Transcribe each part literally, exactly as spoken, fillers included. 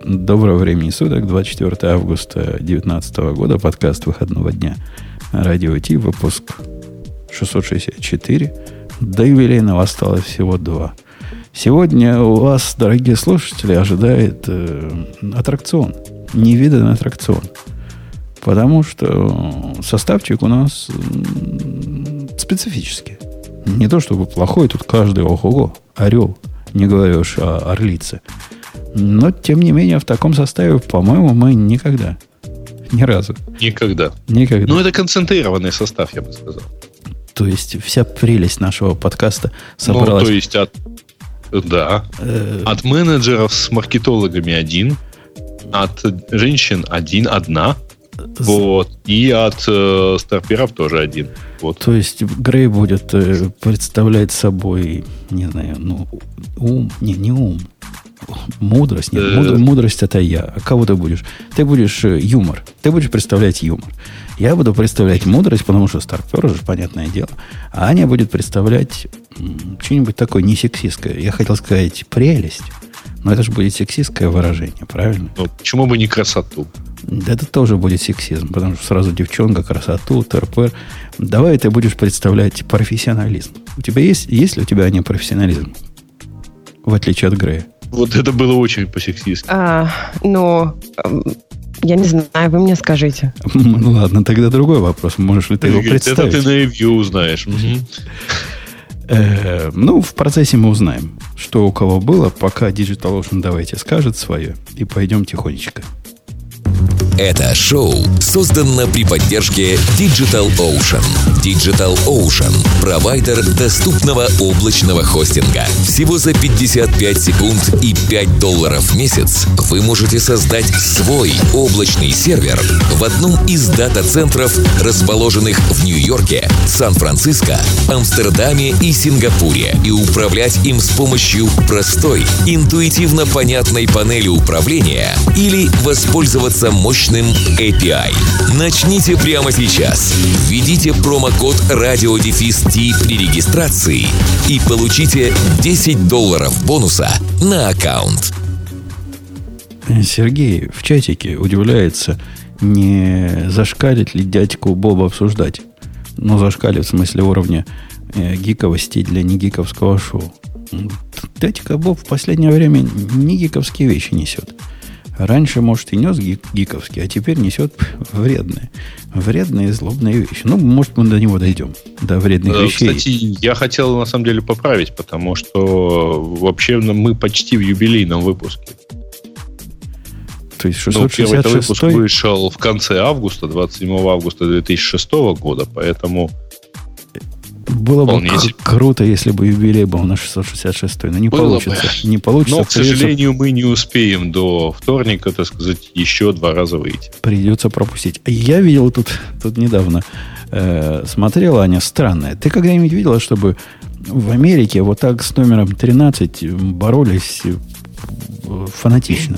Доброго времени суток, двадцать четвёртого августа две тысячи девятнадцатого года, подкаст выходного дня Радио Ти, выпуск шестьсот шестьдесят четыре. До юбилейного осталось всего два. Сегодня у вас, дорогие слушатели, ожидает э, аттракцион, невиданный аттракцион. Потому что составчик у нас специфический. Не то чтобы плохой, тут каждый ого-го, орел, не говоря уж о орлице. Но, тем не менее, в таком составе, по-моему, мы никогда. Ни разу. Никогда. Никогда. Ну, это концентрированный состав, я бы сказал. То есть, вся прелесть нашего подкаста собралась... Ну, то есть, от... Да. Э... От менеджеров с маркетологами один, от женщин один, одна. Вот. И от э, старперов тоже один. Вот. То есть Грей будет э, представлять собой, не знаю, ну, ум, не, не ум, мудрость. Нет, мудр, мудрость это я. А кого ты будешь? Ты будешь э, юмор. Ты будешь представлять юмор. Я буду представлять мудрость, потому что старпер уже, понятное дело. А Аня будет представлять м, что-нибудь такое не сексистское. Я хотел сказать прелесть. Но это же будет сексистское выражение, правильно? Ну, почему бы не красоту? Да это тоже будет сексизм, потому что сразу девчонка, красоту, ТРП. Давай ты будешь представлять профессионализм. У тебя есть, есть ли у тебя не профессионализм? В отличие от Грея. Вот это было очень по-сексистски. А, ну, я не знаю, вы мне скажите. Ну ладно, тогда другой вопрос. Можешь ли ты его представить? Это ты на ревью узнаешь. Ну, в процессе мы узнаем, что у кого было. Пока DigitalOcean давайте скажет свое. И пойдем тихонечко. Это шоу создано при поддержке DigitalOcean. DigitalOcean – провайдер доступного облачного хостинга. Всего за пятьдесят пять секунд и пять долларов в месяц вы можете создать свой облачный сервер в одном из дата-центров, расположенных в Нью-Йорке, Сан-Франциско, Амстердаме и Сингапуре, и управлять им с помощью простой, интуитивно понятной панели управления или воспользоваться мощным эй пи ай. Начните прямо сейчас. Введите промокод радиодефис-ти при регистрации и получите десять долларов бонуса на аккаунт. Сергей в чатике удивляется, не зашкалит ли дядьку Боба обсуждать. Но зашкалит в смысле уровня э, гиковости для негиковского шоу. Дядька Боб в последнее время не гиковские вещи несет. Раньше, может, и нес гиковский, а теперь несет вредные. Вредные и злобные вещи. Ну, может, мы до него дойдем. До вредных э, вещей. Кстати, я хотел, на самом деле, поправить, потому что вообще мы почти в юбилейном выпуске. То есть шестьсот шестьдесят шестой... Ну, первый выпуск вышел в конце августа, двадцать седьмого августа две тысячи шестого года, поэтому... Было бы к- круто, если бы юбилей был на шестьсот шестьдесят шестой, но не Было получится. Бы. Не получится. Но, к сожалению, мы не успеем до вторника, так сказать, еще два раза выйти. Придется пропустить. Я видел тут, тут недавно, э, смотрела, Аня, странная. Ты когда-нибудь видела, чтобы в Америке вот так с номером тринадцать боролись фанатично?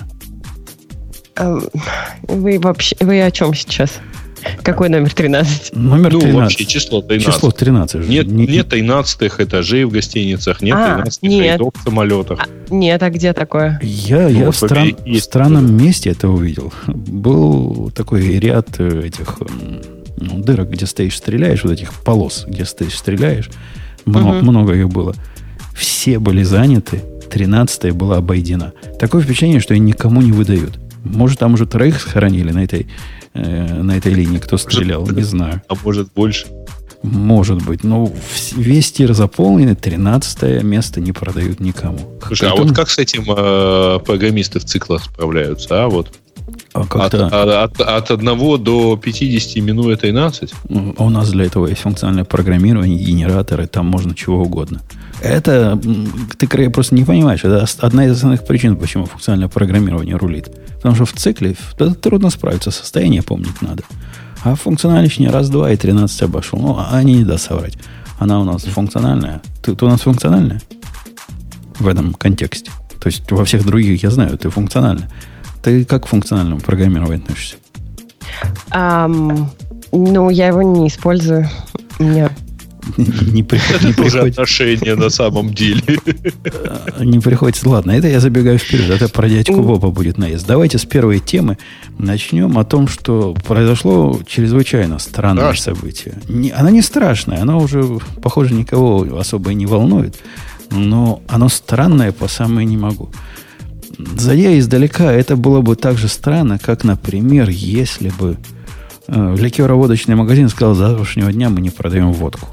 Вы вообще, вы о чем сейчас? Какой номер тринадцать? Номер ну, тринадцать. вообще число тринадцать. Число тринадцать. Нет, не... нет тринадцатых этажей в гостиницах, нет а, тринадцатых нет. рядов в самолетах. А, нет, а где такое? Я, ну, я вот в, стран... в странном тоже. месте это увидел. Был такой ряд этих ну, дырок, где стоишь, стреляешь, вот этих полос, где стоишь, стреляешь. Много, угу. много их было. Все были заняты. тринадцатая была обойдена. Такое впечатление, что ее никому не выдают. Может, там уже троих схоронили на этой, э, на этой линии, кто стрелял, может, не знаю. А может, больше? Может быть. Но весь тир заполнен, тринадцатое место не продают никому. Слушай, Поэтому... а вот как с этим э, программисты в циклах справляются, а? Вот. А от, от, от одного до пятидесяти минует тринадцать? У нас для этого есть функциональное программирование, генераторы, там можно чего угодно. Это, ты просто не понимаешь, это одна из основных причин, почему функциональное программирование рулит. Потому что в цикле это трудно справиться, состояние помнить надо. А функциональничание раз-два и тринадцать обошел. Ну, а они не даст соврать. Она у нас функциональная. Ты, ты у нас функциональная? В этом контексте. То есть во всех других я знаю, ты функциональная. Ты как к функциональному программированию относишься? Um, ну, я его не использую. У меня Не приходится отношения на самом деле. Не приходится. Ладно, это я забегаю вперед. Это про дядьку Боба будет наезд. Давайте с первой темы начнем о том, что произошло чрезвычайно странное событие. Оно не страшное, оно уже, похоже, никого особо и не волнует. Но оно странное по самое не могу. Зайдя издалека, это было бы так же странно, как, например, если бы э, ликероводочный магазин сказал: с завтрашнего дня мы не продаем водку,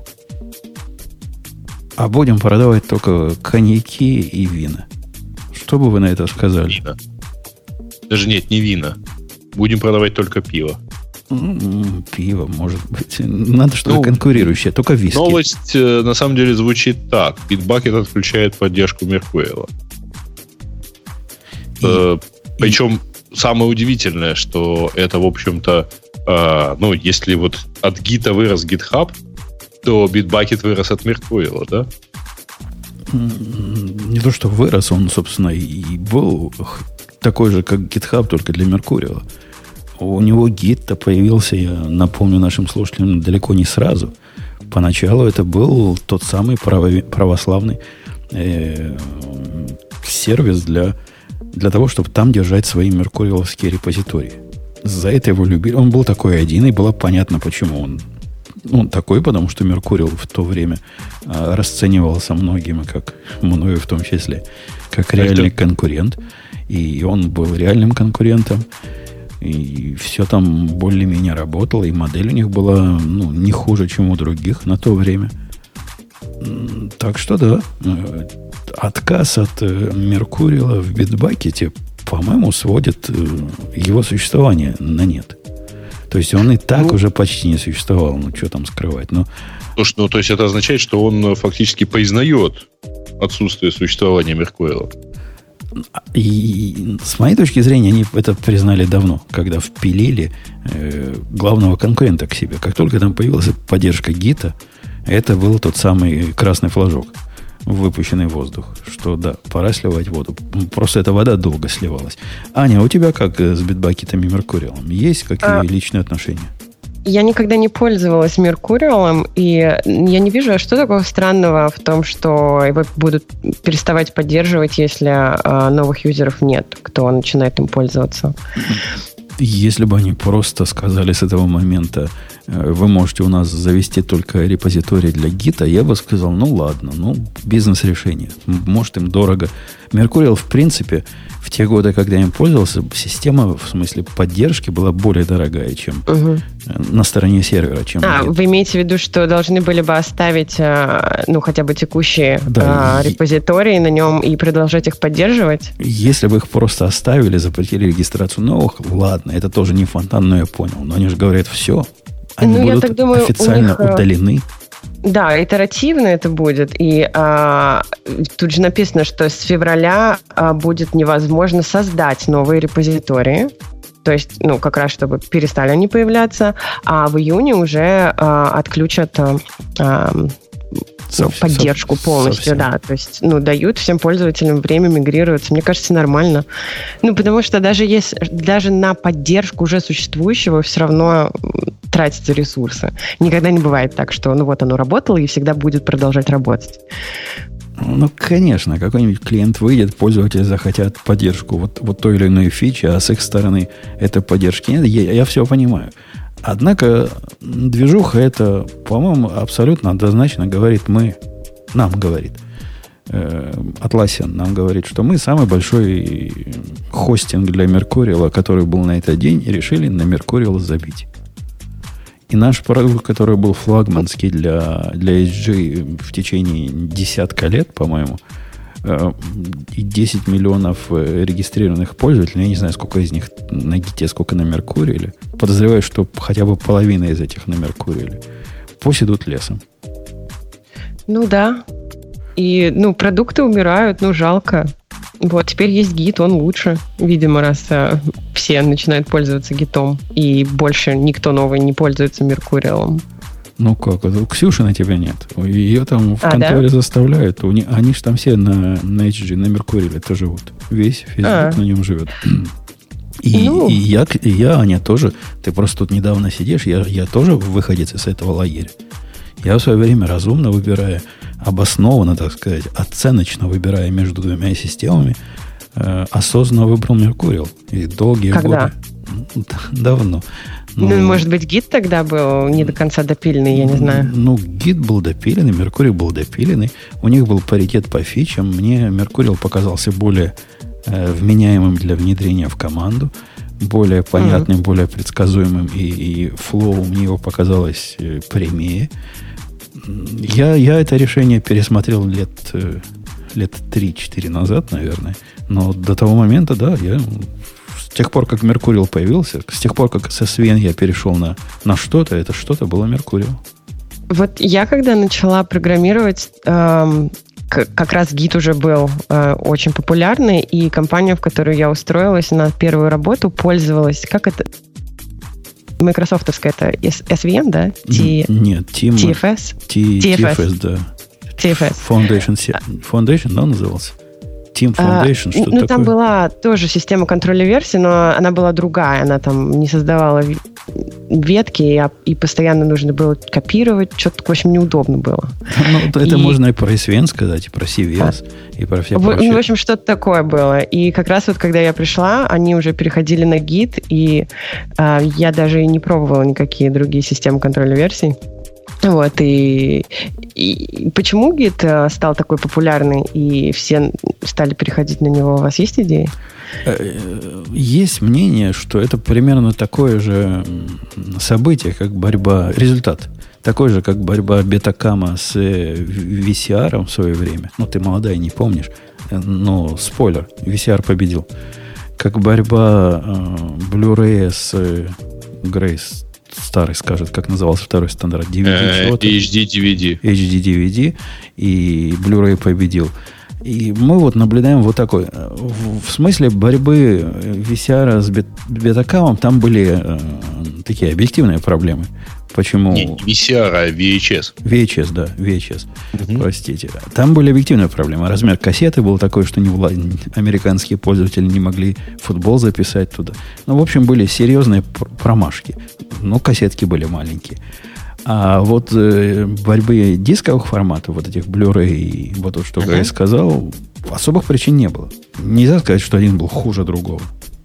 а будем продавать только коньяки и вина. Что бы вы на это сказали? Вина. Даже нет, не вина. Будем продавать только пиво. Mm, пиво, может быть. Надо что-то ну, конкурирующее, только виски. Новость э, на самом деле звучит так. Bitbucket отключает поддержку Mercurial. И, э, причем и... самое удивительное, что это, в общем-то, э, ну, если вот от гита вырос GitHub, то Bitbucket вырос от Mercurial, да? Не то, что вырос, он, собственно, и был такой же, как GitHub, только для Mercurial. У него гит-то появился, я напомню нашим слушателям, далеко не сразу. Поначалу это был тот самый право, православный э, сервис для, для того, чтобы там держать свои меркуриаловские репозитории. За это его любили. Он был такой один, и было понятно, почему он, он такой, потому что Mercurial в то время э, расценивался многими, как мною в том числе, как реальный конкурент. И он был реальным конкурентом. И все там более-менее работало, и модель у них была, ну, не хуже, чем у других на то время. Так что да, отказ от Меркуриала в Bitbucket, по-моему, сводит его существование на нет. То есть он и так ну, уже почти не существовал, ну что там скрывать. Но... Слушай, ну то есть это означает, что он фактически признает отсутствие существования Меркуриала. И с моей точки зрения, они это признали давно, когда впилили э, главного конкурента к себе. Как только там появилась поддержка гита, это был тот самый красный флажок, выпущенный в воздух, что да, пора сливать воду. Просто эта вода долго сливалась. Аня, у тебя как с Bitbucket'ом и Mercurial'ом? Есть какие а... личные отношения? Я никогда не пользовалась Меркуриалом, и я не вижу, что такого странного в том, что его будут переставать поддерживать, если а, новых юзеров нет, кто начинает им пользоваться. Если бы они просто сказали с этого момента: вы можете у нас завести только репозиторий для гита, я бы сказал: ну ладно, ну бизнес-решение. Может, им дорого. Mercurial, в принципе, в те годы, когда я им пользовался, система, в смысле поддержки, была более дорогая, чем угу. на стороне сервера. Чем а, вы имеете в виду, что должны были бы оставить, ну, хотя бы текущие да, репозитории и... на нем и продолжать их поддерживать? Если бы их просто оставили, запретили регистрацию новых, ладно, это тоже не фонтан, но я понял. Но они же говорят: все, они ну, будут думаю, официально них... удалены. Да, итеративно это будет. И а, тут же написано, что с февраля а, будет невозможно создать новые репозитории. То есть, ну, как раз, чтобы перестали они появляться. А в июне уже а, отключат а, а, Совсем, поддержку полностью, совсем. Да. То есть, ну, дают всем пользователям время мигрироваться. Мне кажется, нормально. Ну, потому что даже если, даже на поддержку уже существующего все равно тратятся ресурсы. Никогда не бывает так, что, ну, вот оно работало и всегда будет продолжать работать. Ну, конечно, какой-нибудь клиент выйдет, пользователи захотят поддержку вот, вот той или иной фичи, а с их стороны этой поддержки нет. Я, я все понимаю. Однако движуха это, по-моему, абсолютно однозначно говорит мы, нам говорит, э, Atlassian нам говорит, что мы самый большой хостинг для Mercurial, который был на этот день, решили на Mercurial забить. И наш продукт, который был флагманский для, для эйч джи в течение десятка лет, по-моему, и десять миллионов регистрированных пользователей, я не знаю, сколько из них на гите, сколько на Меркуриале, подозреваю, что хотя бы половина из этих на Меркуриале, пусть идут лесом. Ну да. И, ну, продукты умирают, ну, жалко. Вот, теперь есть гит, он лучше, видимо, раз а, все начинают пользоваться гитом, и больше никто новый не пользуется Меркуриалом. Ну как, это у Ксюши на тебя нет. Ее там в а, конторе да? заставляют. У не, они же там все на, на эйч джи, на Меркуриале-то живут. Весь Facebook а. на нем живет. И, ну. и, я, и я, Аня, тоже. Ты просто тут недавно сидишь. Я, я тоже выходец из этого лагеря. Я в свое время разумно выбирая, обоснованно, так сказать, оценочно выбирая между двумя системами, э, осознанно выбрал Меркуриал. И долгие Когда? годы... Давно. Ну, ну, может быть, гид тогда был не до конца допиленный, я не знаю. Ну, гид был допиленный, Меркурий был допиленный. У них был паритет по фичам. Мне Меркуриал показался более э, вменяемым для внедрения в команду, более понятным, mm-hmm. более предсказуемым, и, и флоу мне его показалось э, прямее. Я, я это решение пересмотрел лет, э, лет три-четыре назад, наверное. Но до того момента, да, я... С тех пор, как Меркуриал появился, с тех пор, как с эс ви эн я перешел на, на что-то, это что-то было Меркуриал. Вот я, когда начала программировать, эм, к- как раз гид уже был э, очень популярный, и компания, в которую я устроилась на первую работу, пользовалась, как это, майкрософтовская, это эс ви эн, да? T- Нет, Team, ти эф эс? T- ти эф эс. ти эф эс, да. ти эф эс. Foundation, Foundation, да, назывался? Team Foundation, а, что ну, такое? там была тоже система контроля версий, но она была другая. Она там не создавала ветки, и, и постоянно нужно было копировать. Что-то, в общем, неудобно было. Ну, это и... можно и про эс ви эн сказать, и про си ви эс, а. и про все в, прочие. В общем, что-то такое было. И как раз вот, когда я пришла, они уже переходили на гид, и э, я даже и не пробовала никакие другие системы контроля версий. Вот, и, и почему гид стал такой популярный, и все стали переходить на него? У вас есть идеи? Есть мнение, что это примерно такое же событие, как борьба, результат, такой же, как борьба Betacam с ви си ар в свое время. Ну, ты молодая, не помнишь, но спойлер, ви си ар победил. Как борьба э, Blu-ray с э, Grace. Старый скажет, как назывался второй стандарт. ди ви ди чего-то. эйч ди ди ви ди. эйч ди ди ви ди. И Blu-ray победил. И мы вот наблюдаем вот такой. В, в смысле борьбы ви си ар с Betacam там были э, такие объективные проблемы. Почему? Не, не ви си ар, а ви эйч эс. ви эйч эс, да, ви эйч эс. Угу. Простите. Там были объективные проблемы. Размер кассеты был такой, что не вла... американские пользователи не могли футбол записать туда. Ну, в общем, были серьезные промашки. Но кассетки были маленькие. А вот э, борьбы дисковых форматов, вот этих Blu-ray и вот то, что uh-huh. я сказал, особых причин не было. Нельзя сказать, что один был хуже другого.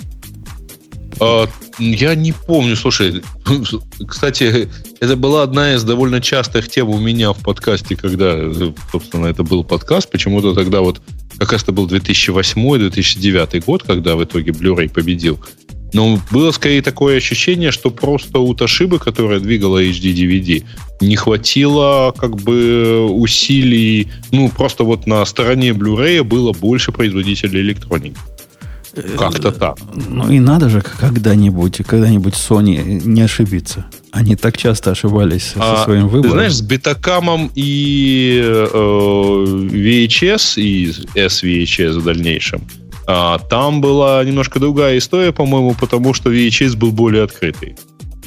А, я не помню, слушай, кстати, это была одна из довольно частых тем у меня в подкасте, когда, собственно, это был подкаст. Почему-то тогда вот, как раз это был две тысячи восьмой - две тысячи девятый год, когда в итоге Blu-ray победил. Но было скорее такое ощущение, что просто у Toshiba, которая двигала эйч ди ди ви ди, не хватило как бы усилий. Ну, просто вот на стороне Blu-ray было больше производителей электроники. Как-то так. Ну и надо же когда-нибудь, когда-нибудь Sony не ошибиться. Они так часто ошибались а, со своим выбором. Ты знаешь, с Betacam и э, ви эйч эс, и эс ви эйч эс в дальнейшем, а, там была немножко другая история, по-моему, потому что ви эйч эс был более открытый.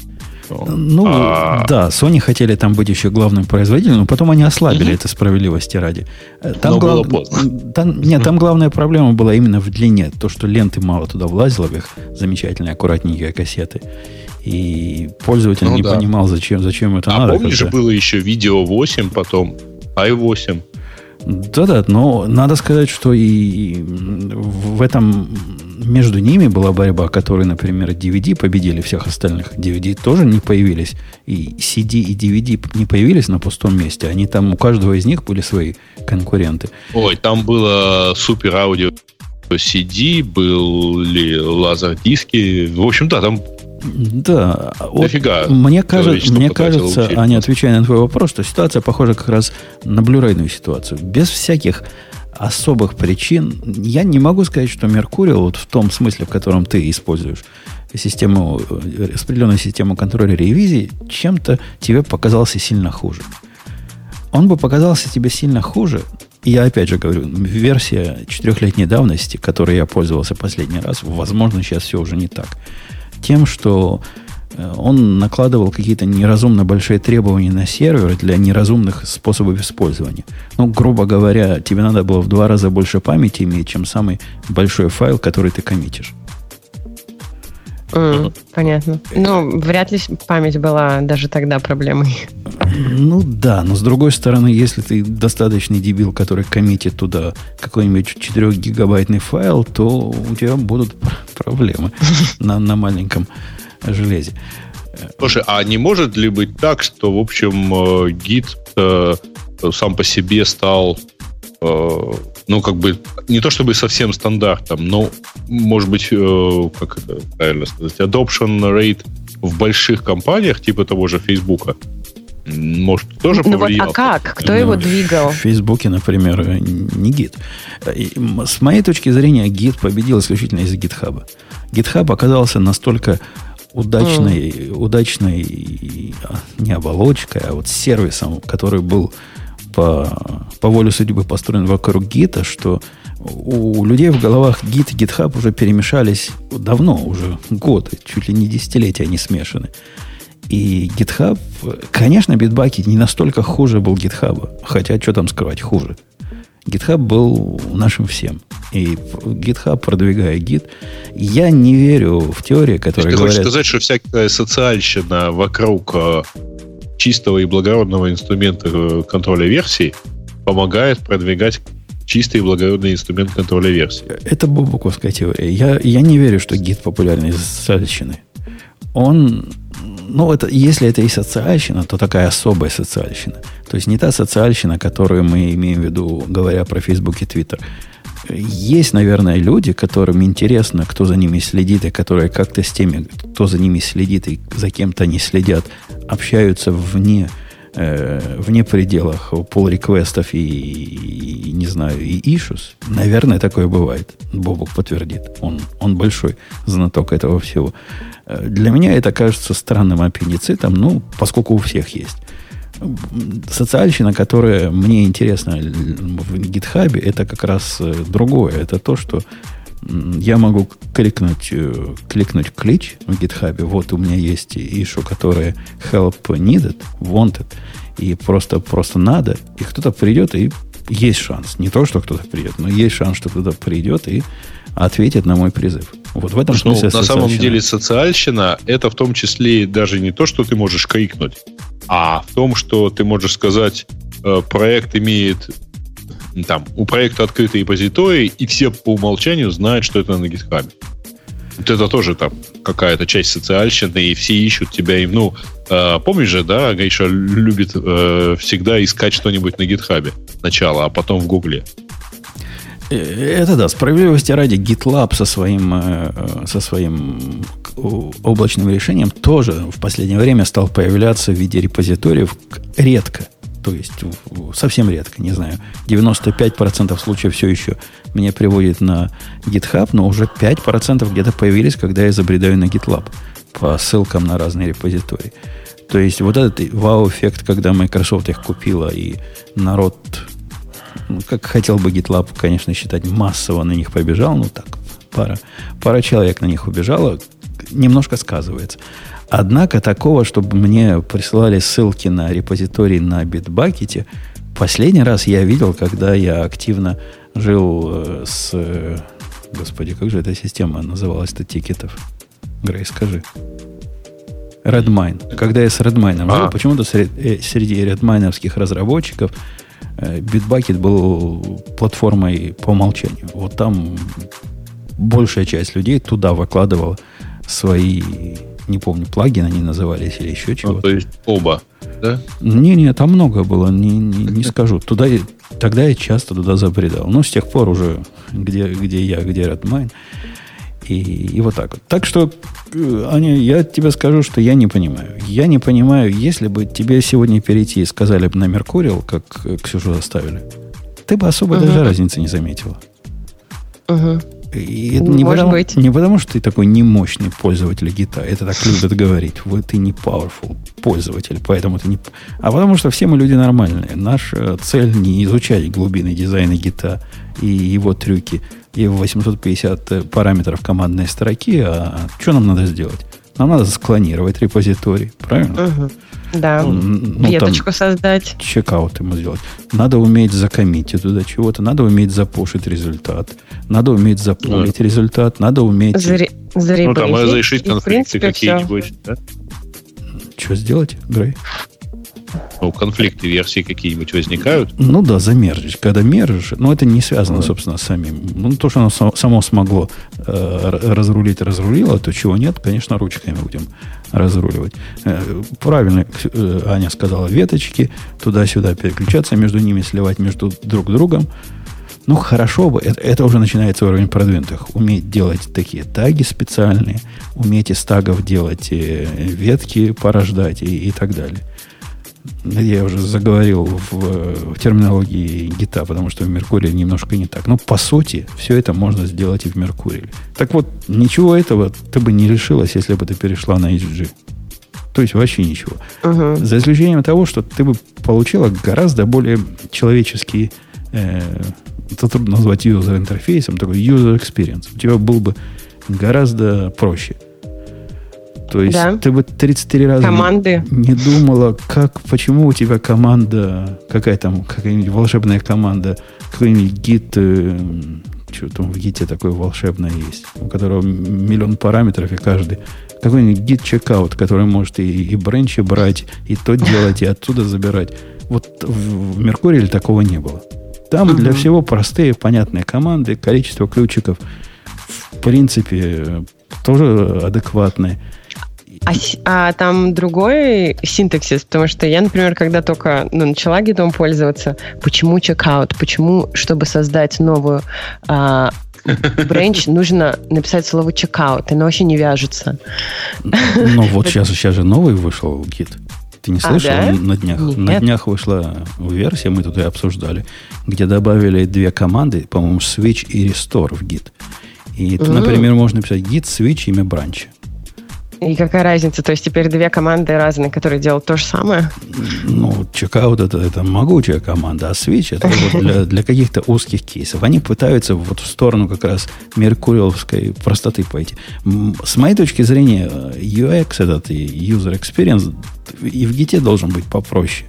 Ну, а... да, Sony хотели там быть еще главным производителем, но потом они ослабили угу. это, справедливости ради. Там но глав... было поздно. Там, нет, там главная проблема была именно в длине. То, что ленты мало туда влазило, в их замечательные, аккуратненькие кассеты. И пользователь ну, не да. понимал, зачем, зачем это а надо. А помнишь, когда... же было еще видео восемь, потом ай восемь. Да-да, но надо сказать, что и в этом между ними была борьба, которой, например, ди ви ди победили всех остальных. ди ви ди тоже не появились. И си ди, и ди ви ди не появились на пустом месте. Они там, у каждого из них были свои конкуренты. Ой, там было супер аудио си ди, были лазер-диски. В общем, да, там... Да, вот Дофига мне, кажется, мне кажется, Аня, отвечая на твой вопрос, что ситуация похожа как раз на блюрейную ситуацию. Без всяких особых причин я не могу сказать, что Mercurial вот в том смысле, в котором ты используешь систему, распределенную систему контроля ревизии, чем-то тебе показался сильно хуже. Он бы показался тебе сильно хуже. И я опять же говорю, версия четырехлетней давности, которой я пользовался последний раз, возможно, сейчас все уже не так. Тем, что он накладывал какие-то неразумно большие требования на серверы для неразумных способов использования. Ну, грубо говоря, тебе надо было в два раза больше памяти иметь, чем самый большой файл, который ты коммитишь. Mm, понятно. Ну, вряд ли память была даже тогда проблемой. Ну да, но с другой стороны, если ты достаточный дебил, который коммитит туда какой-нибудь четырехгигабайтный файл, то у тебя будут проблемы на, на маленьком железе. Слушай, а не может ли быть так, что, в общем, гит э, сам по себе стал, э, ну, как бы, не то чтобы совсем стандартом, но, может быть, э, как это правильно сказать, adoption rate в больших компаниях, типа того же Фейсбука, может, тоже ну повлиял? Вот, а как? Кто ну, его двигал? В Фейсбуке, например, не гит. С моей точки зрения, гит победил исключительно из-за гитхаба. Гитхаб оказался настолько удачной, mm. удачной не оболочкой, а вот сервисом, который был по, по воле судьбы построен вокруг гита, что у людей в головах гит и гитхаб уже перемешались давно, уже годы, чуть ли не десятилетия они смешаны. И GitHub, конечно, Bitbucket не настолько хуже был GitHub, хотя что там скрывать, хуже. GitHub был нашим всем. И GitHub, продвигая гит, я не верю в теории, которые говорят... Ты хочешь сказать, что всякая социальщина вокруг чистого и благородного инструмента контроля версий помогает продвигать чистый и благородный инструмент контроля версий? Это бобуковская теория. Я, я не верю, что гит популярный из социальщины. Он... Ну, это, если это и социальщина, то такая особая социальщина. То есть не та социальщина, которую мы имеем в виду, говоря про Facebook и Twitter. Есть, наверное, люди, которым интересно, кто за ними следит, и которые как-то с теми, кто за ними следит и за кем-то не следят, общаются вне, э, вне пределах pull-реквестов и, и, и, не знаю, и issues. Наверное, такое бывает. Бобук подтвердит. Он, он большой знаток этого всего. Для меня это кажется странным аппендицитом, ну, поскольку у всех есть. Социальщина, которая мне интересна в GitHub, это как раз другое. Это то, что я могу кликнуть, кликнуть клич в GitHub. Вот у меня есть issue, которое help needed, wanted, и просто, просто надо. И кто-то придет, и есть шанс. Не то, что кто-то придет, но есть шанс, что кто-то придет и ответит на мой призыв. Вот в этом ну, смысле на самом деле социальщина это в том числе даже не то, что ты можешь крикнуть, а в том, что ты можешь сказать, проект имеет там, у проекта открытый репозиторий, и все по умолчанию знают, что это на GitHub. Вот это тоже там какая-то часть социальщины, и все ищут тебя им. Ну, э, помнишь же, да, Гриша любит э, всегда искать что-нибудь на GitHub сначала, а потом в Гугле. Это да, справедливости ради, GitLab со своим, со своим облачным решением тоже в последнее время стал появляться в виде репозиториев редко. То есть совсем редко, не знаю. девяносто пять процентов случаев все еще меня приводит на GitHub, но уже пять процентов где-то появились, когда я забредаю на GitLab по ссылкам на разные репозитории. То есть вот этот вау-эффект, когда Microsoft их купила, и народ... Ну, как хотел бы GitLab, конечно, считать, массово на них побежал. Ну, так, пара, пара человек на них убежала. Немножко сказывается. Однако такого, чтобы мне присылали ссылки на репозиторий на Bitbucket, последний раз я видел, когда я активно жил с... Господи, как же эта система называлась-то тикетов? Грей, скажи. Redmine. Когда я с Redmine жил, почему-то среди, среди редмайновских разработчиков Bitbucket был платформой по умолчанию. Вот там большая часть людей туда выкладывала свои, не помню, плагины они назывались или еще чего-то. Ну, то есть оба, да? Не-не, там много было, не, не, не скажу. Туда, тогда я часто туда забредал. Но с тех пор уже где, где я, где Redmine. И, и вот так вот. Так что, Аня, я тебе скажу, что я не понимаю. Я не понимаю, если бы тебе сегодня перейти и сказали бы на Mercurial, как Ксюшу заставили, ты бы особо uh-huh. даже разницы не заметила. Uh-huh. И это не потому, не потому, что ты такой немощный пользователь гита. Это так любят говорить. Вот ты не powerful пользователь, поэтому ты не... А потому что все мы люди нормальные. Наша цель не изучать глубины дизайна гита и его трюки, и восемьсот пятьдесят параметров командной строки, а что нам надо сделать? Нам надо склонировать репозиторий, правильно? Uh-huh. Да, ну, веточку там создать. Чекаут ему сделать. Надо уметь закоммитить туда чего-то, надо уметь запушить результат, надо уметь запулить да. результат, надо уметь... Заре... Ну, там разрешить конфликты какие-нибудь, да? Что сделать, Грей? Ну, конфликты версии какие-нибудь возникают? Ну да, замержить. Когда мержишь, но это не связано, собственно, с самим. Ну, то, что оно само смогло э, разрулить, разрулило, то чего нет, конечно, ручками будем разруливать. Э, правильно э, Аня сказала, веточки, туда-сюда переключаться, между ними сливать между друг другом. Ну, хорошо бы, это, это уже начинается уровень продвинутых. Уметь делать такие таги специальные, уметь из тагов делать э, ветки, порождать и, и так далее. Я уже заговорил в, в терминологии гита, потому что в Меркурии немножко не так. Но по сути, все это можно сделать и в Меркурии. Так вот, ничего этого ты бы не решилась, если бы ты перешла на эйч джи. То есть вообще ничего. Uh-huh. За исключением того, что ты бы получила гораздо более человеческий, э, это трудно назвать юзер-интерфейсом, такой user experience. У тебя был бы гораздо проще. То есть да. ты бы тридцать три раза Команды. не думала, как, почему у тебя команда, какая там, какая-нибудь волшебная команда, какой-нибудь гит, э, что там в гите такое волшебное есть, у которого миллион параметров, и каждый, какой-нибудь гит чекаут, который может и, и бренчи брать, и то делать, и оттуда забирать. Вот в, в Меркурии такого не было. Там угу. для всего простые, понятные команды, количество ключиков, в принципе, тоже адекватные. А, а там другой синтаксис, потому что я, например, когда только ну, начала гитом пользоваться, почему чекаут, почему, чтобы создать новую а, бренч, нужно написать слово чекаут, оно вообще не вяжется. Ну вот сейчас, сейчас же новый вышел гит. Ты не слышал? А, да? На днях, Нет. на днях вышла версия, мы тут и обсуждали, где добавили две команды, по-моему, switch и restore в гит. И, mm-hmm. например, можно писать git, switch, имя бранча. И какая разница? То есть теперь две команды разные, которые делают то же самое? Ну, чекаут это, это могучая команда, а switch это вот для, для каких-то узких кейсов. Они пытаются вот в сторону как раз меркуриевской простоты пойти. С моей точки зрения, ю экс этот и user experience и в гите должен быть попроще.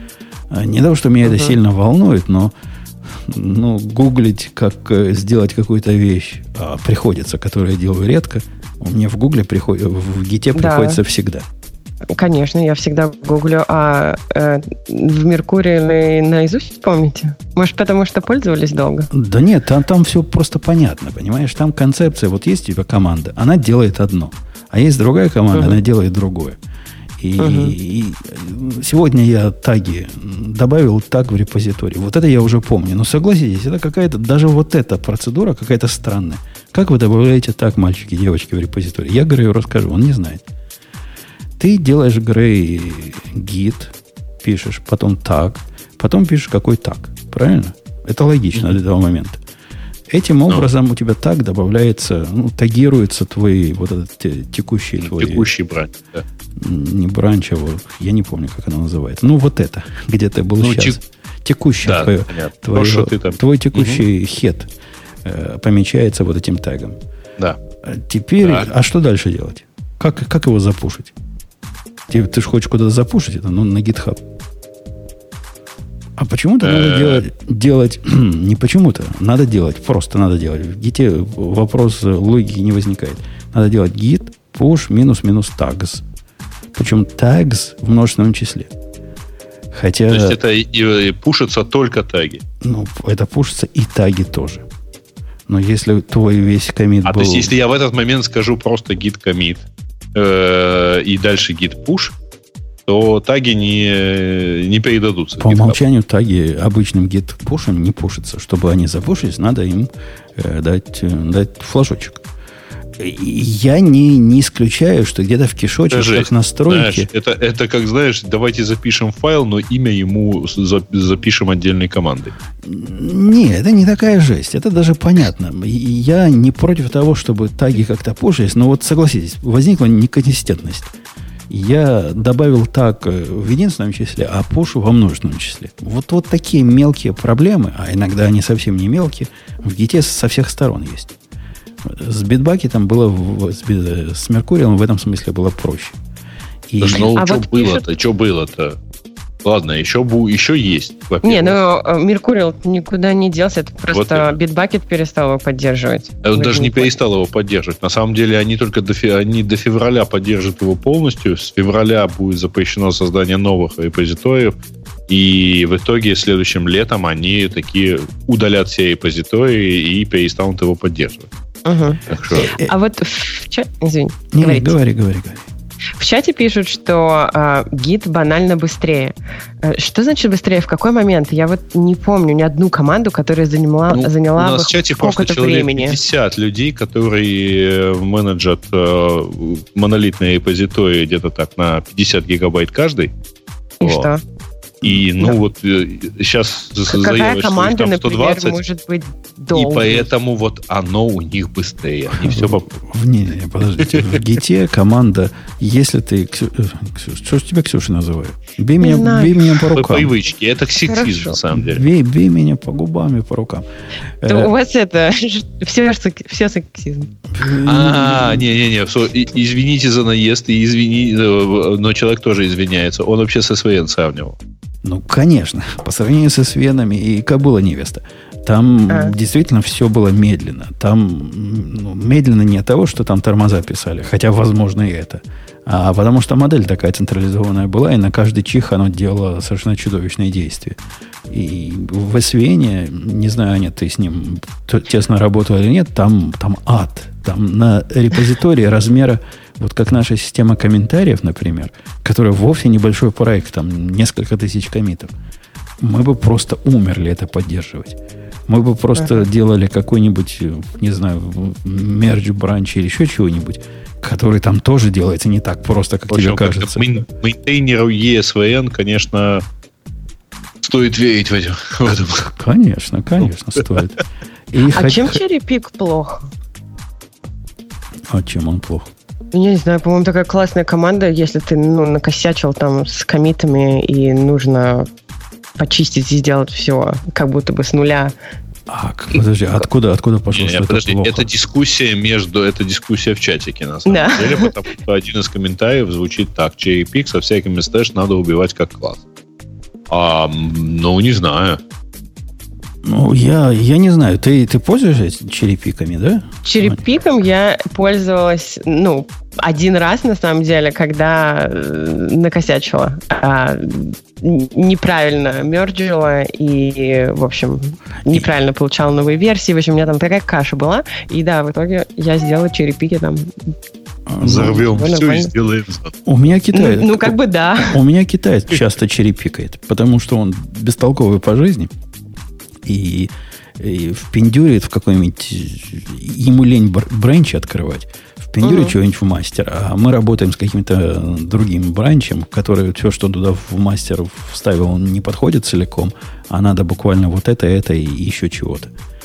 Не то, что меня uh-huh. это сильно волнует, но ну, гуглить, как сделать какую-то вещь, а приходится, которую я делаю редко. У меня в Гугле приходит, в гите приходится да. всегда. Конечно, я всегда гуглю. А э, в Меркурии вы наизусть помните? Может, потому что пользовались долго? Да нет, там, там все просто понятно, понимаешь? Там концепция, вот есть у тебя команда, она делает одно. А есть другая команда, uh-huh. она делает другое. И, uh-huh. и сегодня я таги добавил таг в репозиторий. Вот это я уже помню. Но согласитесь, это какая-то, даже вот эта процедура какая-то странная. Как вы добавляете таг, мальчики и девочки, в репозиторий? Я Грею расскажу, он не знает. Ты делаешь, Грей, гит, пишешь, потом таг, потом пишешь, какой таг. Правильно? Это логично mm-hmm. для этого момента. Этим образом no. у тебя таг добавляется, ну, тагируется твой вот этот текущий твой... Текущий бранч, да. Не бранч, а вот, я не помню, как оно называется. Ну, вот это, где ты был ну, сейчас. Тек... Текущий да, твой, твой, То, ты там... твой текущий угу. хед э, помечается вот этим тагом. Да. Теперь, да. а что дальше делать? Как, как его запушить? Ты, ты же хочешь куда-то запушить это, ну, на GitHub. А почему-то надо делать, делать не почему-то, надо делать, просто надо делать. В гите вопрос логики не возникает. Надо делать git push минус-минус tags. Причем tags в множественном числе. Хотя... То есть это и, и пушатся только таги? Ну, это пушатся и таги тоже. Но если твой весь коммит а был... А то есть если я в этот момент скажу просто git commit э, и дальше git push, то таги не, не передадутся. По умолчанию таги обычным git-пушем не пушатся. Чтобы они запушились, надо им э, дать, э, дать флажочек. Я не, не исключаю, что где-то в кишочках настройки... Знаешь, это, это как, знаешь, давайте запишем файл, но имя ему запишем отдельной командой. Не, это не такая жесть. Это даже понятно. Я не против того, чтобы таги как-то пушились, но вот согласитесь, возникла неконсистентность. Я добавил таг в единственном числе, а пушу во множественном числе. Вот, вот такие мелкие проблемы, а иногда они совсем не мелкие, в гите со всех сторон есть. С Bitbucket было, с, с Меркурием в этом смысле было проще. И... Ну, а что вот было-то? Пишут... Что было-то? Ладно, еще, еще есть. Не, ну Меркуриал никуда не делся, это просто вот Bitbucket перестал его поддерживать. Он даже не перестал его поддерживать. На самом деле они только до, они до февраля поддержат его полностью. С февраля будет запрещено создание новых репозиториев. И в итоге следующим летом они такие удалят все репозитории и перестанут его поддерживать. Угу. Что... А вот в чате... Извини. Не, говори, говори, говори. В чате пишут, что э, гид банально быстрее. Э, что значит быстрее? В какой момент? Я вот не помню ни одну команду, которая заняла, ну, заняла у нас в чате просто человек пятьдесят людей, которые менеджат э, монолитные репозитории где-то так на пятьдесят гигабайт каждый. И вот. Что? И, ну, да. вот сейчас заявишь, что их там сто двадцать, например, может быть долго. И поэтому вот оно у них быстрее. Они все попробуют. Не, не, подождите. В Гите команда, если ты... Что ж тебя Ксюша называют? Бей меня, бей меня по рукам. По привычке. Это сексизм, на самом деле. Бей, бей меня по губам и по рукам. То у вас это... Все, все сексизм. А, не-не-не. Извините за наезд, и извини, но человек тоже извиняется. Он вообще с СВН сравнивал. Ну, конечно. По сравнению со Свенами и Кобыла невеста. Там а. действительно все было медленно. Там ну, медленно не от того, что там тормоза писали, хотя, возможно, и это. А потому что модель такая централизованная была, и на каждый чих оно делало совершенно чудовищные действия. И в Свене, не знаю, Аня, ты с ним тесно работал или нет, там, там ад. Там на репозитории размера, вот как наша система комментариев, например, которая вовсе небольшой проект, там несколько тысяч коммитов, мы бы просто умерли это поддерживать. Мы бы просто uh-huh. делали какой-нибудь, не знаю, мердж бранч или еще чего-нибудь, который там тоже делается не так просто, как тебе кажется. Мейнтейнеру и эс ви эн, конечно, стоит верить в это. Конечно, конечно, стоит. И а хоть... чем черепик плохо? А чем он плох? Я не знаю, по-моему, такая классная команда, если ты ну, накосячил там с коммитами и нужно почистить и сделать все как будто бы с нуля. А, подожди, откуда, откуда пошло, не, что подожди, это плохо? Это дискуссия между, это дискуссия в чатике, на самом да. деле, потому что один из комментариев звучит так: Cherry Pick со всякими стэш надо убивать как класс. А, ну, не знаю. Ну, я, я не знаю. Ты, ты пользуешься черепиками, да? Черепиком я пользовалась, ну, один раз, на самом деле, когда накосячила. А, неправильно мерджила и, в общем, неправильно получала новые версии. В общем, у меня там такая каша была. И да, в итоге я сделала черепики там. Взорвем ну, все и сделаем зад. У меня китаец. Ну, ну, как бы да. У меня китаец часто черепикает, потому что он бестолковый по жизни. И, и впендюрит в какой-нибудь... Ему лень бренчи открывать. Впендюрит uh-huh. что-нибудь в мастер. А мы работаем с каким-то другим бранчем, который все, что туда в мастер вставил, он не подходит целиком. А надо буквально вот это, это и еще чего-то.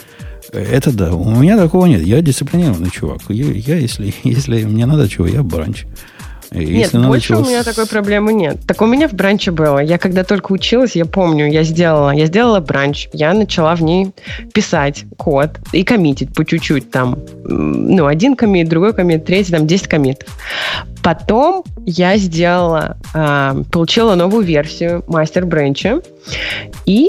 Это да. У меня такого нет. Я дисциплинированный чувак. Я, я если, если мне надо чего, я бранч. Нет, больше у меня с... такой проблемы нет. Так у меня в бранче было. Я когда только училась, я помню, я сделала, я сделала бранч, я начала в ней писать код и коммитить по чуть-чуть там. Ну, один коммит, другой коммит, третий, там, десять коммитов. Потом я сделала, э, получила новую версию мастер бранча и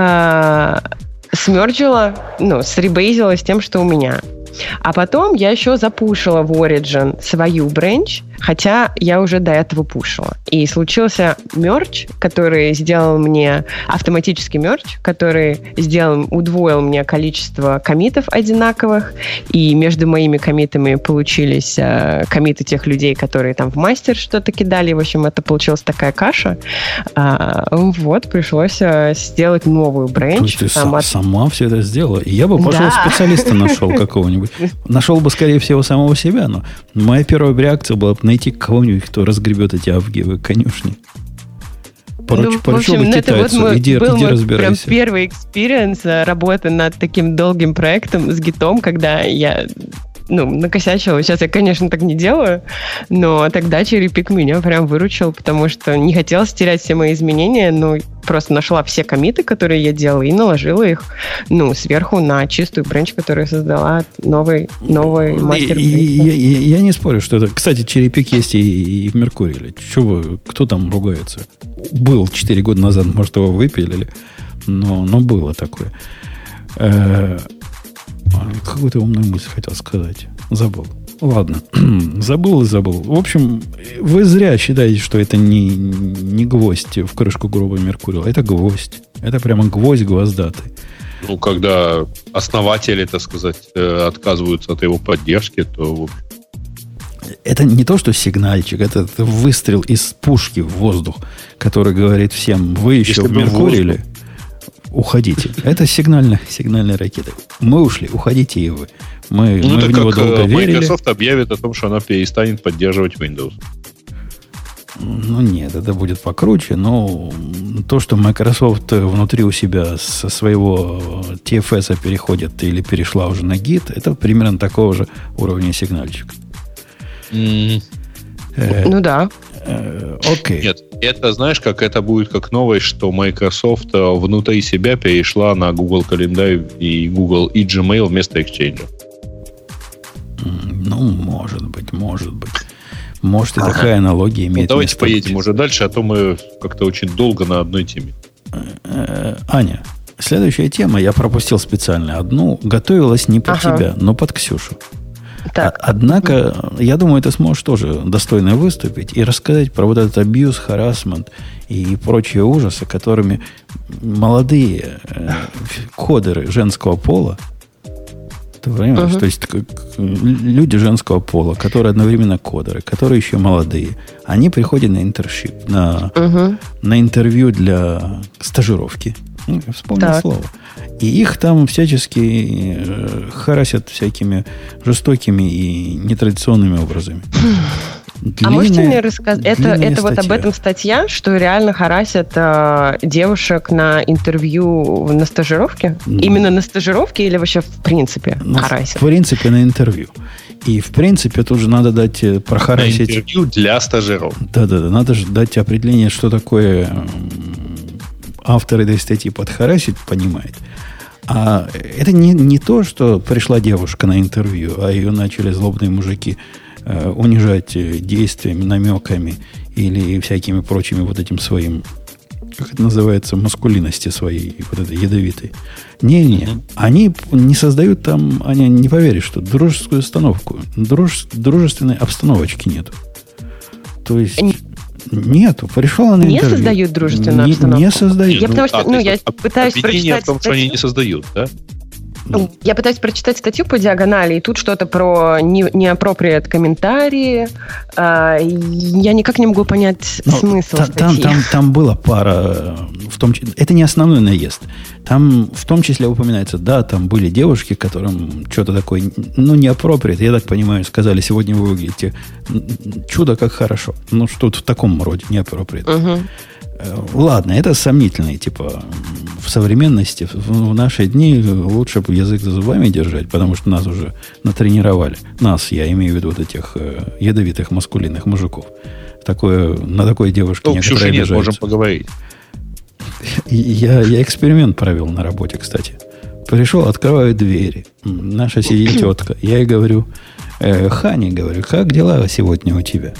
э, смерджила, ну, сребейзила с тем, что у меня. А потом я еще запушила в Origin свою бренч, хотя я уже до этого пушила. И случился мерч, который сделал мне автоматический мерч, который сделал, удвоил мне количество коммитов одинаковых, и между моими коммитами получились э, коммиты тех людей, которые там в мастер что-то кидали. В общем, это получилась такая каша. А, вот, пришлось э, сделать новую бренч. То есть ты от... сама все это сделала? И я бы, пошел, да. специалиста нашел какого-нибудь. Нашел бы, скорее всего, самого себя, но моя первая реакция была бы найти кого-нибудь, кто разгребет эти авгиевые конюшни. Поручил ну, поручил бы китайцу, вот иди, был иди разбирайся. Прям первый экспириенс работы над таким долгим проектом с гитом, когда я ну, накосячила. Сейчас я, конечно, так не делаю, но тогда черепик меня прям выручил, потому что не хотела стерять все мои изменения, но просто нашла все коммиты, которые я делала, и наложила их, ну, сверху на чистую бренч, которую я создала, новый, новый мастер. Я, я, я не спорю, что это... Кстати, черепик есть и, и в Меркурии. Чего, кто там ругается? Был четыре года назад, может, его выпилили, но, но было такое. Э-э- какую-то умную мысль хотел сказать. Забыл. Ладно. Забыл и забыл. В общем, вы зря считаете, что это не, не гвоздь в крышку грубой Меркурия. Это гвоздь. Это прямо гвоздь гвоздатый. Ну, когда основатели, так сказать, отказываются от его поддержки, то... Это не то, что сигнальчик, это, это выстрел из пушки в воздух, который говорит всем, вы еще Если в Меркурии или уходите. Это сигнальная, сигнальная ракета. Мы ушли, уходите и вы. Мы, ну, мы это в него как долго верили. Microsoft объявит о том, что она перестанет поддерживать Windows. Ну, нет, это будет покруче, но то, что Microsoft внутри у себя со своего ти эф эс переходит или перешла уже на Git, это примерно такого же уровня сигнальчика. Mm. Э, ну да. Э, окей. Нет, это, знаешь, как это будет как новость, что Microsoft внутри себя перешла на Google календарь и Google и Gmail вместо Exchange. Ну, может быть, может быть. Может, и ага. такая аналогия имеет. Ну, давайте поедем быть. Уже дальше, а то мы как-то очень долго на одной теме. Аня, следующая тема, я пропустил специально одну, готовилась не под ага. тебя, но под Ксюшу. Так. Однако, mm-hmm. я думаю, ты сможешь тоже достойно выступить и рассказать про вот этот абьюз, харассмент и прочие ужасы, которыми молодые э, кодеры женского пола, ты понимаешь, uh-huh. то есть как, люди женского пола, которые одновременно кодеры, которые еще молодые, они приходят на интершип, на, uh-huh. на интервью для стажировки. Ну, я вспомнил так. слово. И их там всячески э, харасят всякими жестокими и нетрадиционными образами. Длинная, а можете мне рассказать? Это, это вот об этом статья, что реально харасят э, девушек на интервью на стажировке? Mm. Именно на стажировке или вообще в принципе ну, харасят? В принципе на интервью. И в принципе тут же надо дать прохарасить... На интервью для стажеров. Да-да-да. Надо же дать определение, что такое автор этой статьи подхарасить понимает. А это не, не то, что пришла девушка на интервью, а ее начали злобные мужики унижать действиями, намеками или всякими прочими вот этим своим, как это называется, маскулинности своей, вот этой ядовитой. Не-не, uh-huh. они не создают там, они не поверишь, что дружескую установку, друж, дружественной обстановочки нету. То есть... Нету. Пришел на не интервью. создают дружественную не, обстановку? Не создают. Я, потому что, а, ну, я пытаюсь прочитать в том, что они не создают, да? Ну. Я пытаюсь прочитать статью по диагонали, и тут что-то про неапроприат комментарии. А, я никак не могу понять Но смысл та, статьи. Там, там, там была пара, в том, это не основной наезд. Там в том числе упоминается, да, там были девушки, которым что-то такое, ну, неапроприат, я так понимаю, сказали, сегодня вы выглядите чудо как хорошо. Ну, что-то в таком роде неапроприат. Угу. Ладно, это сомнительно, типа в современности, в наши дни лучше бы язык за зубами держать, потому что нас уже натренировали. Нас, я имею в виду вот этих э, ядовитых маскулинных мужиков. Такое, на такой девушке ну, некоторые обижаются. Можем поговорить. Я, я эксперимент провел на работе, кстати. Пришел, открываю двери. Наша сидит тетка. Я ей говорю, э, Хане, говорю, как дела сегодня у тебя?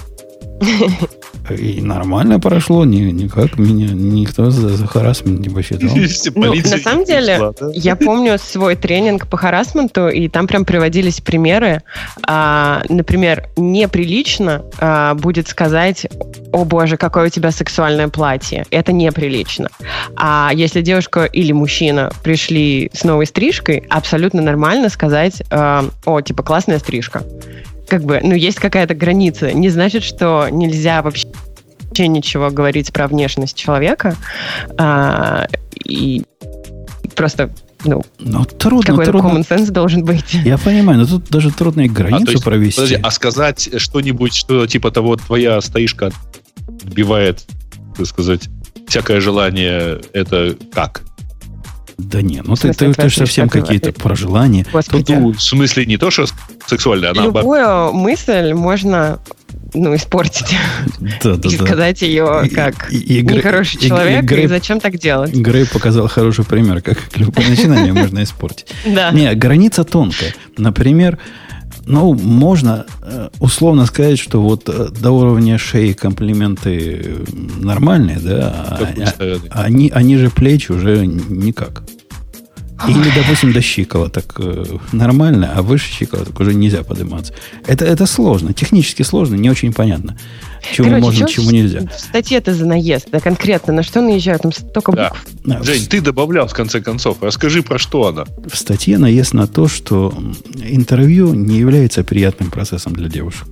И нормально прошло, ни, никак меня никто за, за харассмент не посчитал. Ну, на самом деле, пришла, да? Я помню свой тренинг по харассменту, и там прям приводились примеры. А, например, неприлично а, будет сказать: «О боже, какое у тебя сексуальное платье». Это неприлично. А если девушка или мужчина пришли с новой стрижкой, абсолютно нормально сказать: а, «О, типа, классная стрижка». Как бы, ну, есть какая-то граница. Не значит, что нельзя вообще ничего говорить про внешность человека. А, и просто, ну, но трудно, какой-то трудно. common sense должен быть. Я понимаю, но тут даже трудно и границу а, есть, провести. Подожди, а сказать что-нибудь, что типа того, твоя стрижка отбивает, так сказать, всякое желание, это как? Да не, ну ты, ты, ты же совсем какие-то про желания. Тут, ну, в смысле не то, что сексуальное, а наоборот. Любую мысль можно... ну, испортить. Да, да, и да. сказать ее как и, и, нехороший и, человек, и, и, Грей, и зачем так делать. Грей показал хороший пример, как любое начинание можно испортить. Да. Не, граница тонкая. Например, ну, можно условно сказать, что вот до уровня шеи комплименты нормальные, да, а, они, они же плечи уже никак. Или, допустим, до щиколоток э, нормально, а выше щиколоток уже нельзя подниматься. Это, это сложно, технически сложно, не очень понятно. Чему Короче, можно, чему нельзя. В статье-то за наезд, да, конкретно, на что наезжают, там столько да. букв. Да. Жень, ты добавлял в конце концов, расскажи, про что она. В статье наезд на то, что интервью не является приятным процессом для девушек.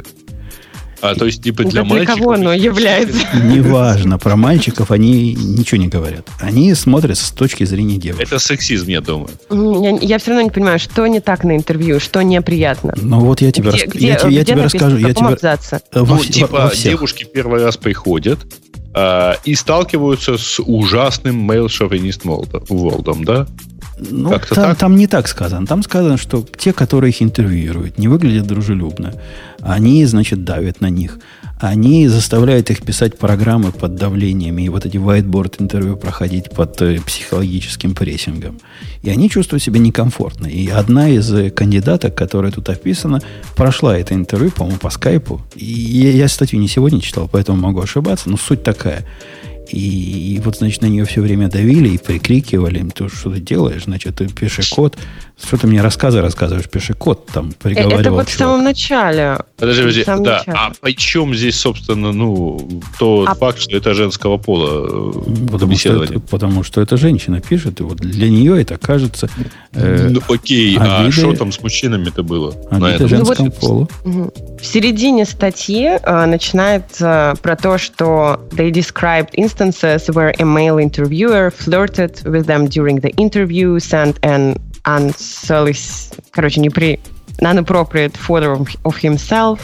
А, то есть, типа, для да мальчиков... Для кого оно является? Неважно. Про мальчиков они ничего не говорят. Они смотрят с точки зрения девушек. Это сексизм, я думаю. Я, я все равно не понимаю, что не так на интервью, что неприятно. Ну, вот я тебе, где, рас... где, я, где я тебе расскажу. Я тебе... Ну, во, типа, во девушки первый раз приходят э, и сталкиваются с ужасным мейл-шовинист-волдом, да? Ну, там, там не так сказано. Там сказано, что те, которые их интервьюируют, не выглядят дружелюбно. Они, значит, давят на них. Они заставляют их писать программы под давлением и вот эти whiteboard интервью проходить под э, психологическим прессингом. И они чувствуют себя некомфортно. И одна из кандидаток, которая тут описана, прошла это интервью, по-моему, по скайпу. И я, я статью не сегодня читал, поэтому могу ошибаться, но суть такая. И, и вот, значит, на нее все время давили и прикрикивали. Ты что ты делаешь? Значит, ты пиши код. Что ты мне рассказы рассказываешь? Пиши код. Там приговаривал Это вот чувак. в самом начале. Подожди, подожди. Да. Начале. А при чем здесь, собственно, ну, тот а... факт, что это женского пола потому что, это, потому что это женщина пишет. И вот для нее это кажется... Э, ну, окей. Обиды, а что там с мужчинами-то было? Обиды женскому ну, полу. Угу. В середине статьи э, начинается про то, что they described instances where a male interviewer flirted with them during the interview, sent an unsolicited, короче, непри... non-appropriate photo of, of himself,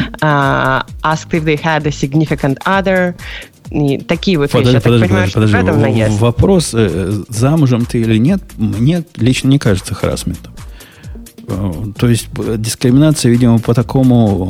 uh, asked if they had a significant other. И такие вот подожди, вещи. Подожди, Я так подожди, понимаю, подожди. что в этом Вопрос, замужем ты или нет, мне лично не кажется харассментом. То есть дискриминация, видимо, по такому,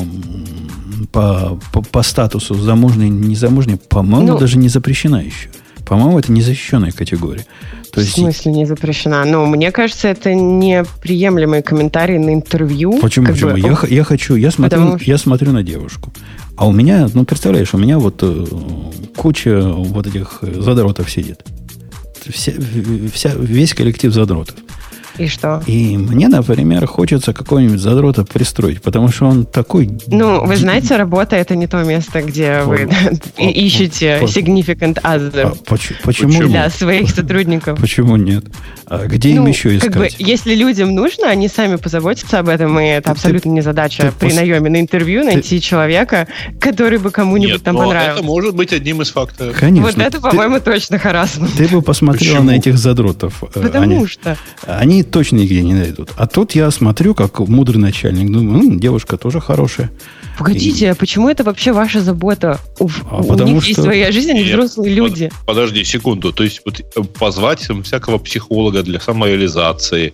по, по, по статусу замужней, незамужней, по-моему, ну, даже не запрещена еще. По-моему, это незащищенная категория. То в есть... смысле не запрещена? Ну, мне кажется, это неприемлемые комментарии на интервью. Почему? Почему? Бы, я, я хочу, я смотрю, потому... я смотрю на девушку. А у меня, ну, представляешь, у меня вот э, куча вот этих задротов сидит. Вся, вся, весь коллектив задротов. И что? И мне, например, хочется какого-нибудь задрота пристроить, потому что он такой... Ну, вы знаете, работа — это не то место, где по, вы по, ищете по, significant other а, почему, почему для нет? своих сотрудников. Почему нет? А где ну, им еще искать? Как бы, если людям нужно, они сами позаботятся об этом, и это абсолютно ты, не задача при пос... наеме на интервью найти ты... человека, который бы кому-нибудь нет, там понравился. Это может быть одним из факторов. Конечно. Вот это, по-моему, ты, точно харассмент. Ты бы посмотрела Почему? на этих задротов. Потому они, что. Они точно нигде не найдут. А тут я смотрю, как мудрый начальник, думаю, ну, девушка тоже хорошая. Погодите, и... а почему это вообще ваша забота? У, а у них что... есть своя жизнь, они взрослые люди. Подожди секунду. То есть вот, позвать всякого психолога для самореализации,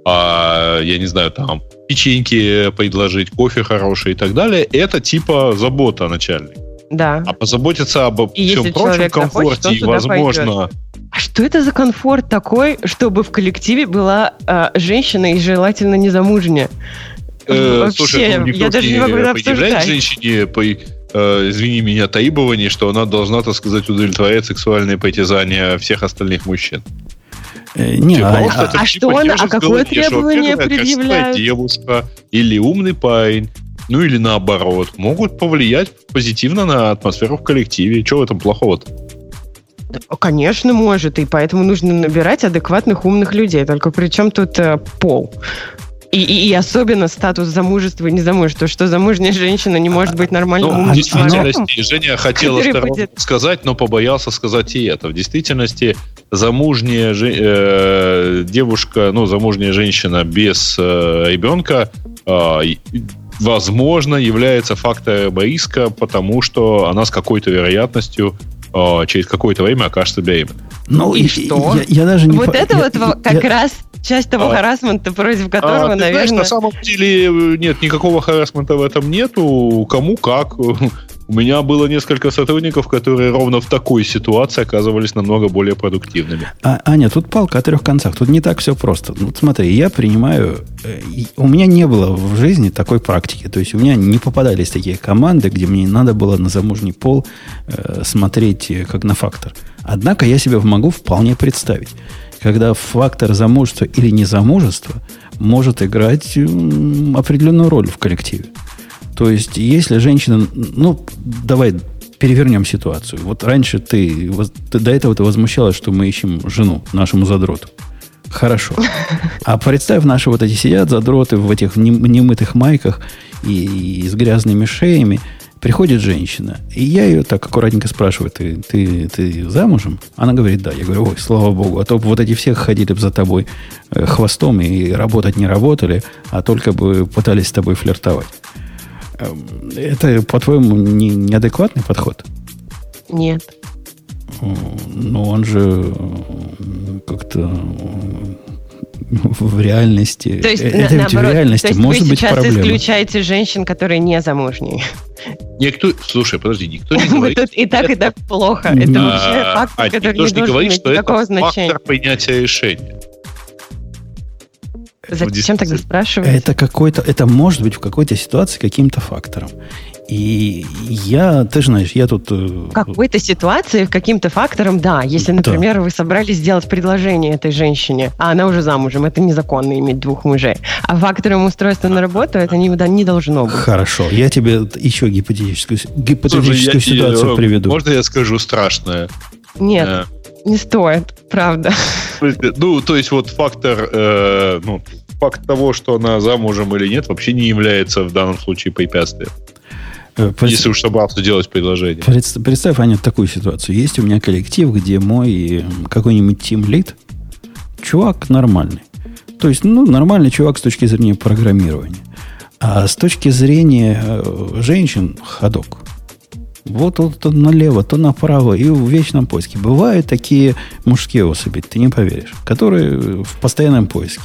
а, я не знаю, там, печеньки предложить, кофе хороший и так далее, это типа забота начальника. Да. А позаботиться обо и всем прочем комфорте захочет, и, возможно... Пойдет. А что это за комфорт такой, чтобы в коллективе была э, женщина и желательно незамужняя? Э, Вообще, слушай, ну, я даже не могу это обсуждать. Женщине, по, э, извини меня, таибование, что она должна, так сказать, удовлетворять сексуальные притязания всех остальных мужчин. Э, не, а, а, а что она, а какое требование предъявляет? Девушка или умный парень, ну или наоборот, могут повлиять позитивно на атмосферу в коллективе. Чего в этом плохого-то? Конечно, может, и поэтому нужно набирать адекватных, умных людей. Только при чем тут э, пол? И, и, и особенно статус замужества и незамужества. Что замужняя женщина не может быть нормальным ну, умным в действительности, человеком. Женя хотела будет... сказать, но побоялся сказать и это. В действительности замужняя э, девушка, ну, замужняя женщина без э, ребенка э, возможно является фактором риска, потому что она с какой-то вероятностью через какое-то время окажется беременной. Ну, и, и что? Я, я даже не вот по... это я, вот я, как я... раз часть того а, харассмента, против которого, а, ты наверное... знаешь, на самом деле нет, никакого харассмента в этом нету. Кому как. У меня было несколько сотрудников, которые ровно в такой ситуации оказывались намного более продуктивными. А, Аня, тут палка о трех концах. Тут не так все просто. Ну, смотри, я принимаю... У меня не было в жизни такой практики. То есть у меня не попадались такие команды, где мне надо было на замужний пол э, смотреть как на фактор. Однако я себе могу вполне представить, когда фактор замужества или незамужества может играть определенную роль в коллективе. То есть, если женщина... Ну, давай перевернем ситуацию. Вот раньше ты, ты... До этого ты возмущалась, что мы ищем жену нашему задроту. Хорошо. А представь, наши вот эти сидят задроты в этих немытых майках и, и с грязными шеями. Приходит женщина, и я ее так аккуратненько спрашиваю, ты, ты, ты замужем? Она говорит, да. Я говорю, ой, слава богу, а то вот эти все ходили бы за тобой хвостом и работать не работали, а только бы пытались с тобой флиртовать. Это, по-твоему, не, неадекватный подход? Нет. Ну, он же как-то в реальности... То есть, это на, ведь наоборот, в реальности то есть может вы быть сейчас проблема. исключаете женщин, которые не замужние. Никто... Слушай, подожди, никто не говорит... Тут и так, и так плохо. Это вообще фактор, который не должен иметь никакого значения. Фактор принятия решения. Зачем тогда спрашивать? Это какой-то, это может быть в какой-то ситуации каким-то фактором. И я, ты же знаешь, я тут... В какой-то ситуации, каким-то фактором, да. Если, например, да. вы собрались сделать предложение этой женщине, а она уже замужем, это незаконно иметь двух мужей. А фактором устройства на работу это не, не должно быть. Хорошо. Я тебе еще гипотетическую, гипотетическую Слушай, ситуацию я, приведу. Можно я скажу страшное? Нет. А. Не стоит, правда. Ну, то есть вот фактор, э, ну, факт того, что она замужем или нет, вообще не является в данном случае препятствием. Представь, если уж собрался делать предложение. Представь, представь, Аня, такую ситуацию. Есть у меня коллектив, где мой какой-нибудь тим-лид, чувак нормальный. То есть, ну, нормальный чувак с точки зрения программирования. А с точки зрения женщин ходок. Вот то, то налево, то направо, и в вечном поиске. Бывают такие мужские особи, ты не поверишь, которые в постоянном поиске.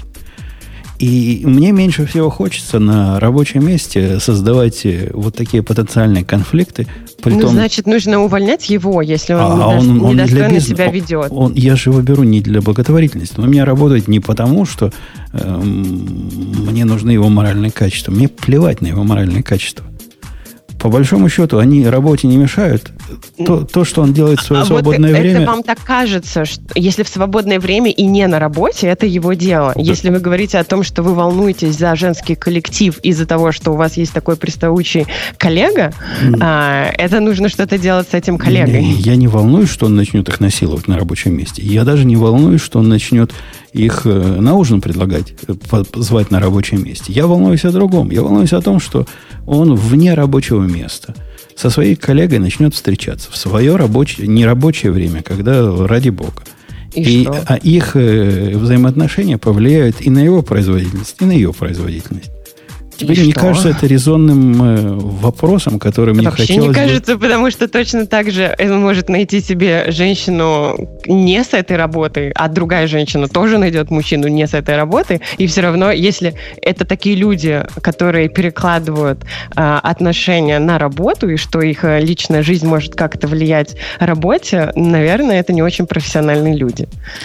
И мне меньше всего хочется на рабочем месте создавать вот такие потенциальные конфликты. Ну, том, значит, нужно увольнять его, если он, а недо... он, он недостойно не себя ведет. Он, он, я же его беру не для благотворительности. Он у меня работает не потому, что э, мне нужны его моральные качества. Мне плевать на его моральные качества. По большому счету, они работе не мешают. То, то что он делает в свое а свободное вот время... Это вам так кажется, что если в свободное время и не на работе, это его дело. Да. Если вы говорите о том, что вы волнуетесь за женский коллектив из-за того, что у вас есть такой приставучий коллега, mm. а, это нужно что-то делать с этим коллегой. Я не волнуюсь, что он начнет их насиловать на рабочем месте. Я даже не волнуюсь, что он начнет их на ужин предлагать, звать на рабочем месте. Я волнуюсь о другом. Я волнуюсь о том, что он вне рабочего места со своей коллегой начнет встречаться в свое рабочее, нерабочее время, когда ради бога. И, и а их э, взаимоотношения повлияют и на его производительность, и на ее производительность. Тебе и не что? Кажется это резонным э, вопросом, который мне Вообще хотелось бы... Вообще не кажется, бы... потому что точно так же он может найти себе женщину не с этой работы, а другая женщина тоже найдет мужчину не с этой работы, и все равно, если это такие люди, которые перекладывают э, отношения на работу, и что их э, личная жизнь может как-то влиять на работе, наверное, это не очень профессиональные люди.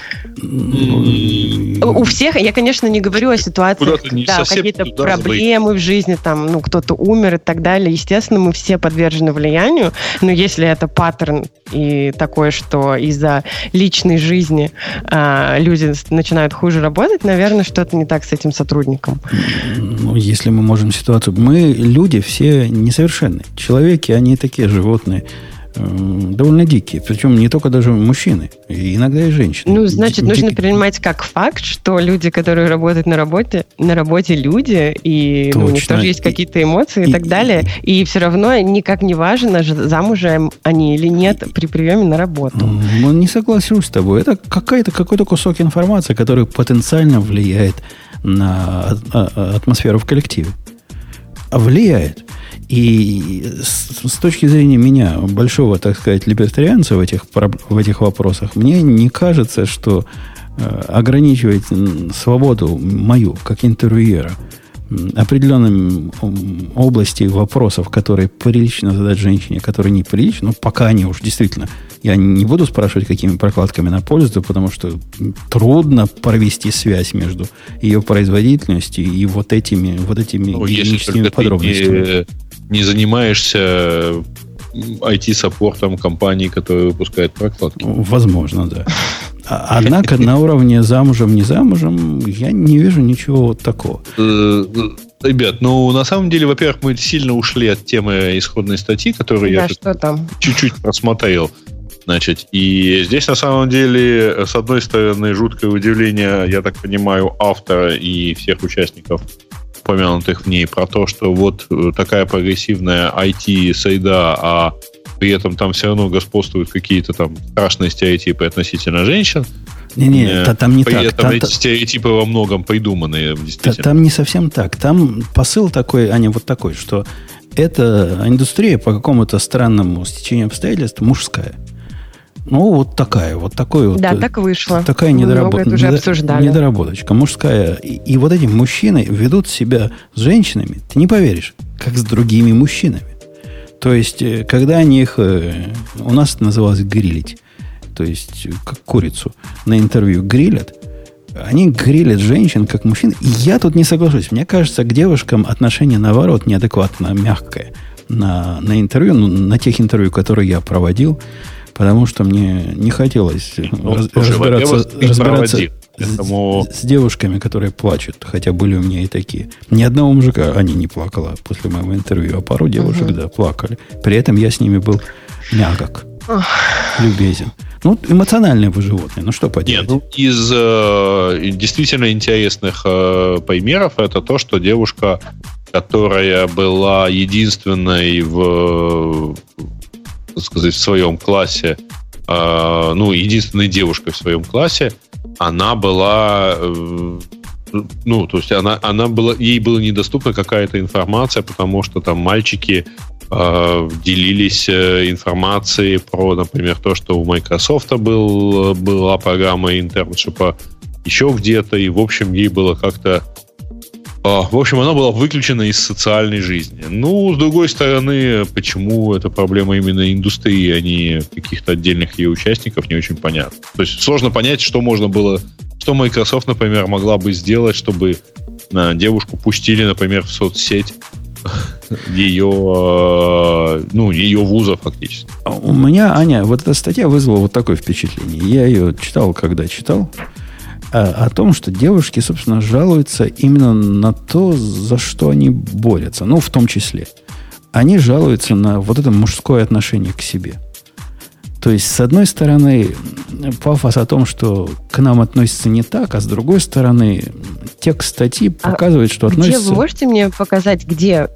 Mm-hmm. У всех, я, конечно, не говорю о ситуациях, когда какие-то проблемы в жизни, там, ну, кто-то умер и так далее. Естественно, мы все подвержены влиянию, но если это паттерн и такое, что из-за личной жизни а, люди начинают хуже работать, наверное, что-то не так с этим сотрудником. Ну, если мы можем ситуацию... Мы, люди, все несовершенны. Человеки, они такие животные, довольно дикие. Причем не только даже мужчины, иногда и женщины. Ну, значит, Ди- нужно ди- принимать как факт, что люди, которые работают на работе, на работе люди, и ну, у них тоже есть какие-то эмоции и, и так далее, и, и все равно никак не важно, замужем они или нет при приеме на работу. Ну, не соглашусь с тобой. Это какая-то, какой-то кусок информации, который потенциально влияет на атмосферу в коллективе. Влияет. И с, с точки зрения меня, большого, так сказать, либертарианца в этих, в этих вопросах, мне не кажется, что э, ограничивать свободу мою, как интервьюера, определенным области вопросов, которые прилично задать женщине, которые неприлично, ну, пока они уж действительно... Я не буду спрашивать, какими прокладками она пользуется, потому что трудно провести связь между ее производительностью и вот этими, вот этими ну, гигиеническими подробностями. Не, не занимаешься ай ти-саппортом компании, которая выпускает прокладки. Возможно, да. Однако на уровне замужем, не замужем, я не вижу ничего вот такого. Ребят, ну, на самом деле, во-первых, мы сильно ушли от темы исходной статьи, которую да, я что там? чуть-чуть просмотрел. Значит, и здесь, на самом деле, с одной стороны, жуткое удивление, я так понимаю, автора и всех участников, упомянутых в ней, про то, что вот такая прогрессивная ай ти-среда, а при этом там все равно господствуют какие-то там страшные стереотипы относительно женщин. Не-не, э, там не при так. При этом там, эти стереотипы во многом придуманы, действительно. Там не совсем так. Там посыл такой, а не вот такой, что эта индустрия по какому-то странному стечению обстоятельств мужская. Ну, вот такая, вот такой вот. Да, так вышло. Такая недоработ... уже обсуждали. недоработочка мужская. И, и вот эти мужчины ведут себя с женщинами, ты не поверишь, как с другими мужчинами. То есть, когда они их... У нас это называлось грилить. То есть, как курицу на интервью грилят, они грилят женщин, как мужчин. И я тут не соглашусь. Мне кажется, к девушкам отношение, наоборот, неадекватно мягкое на, на интервью, ну, на тех интервью, которые я проводил, потому что мне не хотелось ну, раз, слушай, разбираться, разбираться Поэтому... с, с девушками, которые плачут. Хотя были у меня и такие. Ни одного мужика они не плакала после моего интервью, а пару девушек, угу. да, плакали. При этом я с ними был мягок, любезен. Ну, эмоциональные вы животные, ну что поделать? Нет, ну, из э, действительно интересных э, примеров это то, что девушка, которая была единственной в, так сказать, в своем классе, э, ну, единственной девушкой в своем классе, она была, э, ну, то есть она, она была, ей была недоступна какая-то информация, потому что там мальчики делились информацией про, например, то, что у Microsoft был, была программа интерншипа еще где-то, и, в общем, ей было как-то... В общем, она была выключена из социальной жизни. Ну, с другой стороны, почему это проблема именно индустрии, а не каких-то отдельных ее участников, не очень понятно. То есть сложно понять, что можно было... Что Microsoft, например, могла бы сделать, чтобы девушку пустили, например, в соцсеть ее, ну, ее вуза фактически. У меня, Аня, вот эта статья вызвала вот такое впечатление. Я ее читал, когда читал, о, о том, что девушки, собственно, жалуются именно на то, за что они борются. Ну, в том числе. Они жалуются на вот это мужское отношение к себе. То есть, с одной стороны, пафос о том, что к нам относятся не так, а с другой стороны, текст статьи показывает, а что относятся... Где вы можете мне показать, где...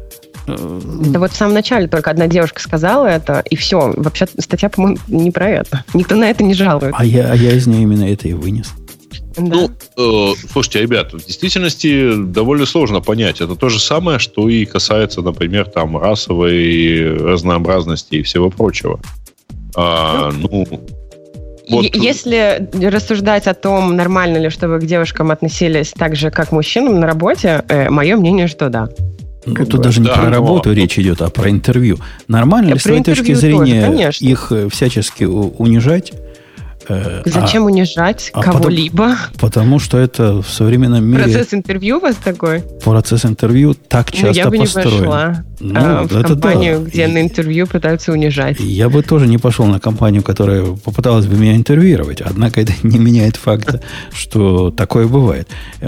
Да вот в самом начале только одна девушка сказала это, и все. Вообще статья, по-моему, не про это. Никто на это не жалуется. А я, а я из нее именно это и вынес. Да. Ну, э, слушайте, ребята, в действительности довольно сложно понять. Это то же самое, что и касается, например, там расовой разнообразности и всего прочего. А, ну, вот. Если рассуждать о том, нормально ли, чтобы к девушкам относились так же, как к мужчинам на работе, э, мое мнение, что да. Ну, тут даже не да, про работу но... речь идет, а про интервью. Нормально ли, с твоей точки зрения, тоже, их всячески унижать? Зачем а, унижать а кого-либо? Потому, потому что это в современном мире... Процесс интервью у вас такой? Процесс интервью так часто построен. Ну, я бы построен. не пошла ну, а, в компанию, да. где и, на интервью пытаются унижать. Я бы тоже не пошел на компанию, которая попыталась бы меня интервьюировать. Однако это не меняет факта, что такое бывает.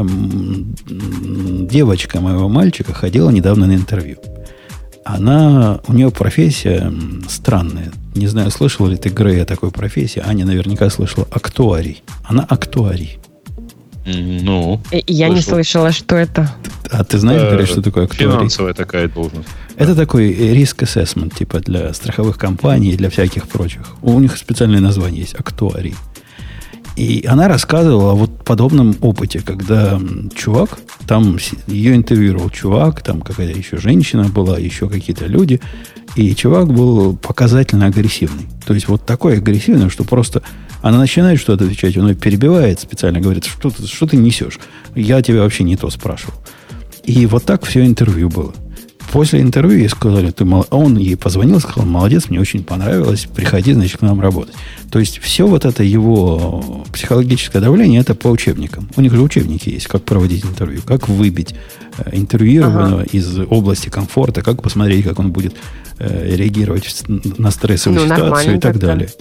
Девочка моего мальчика ходила недавно на интервью. Она, у нее профессия странная. Не знаю, слышал ли ты, Грей, о такой профессии. Аня наверняка слышала. Актуарий. Она актуарий. Ну, я слышал. Не слышала, что это. А ты знаешь, э, Грей, что такое актуарий? Финансовая такая должность. Это да. такой риск ассессмент, типа для страховых компаний и для всяких прочих. У них специальное название есть. Актуарий. И она рассказывала о вот подобном опыте, когда чувак, там ее интервьюировал чувак, там какая-то еще женщина была, еще какие-то люди, и чувак был показательно агрессивный. То есть вот такой агрессивный, что просто она начинает что-то отвечать, он ее перебивает специально, говорит, что ты, что ты несешь? Я тебя вообще не то спрашивал. И вот так все интервью было. После интервью ей сказали, ты мол... он ей позвонил, сказал, молодец, мне очень понравилось, приходи, значит, к нам работать. То есть все вот это его психологическое давление, это по учебникам. У них же учебники есть, как проводить интервью, как выбить интервьюированного ага. из области комфорта, как посмотреть, как он будет э, реагировать на стрессовую ну, ситуацию и так тогда. далее.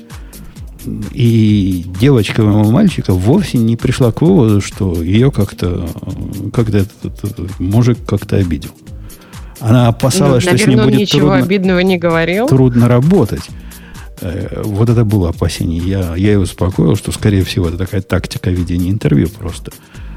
И девочка моего мальчика вовсе не пришла к выводу, что ее как-то, как-то этот, этот мужик как-то обидел. Она опасалась, ну, что наверное, с ним будет ничего трудно, обидного не говорил. трудно работать. Э, вот это было опасение. Я, я ее успокоил, что, скорее всего, это такая тактика ведения интервью просто.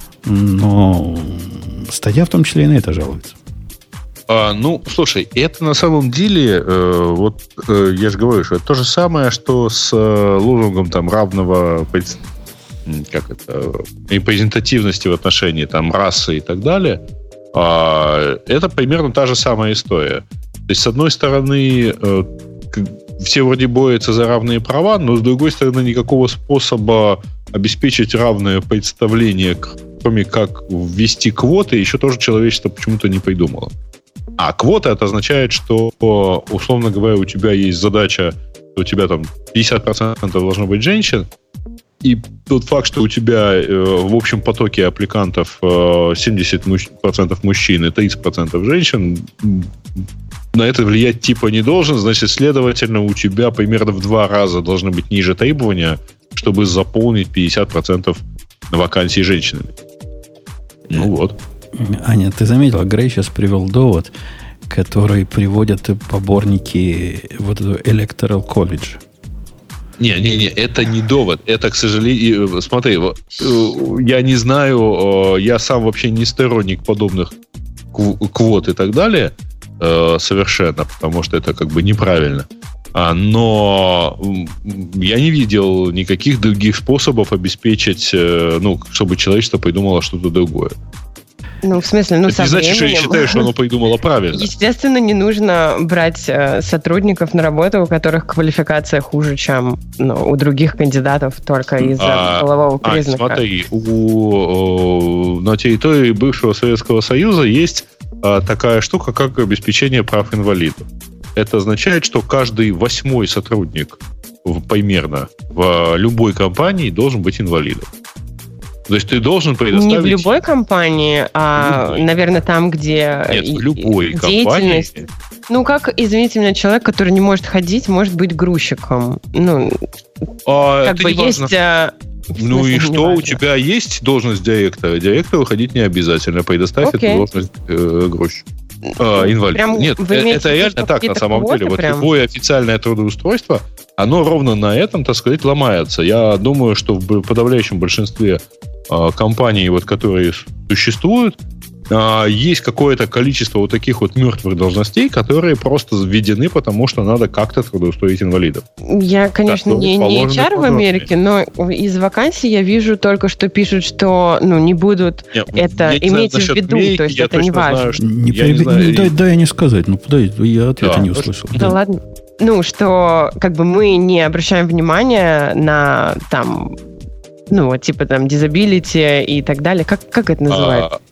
Но статья в том числе и на это жалуется. А, ну, слушай, это на самом деле, э, вот э, я же говорю, что это то же самое, что с э, лозунгом там равного как это, репрезентативности в отношении там расы и так далее. А, это примерно та же самая история. То есть, с одной стороны, э, все вроде борются за равные права, но с другой стороны, никакого способа обеспечить равное представление, кроме как ввести квоты, еще тоже человечество почему-то не придумало. А квота это означает, что, условно говоря, у тебя есть задача, у тебя там пятьдесят процентов должно быть женщин, и тот факт, что у тебя э, в общем потоке аппликантов э, семьдесят процентов мужчин и тридцать процентов женщин, на это влиять типа не должен, значит, следовательно, у тебя примерно в два раза должны быть ниже требования, чтобы заполнить пятьдесят процентов вакансий женщинами. Ну вот. Аня, ты заметила, Грей сейчас привел довод, который приводят поборники вот этого Electoral College. Не-не-не, это не довод. Это, к сожалению... Смотри, я не знаю, я сам вообще не сторонник подобных квот и так далее совершенно, потому что это как бы неправильно. Но я не видел никаких других способов обеспечить, ну, чтобы человечество придумало что-то другое. Ну, в смысле, ну, это не значит, временем... что я считаю, что оно придумало правильно. Естественно, не нужно брать э, сотрудников на работу, у которых квалификация хуже, чем ну, у других кандидатов, только из-за а, полового признака. А, смотри, у, на территории бывшего Советского Союза есть а, такая штука, как обеспечение прав инвалидов. Это означает, что каждый восьмой сотрудник в, примерно в любой компании должен быть инвалидом. То есть ты должен предоставить... Не в любой компании, а, любой. Наверное, там, где Нет, в любой деятельность... Компании. Ну, как, извините меня, человек, который не может ходить, может быть грузчиком. Ну, а, как бы есть... А... Ну и что, у тебя есть должность директора? Директору ходить не обязательно. Предоставь Окей. эту должность э, грузчику. А, инвалид. Прям Нет, это реально так на самом деле. Вот прям? Любое официальное трудоустройство, оно ровно на этом, так сказать, ломается. Я думаю, что в подавляющем большинстве а, компаний, вот, которые существуют, а, есть какое-то количество вот таких вот мертвых должностей, которые просто введены, потому что надо как-то трудоустроить инвалидов. Я, конечно, так, не, не эйч ар в Америке, но из вакансий я вижу только, что пишут, что ну, не будут Нет, это иметь в виду, Америки, то есть это не важно. Что, не я не знаю, дай, дай не сказать, ну подожди, я ответа да, не услышал. Да, да ладно. Ну, что как бы мы не обращаем внимания на там, ну, вот типа там disability и так далее. Как, как это называется? А,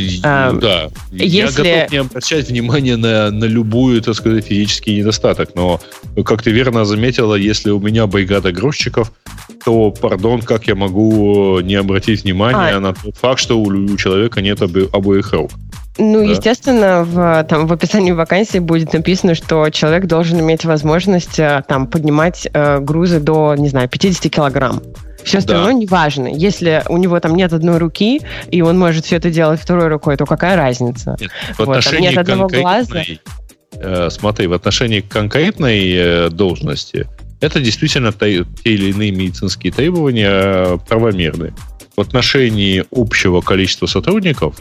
А, да, если... я готов не обращать внимание на, на любую, так сказать, физический недостаток, но, как ты верно заметила, если у меня бригада грузчиков, то, пардон, как я могу не обратить внимание а... на тот факт, что у, у человека нет обо- обоих рук? Ну, да? Естественно, в, там, в описании вакансии будет написано, что человек должен иметь возможность там, поднимать э, грузы до, не знаю, пятьдесят килограмм. Все остальное да. неважно. Если у него там нет одной руки, и он может все это делать второй рукой, то какая разница? Нет, в отношении вот, нет одного глаза. Э, смотри, в отношении конкретной э, должности это действительно те, те или иные медицинские требования э, правомерны. В отношении общего количества сотрудников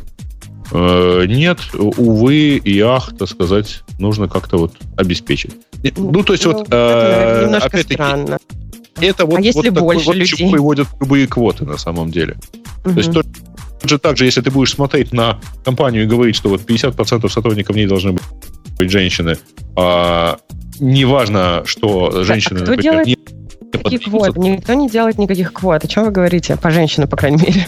э, нет, увы и ах, так сказать, нужно как-то вот обеспечить. Ну, то есть ну, вот... Э, немножко опять-таки, странно. это вот, а если вот такой больше вот, людей? чему приводят любые квоты на самом деле. Угу. То есть точно так же, если ты будешь смотреть на компанию и говорить, что вот пятьдесят процентов сотрудников в ней должны быть женщины, а, неважно, что женщины, а кто например, делает не такие квоты? Никто не делает никаких квот. О чем вы говорите? По женщинам, по крайней мере.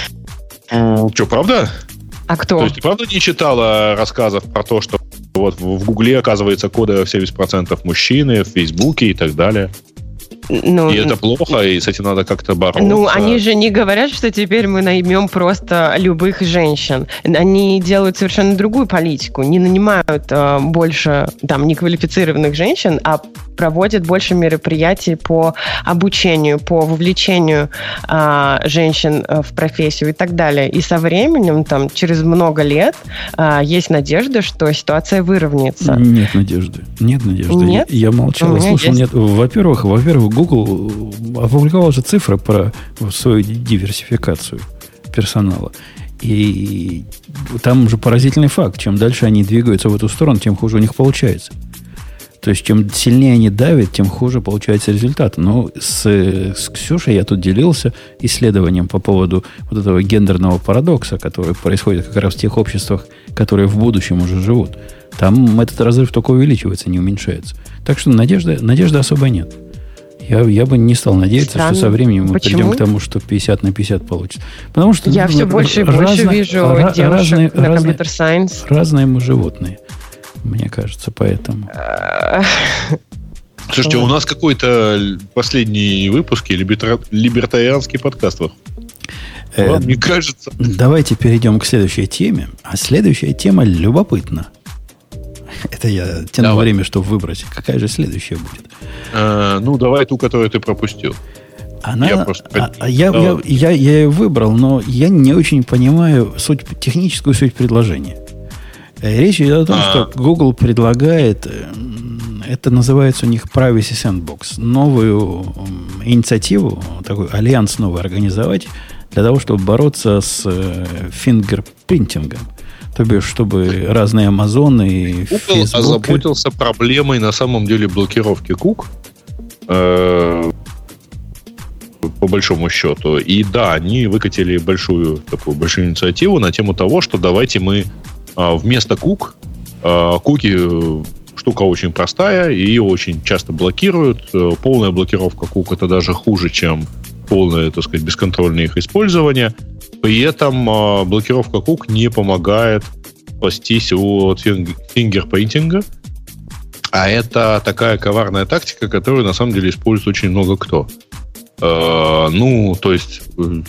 Что, правда? А кто? То есть ты правда не читала рассказов про то, что вот в Гугле, оказывается, коды семьдесят процентов мужчины, в Фейсбуке и так далее? Ну, и это плохо, и с этим надо как-то бороться. Ну, они же не говорят, что теперь мы наймем просто любых женщин. Они делают совершенно другую политику. Не нанимают э, больше там неквалифицированных женщин, а проводят больше мероприятий по обучению, по вовлечению э, женщин в профессию и так далее. И со временем, там, через много лет, э, есть надежда, что ситуация выровняется. Нет надежды. Нет надежды. Нет? Я, я молчал, слушал. Есть. Нет. Во-первых, во-первых, Google опубликовал же цифры про свою диверсификацию персонала. И там уже поразительный факт. Чем дальше они двигаются в эту сторону, тем хуже у них получается. То есть, чем сильнее они давят, тем хуже получается результат. Но с, с Ксюшей я тут делился исследованием по поводу вот этого гендерного парадокса, который происходит как раз в тех обществах, которые в будущем уже живут. Там этот разрыв только увеличивается, не уменьшается. Так что надежды, надежды особо нет. Я, я бы не стал надеяться, Странно. что со временем мы Почему? придем к тому, что пятьдесят на пятьдесят получится. Потому что я все больше и больше разно, вижу ra- девушек разные, на компьютер-сайенс. Разные мы животные, мне кажется, поэтому. Слушайте, у нас какой-то последний выпуск или либертарианский подкаст. Вам не кажется? Давайте перейдем к следующей теме. А следующая тема любопытна. Это я тяну давай. время, чтобы выбрать. Какая же следующая будет? А, ну, давай ту, которую ты пропустил. Она, я, просто... а, я, я, я, я ее выбрал, но я не очень понимаю суть, техническую суть предложения. Речь идет о том, А-а-а. что Google предлагает, это называется у них Privacy Sandbox, новую инициативу, такой альянс новый организовать для того, чтобы бороться с фингерпринтингом. То бишь, чтобы разные Амазоны и Google Facebook... озаботился проблемой на самом деле блокировки кук, э, по большому счету. И да, они выкатили большую такую большую инициативу на тему того, что давайте мы э, вместо кук, э, куки штука очень простая, ее очень часто блокируют. Э, полная блокировка кук это даже хуже, чем полное, так сказать, бесконтрольное их использование. При этом э, блокировка кук не помогает спастись от фингерпринтинга. А это такая коварная тактика, которую на самом деле использует очень много кто. Э, ну, то есть, э,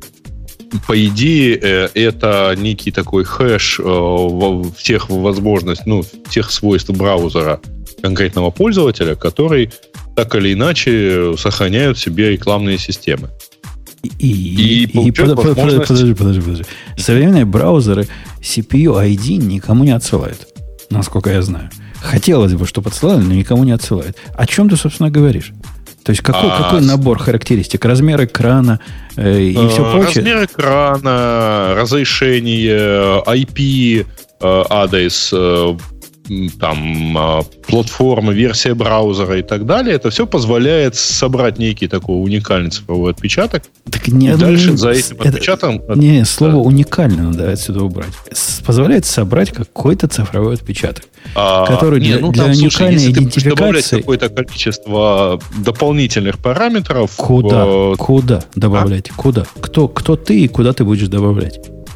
по идее, э, это некий такой хэш э, всех возможностей, ну, всех свойств браузера конкретного пользователя, который так или иначе сохраняют в себе рекламные системы. И, и, и, и под, под, возможность... подожди, подожди, подожди. Современные браузеры си пи ю ай ди никому не отсылают, насколько я знаю. Хотелось бы, чтобы отсылали, но никому не отсылают. О чем ты, собственно, говоришь? То есть какой, а, какой набор характеристик? Размер экрана э, и э, все прочее? Размер экрана, разрешение, ай пи э, адрес, э, там, платформа, версия браузера и так далее, это все позволяет собрать некий такой уникальный цифровой отпечаток. Так не, и дальше за этим это, отпечатком... Не, слово да. уникально надо отсюда убрать. Позволяет собрать какой-то цифровой отпечаток, а, который не, для, ну, для там, уникальной слушай, идентификации... добавлять какое-то количество дополнительных параметров... Куда? В... Куда добавлять? А? Куда? Кто, кто ты и куда ты будешь добавлять?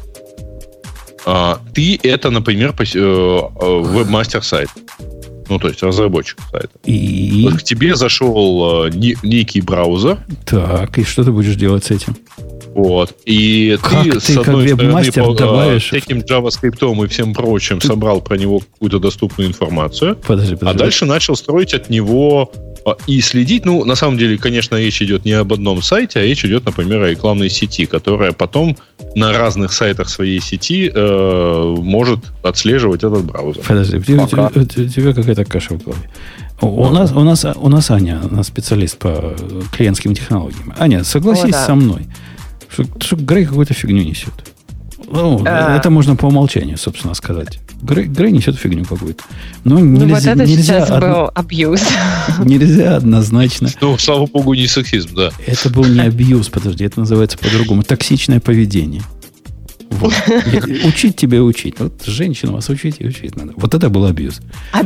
Ты это, например, веб-мастер сайта. Ну, то есть разработчик сайта. И... Вот к тебе зашел некий браузер. Так, и что ты будешь делать с этим? Вот. И как ты, ты с одной стороны, по добавишь... этим JavaScript и всем прочим ты... собрал про него какую-то доступную информацию. Подожди, подожди. А дальше начал строить от него и следить. Ну, на самом деле, конечно, речь идет не об одном сайте, а речь идет, например, о рекламной сети, которая потом на разных сайтах своей сети э, может отслеживать этот браузер. Подожди, у тебя, у тебя какая-то каша в голове. У, у, нас, у, нас, у нас Аня, она специалист по клиентским технологиям. Аня, согласись О, да. со мной, что, что Грей какую-то фигню несет. Ну, а... Это можно по умолчанию, собственно, сказать. Грей, Грей несет фигню какую-то. Но Ну, вот нельзя, это нельзя, сейчас од- был абьюз. нельзя однозначно. Ну, слава богу, не сексизм, да. Это был не абьюз, подожди, это называется по-другому. Токсичное поведение. Вот. Я- Учить тебя учить. Вот женщину вас учить и учить надо. Вот это был абьюз.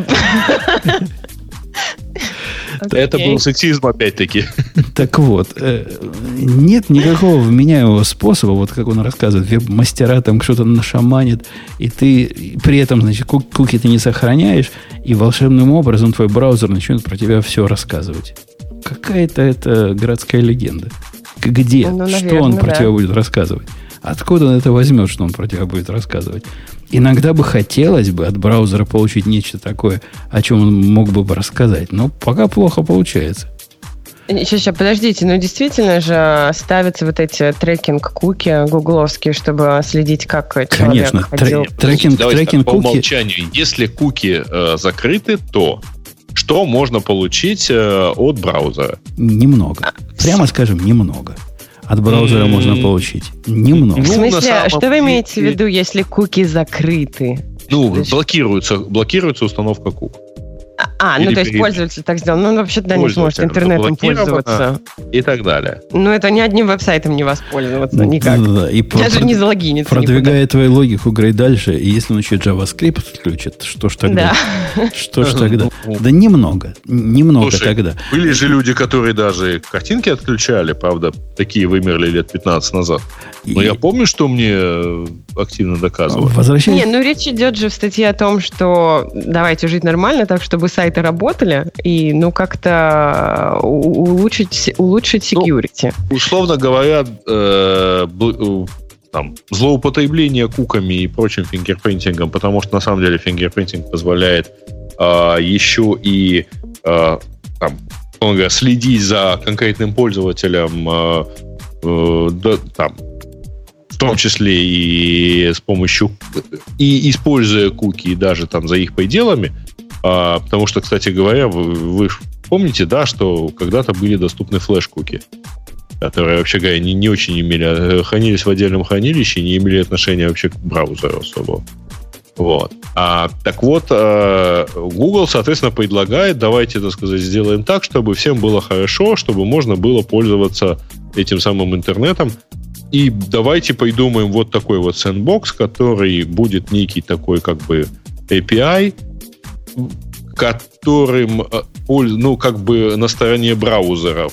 Это Окей. был сексизм опять-таки. Так вот, э, нет никакого вменяемого способа, вот как он рассказывает, веб-мастера там что-то нашаманит, и ты при этом, значит, ку- куки ты не сохраняешь, и волшебным образом твой браузер начнет про тебя все рассказывать. Какая-то это городская легенда. К- Где? Ну, что наверное, он про да. тебя будет рассказывать? Откуда он это возьмет, что он про тебя будет рассказывать? Иногда бы хотелось бы от браузера получить нечто такое, о чем он мог бы рассказать, но пока плохо получается. Сейчас, сейчас, подождите, ну действительно же ставятся вот эти трекинг-куки гугловские, чтобы следить, как человек Конечно, ходил. тре- трекинг, Давайте трекинг так, по куки. умолчанию, если куки э, закрыты, то что можно получить э, от браузера? Немного. Прямо скажем, немного. От браузера М. можно получить. Немного. В Ну, на смысле, самом что вы имеете в деле- виду, если куки закрыты? Ну, То есть- блокируется, блокируется установка кук. А, ну Или то есть перед- пользователь так сделал. Ну, он вообще да, не сможет Пользователь интернетом заблокировано. пользоваться. И так далее. Ну, это ни одним веб-сайтом не воспользоваться Ну, никак. да-да-да. И про- Даже не залогиниться никуда. продвигая твою логику, Грей, дальше, и если он еще JavaScript подключит, что ж тогда? Что ж тогда? Ну, Да немного. Немного Слушай, тогда. Были же люди, которые даже картинки отключали, правда, такие вымерли лет пятнадцать назад. Но И я помню, что мне э, активно доказывали. возвращаясь... Не, ну речь идет же в статье о том, что давайте жить нормально, так, чтобы сайты работали, и, ну, как-то у- улучшить, улучшить Ну, security. Условно говоря, э, бл- э, там, злоупотребление куками и прочим фингерпринтингом, потому что на самом деле фингерпринтинг позволяет э, еще и э, там, условно говоря, следить за конкретным пользователем, э, э, да, там, в том числе и с помощью и используя куки, и даже там за их пределами. А, потому что, кстати говоря, вы, вы ж помните, да, что когда-то были доступны флеш-куки, которые, вообще говоря, не, не очень имели, хранились в отдельном хранилище и не имели отношения вообще к браузеру особо. Вот. А, так вот, а, Google, соответственно, предлагает, давайте, так сказать, сделаем так, чтобы всем было хорошо, чтобы можно было пользоваться этим самым интернетом. И давайте придумаем вот такой вот сэндбокс, который будет некий такой как бы эй пи ай, которым, ну, как бы на стороне браузеров,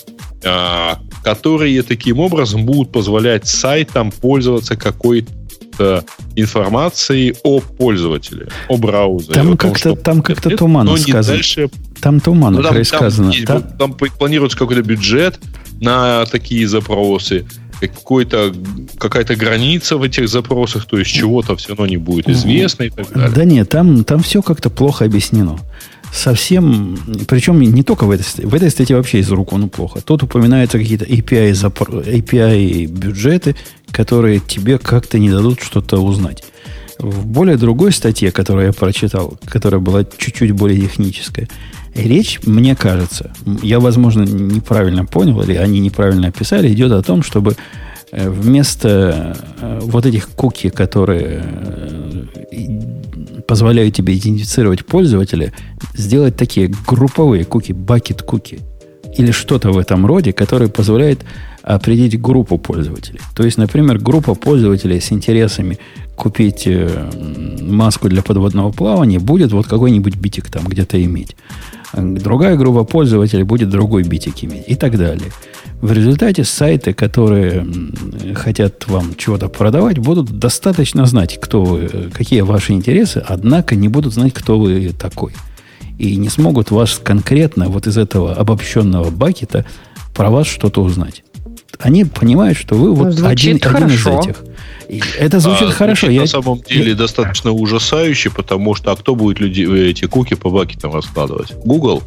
которые таким образом будут позволять сайтам пользоваться какой-то информацией о пользователе, о браузере. Там о том, как-то, что там как-то это, туманно но не сказано. дальше. Там туманно Ну, там, пересказано. там, Там- там планируется какой-то бюджет на такие запросы, какой-то, какая-то граница в этих запросах, то есть чего-то все равно не будет известно и так далее. Да нет, там, там все как-то плохо объяснено. Совсем, причем не только в этой статье, в этой статье вообще из рук он плохо. Тут упоминаются какие-то эй пи ай, запро- эй пи ай бюджеты, которые тебе как-то не дадут что-то узнать. В более другой статье, которую я прочитал, которая была чуть-чуть более техническая, речь, мне кажется, я, возможно, неправильно понял, или они неправильно описали, идет о том, чтобы э, вместо э, вот этих куки, которые э, и- позволяют тебе идентифицировать пользователя, сделать такие групповые куки, бакет-куки, или что-то в этом роде, которое позволяет определить группу пользователей. То есть, например, группа пользователей с интересами купить э, маску для подводного плавания будет вот какой-нибудь битик там где-то иметь. Другая группа пользователей будет другой битик иметь и так далее. В результате сайты, которые м, хотят вам чего-то продавать, будут достаточно знать, кто вы, какие ваши интересы, однако не будут знать, кто вы такой. И не смогут вас конкретно вот из этого обобщенного бакета про вас что-то узнать. Они понимают, что вы вот Ну, один, звучит один из хорошо. этих. И это звучит А, хорошо. звучит Я- на самом деле я- достаточно ужасающе, потому что а кто будет люди, эти куки по бакетам раскладывать? Google?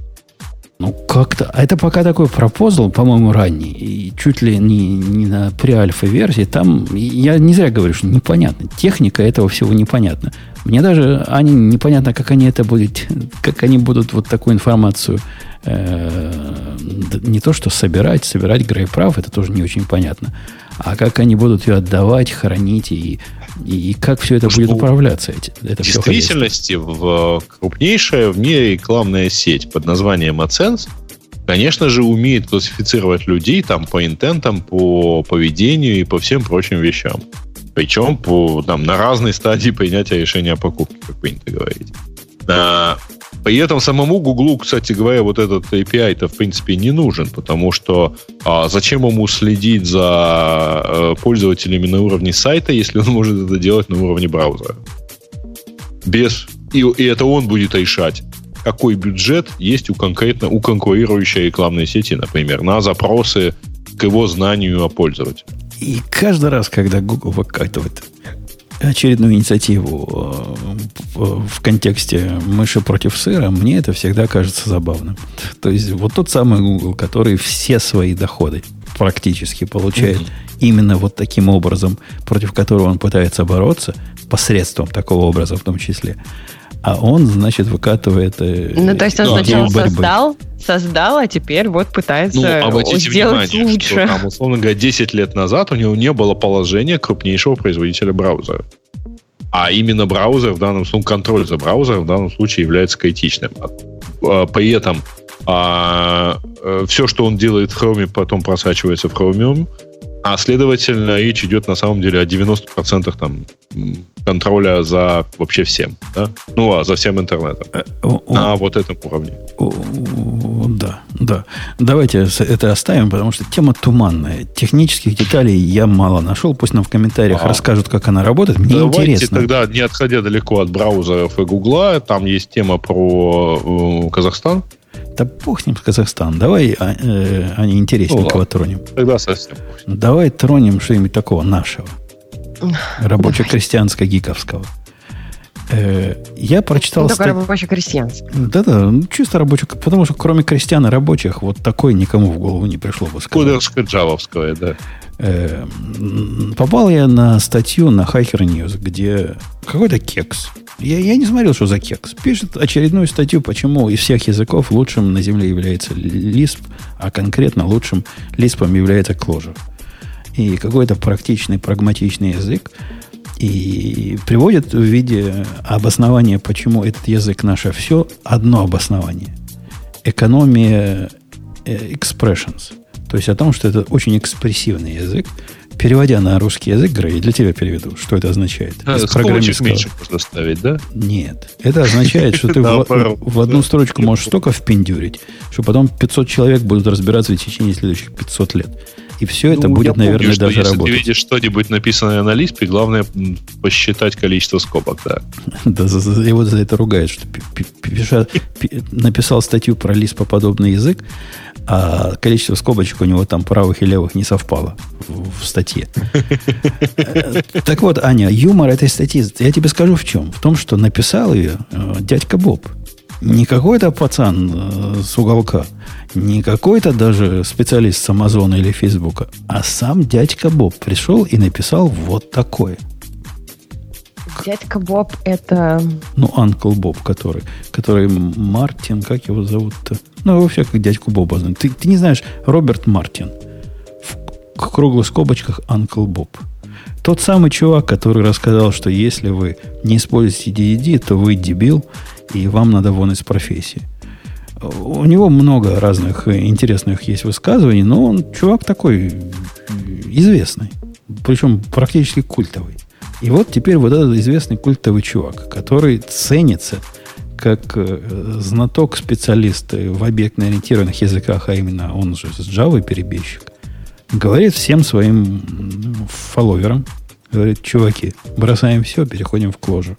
Ну, как-то... А это пока такой пропозал, по-моему, ранний. И чуть ли не, не на преальфа-версии. Там, я не зря говорю, что непонятно. Техника этого всего непонятна. Мне даже они, непонятно, как они это будут... Как они будут вот такую информацию... э, д- не то, что собирать. Собирать Грей прав, это тоже не очень понятно. А как они будут ее отдавать, хранить и, и, и как все это Что будет управляться? Эти, это в действительности в крупнейшая в мире рекламная сеть под названием AdSense, конечно же, умеет классифицировать людей там, по интентам, по поведению и по всем прочим вещам. Причем по, там, на разной стадии принятия решения о покупке, как принято говорить. А, при этом самому Гуглу, кстати говоря, вот этот эй пи ай-то в принципе не нужен, потому что а, зачем ему следить за а, пользователями на уровне сайта, если он может это делать на уровне браузера? Без... И, и это он будет решать, какой бюджет есть у конкретно у конкурирующей рекламной сети, например, на запросы к его знанию о пользователе. И каждый раз, когда Google выкатывает очередную инициативу в контексте мыши против сыра, мне это всегда кажется забавным. То есть вот тот самый Google, который все свои доходы практически получает mm-hmm. именно вот таким образом, против которого он пытается бороться, посредством такого образа в том числе. А он, значит, выкатывает... Ну, то есть он сначала создал, создал, а теперь вот пытается ну, обратите сделать внимание, лучше. Что там, условно говоря, десять лет назад у него не было положения крупнейшего производителя браузера. А именно браузер в данном случае, контроль за браузером в данном случае является критичным. При этом а, все, что он делает в Chrome, потом просачивается в Chromium, а следовательно, речь идет на самом деле о девяноста процентах там, контроля за вообще всем. Да? Ну, а за всем интернетом. На вот этом уровне. Да, да. Давайте это оставим, потому что тема туманная. Технических деталей я мало нашел. Пусть нам в комментариях а. расскажут, как она работает. Мне Давайте интересно. Тогда, не отходя далеко от браузеров и Гугла, там есть тема про э, Казахстан. Да бог с ним, с Казахстан. Давай, а, э, а не интересненького ну, тронем. Тогда совсем. Давай тронем что-нибудь такого нашего. Рабоче-крестьянско-гиковского. Э, я прочитал... Только стать... рабоче-крестьянского. Да-да, чисто рабочий. Потому что кроме крестьян и рабочих, вот такое никому в голову не пришло бы сказать. Кодерско-джавовское, да. Э, попал я на статью на Hacker News, где какой-то кекс. Я, я не смотрел, что за кекс. Пишет очередную статью, почему из всех языков лучшим на Земле является Lisp, а конкретно лучшим Lisp является Clojure. И какой-то практичный, прагматичный язык. И приводит в виде обоснования, почему этот язык наше все, одно обоснование. Экономия expressions. То есть о том, что это очень экспрессивный язык. Переводя на русский язык, Грей, для тебя переведу, что это означает. А, скобочек меньше можно ставить, да? Нет. Это означает, что ты в одну строчку можешь столько впендюрить, что потом пятьсот человек будут разбираться в течение следующих пятисот лет. И все это будет, наверное, даже работать. Если ты видишь что-нибудь написанное на Lisp, главное посчитать количество скобок, да. Да, его за это ругают, что написал статью про Lisp-подобный язык, а количество скобочек у него там правых и левых не совпало в, в статье. Так вот, Аня, юмор этой статьи, я тебе скажу в чем. В том, что написал ее э, дядька Боб. Не какой-то пацан э, с уголка, не какой-то даже специалист с Амазона или Фейсбука, а сам дядька Боб пришел и написал вот такое. Дядька Боб это... Ну, Uncle Боб, который, который Мартин, как его зовут-то? Ну, вообще, как дядьку Боба знают. Ты, ты не знаешь, Роберт Мартин. В круглых скобочках Uncle Боб. Тот самый чувак, который рассказал, что если вы не используете ди ди ди, то вы дебил, и вам надо вон из профессии. У него много разных интересных есть высказываний, но он чувак такой известный. Причем практически культовый. И вот теперь вот этот известный культовый чувак, который ценится как э, знаток, специалист в объектно-ориентированных языках, а именно он же с Java перебежчик, говорит всем своим ну, фолловерам, говорит, чуваки, бросаем все, переходим в Clojure.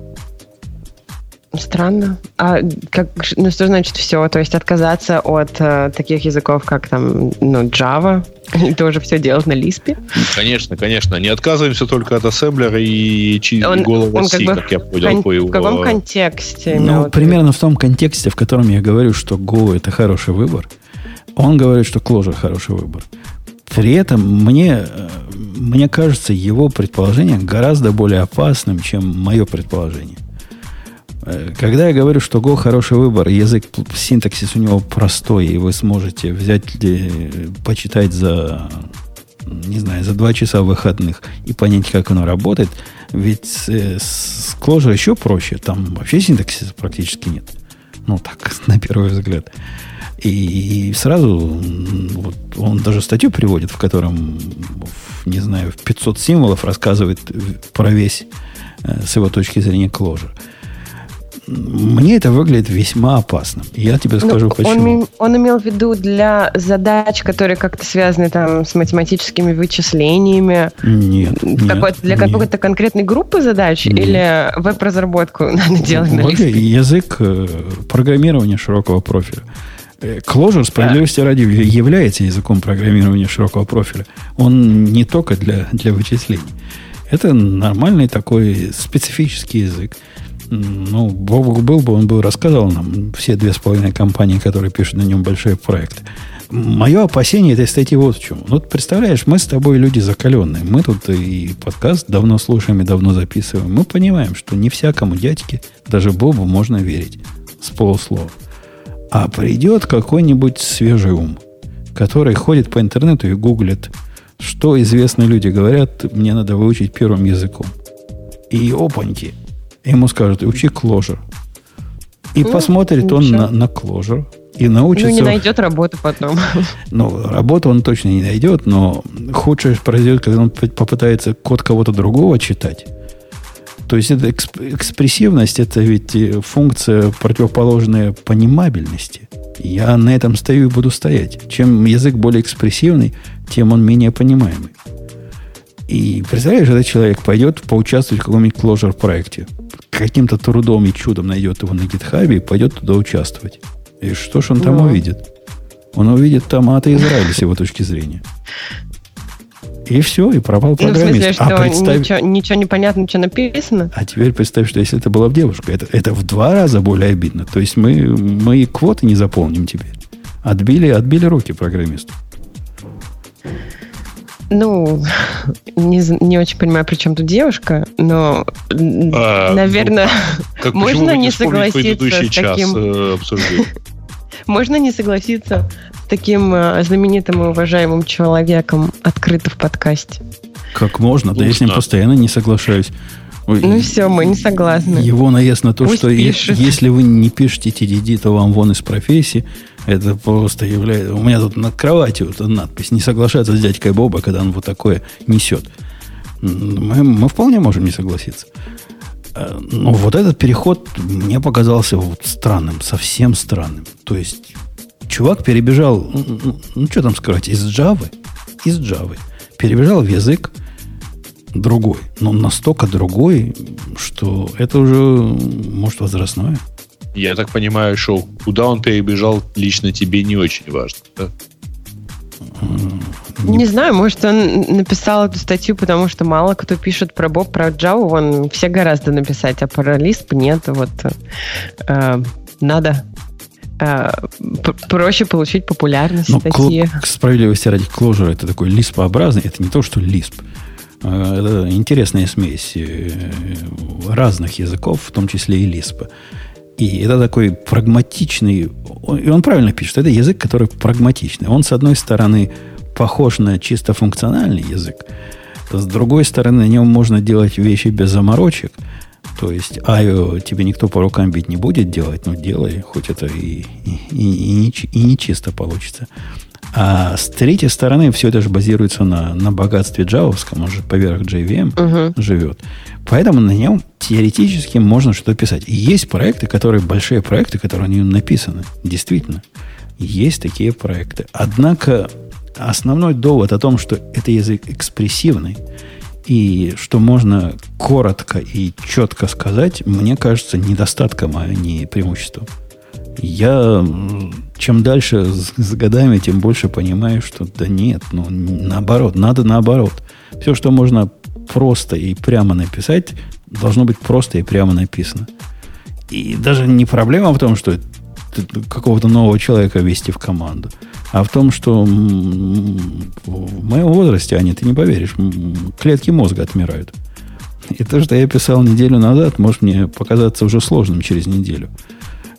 Странно. А как, ну что значит все? То есть отказаться от э, таких языков, как там, ну, Java, и тоже все делать на Lisp? Конечно, конечно. Не отказываемся только от ассемблера и голого C, как, как я понял кон- по его... В каком контексте? Ну, вот примерно в том контексте, в котором я говорю, что Go это хороший выбор. Он говорит, что Clojure хороший выбор. При этом мне, мне кажется, его предположение гораздо более опасным, чем мое предположение. Когда я говорю, что Go хороший выбор, язык, синтаксис у него простой, и вы сможете взять, почитать за не знаю, за два часа выходных и понять, как оно работает. Ведь с, с Clojure еще проще. Там вообще синтаксиса практически нет. Ну, так, на первый взгляд. И, и сразу вот, он даже статью приводит, в котором, не знаю, в пятьсот символов рассказывает про весь, с его точки зрения, Clojure. Мне это выглядит весьма опасным. Я тебе скажу, ну, почему. Он, он имел в виду для задач, которые как-то связаны там с математическими вычислениями. Нет. Какой-то, для нет. какой-то конкретной группы задач нет. Или веб-разработку надо делать на Вообще, язык программирования широкого профиля. Clojure, справедливости да. ради, является языком программирования широкого профиля. Он не только для, для вычислений. Это нормальный такой специфический язык. Ну, Бобук был бы, он бы рассказал нам все две с половиной компании, которые пишут на нем большие проекты. Мое опасение этой статьи вот в чем. Вот представляешь, мы с тобой люди закаленные. Мы тут и подкаст давно слушаем и давно записываем. Мы понимаем, что не всякому дядьке, даже Бобу, можно верить с полуслова. А придет какой-нибудь свежий ум, который ходит по интернету и гуглит, что известные люди говорят, мне надо выучить первым языком. И опаньки. Ему скажут, учи Clojure. И ну, посмотрит он на, на Clojure и научится... Ну, не найдет работу потом. Ну, работу он точно не найдет, но худшее произойдет, когда он попытается код кого-то другого читать. То есть, это эксп- экспрессивность, это ведь функция, противоположная понимабельности. Я на этом стою и буду стоять. Чем язык более экспрессивный, тем он менее понимаемый. И представляешь, этот человек пойдет поучаствовать в каком-нибудь Clojure проекте. Каким-то трудом и чудом найдет его на GitHub и пойдет туда участвовать. И что ж он там ну. увидит? Он увидит там ад Израиля с его точки зрения. И все, и пропал программист. Ну, в смысле, что а представь... ничего, ничего не понятно, что написано? А теперь представь, что если это была бы девушка, это, это в два раза более обидно. То есть мы, мы и квоты не заполним теперь. Отбили, отбили руки программисту. Ну, не, не очень понимаю, при чем тут девушка, но, а, наверное, ну, как, можно не согласиться с таким... Э, можно не согласиться с таким знаменитым и уважаемым человеком открыто в подкасте. Как можно? Да я с ним постоянно не соглашаюсь. Ну все, мы не согласны. Его наезд на то, Пусть что пишет. Если вы не пишете ти ди ди, то вам вон из профессии. Это просто является... У меня тут над кроватью вот надпись «Не соглашаться с дядькой Боба, когда он вот такое несет». Мы, мы вполне можем не согласиться. Но вот этот переход мне показался вот странным, совсем странным. То есть чувак перебежал, ну, ну что там скрывать, из Java, из Java, перебежал в язык другой, но настолько другой, что это уже, может, возрастное. Я так понимаю, что куда он перебежал, лично тебе не очень важно, да? Не, не знаю, может, он написал эту статью, потому что мало кто пишет про Боб, про Java, вон все гораздо написать, а про Lisp нет. Вот э, надо э, проще получить популярность ну, статьи. К, к справедливости ради, Clojure это такой Lisp-образный, это не то, что Lisp. Это интересная смесь разных языков, в том числе и Lisp. И это такой прагматичный, и он правильно пишет, это язык, который прагматичный. Он, с одной стороны, похож на чисто функциональный язык, с другой стороны, на нем можно делать вещи без заморочек. То есть ай о тебе никто по рукам бить не будет делать, но делай, хоть это и, и, и, и, не, и не чисто получится. А с третьей стороны, все это же базируется на, на богатстве джавовском, он же поверх джей ви эм uh-huh. живет. Поэтому на нем теоретически можно что-то писать. И есть проекты, которые, большие проекты, которые на нем написаны. Действительно, есть такие проекты. Однако основной довод о том, что это язык экспрессивный, и что можно коротко и четко сказать, мне кажется, недостатком, а не преимуществом. Я чем дальше с, с годами, тем больше понимаю, что да нет, ну наоборот, надо наоборот. Все, что можно просто и прямо написать, должно быть просто и прямо написано. И даже не проблема в том, что какого-то нового человека ввести в команду, а в том, что в моем возрасте, Аня, ты не поверишь, клетки мозга отмирают. И то, что я писал неделю назад, может мне показаться уже сложным через неделю.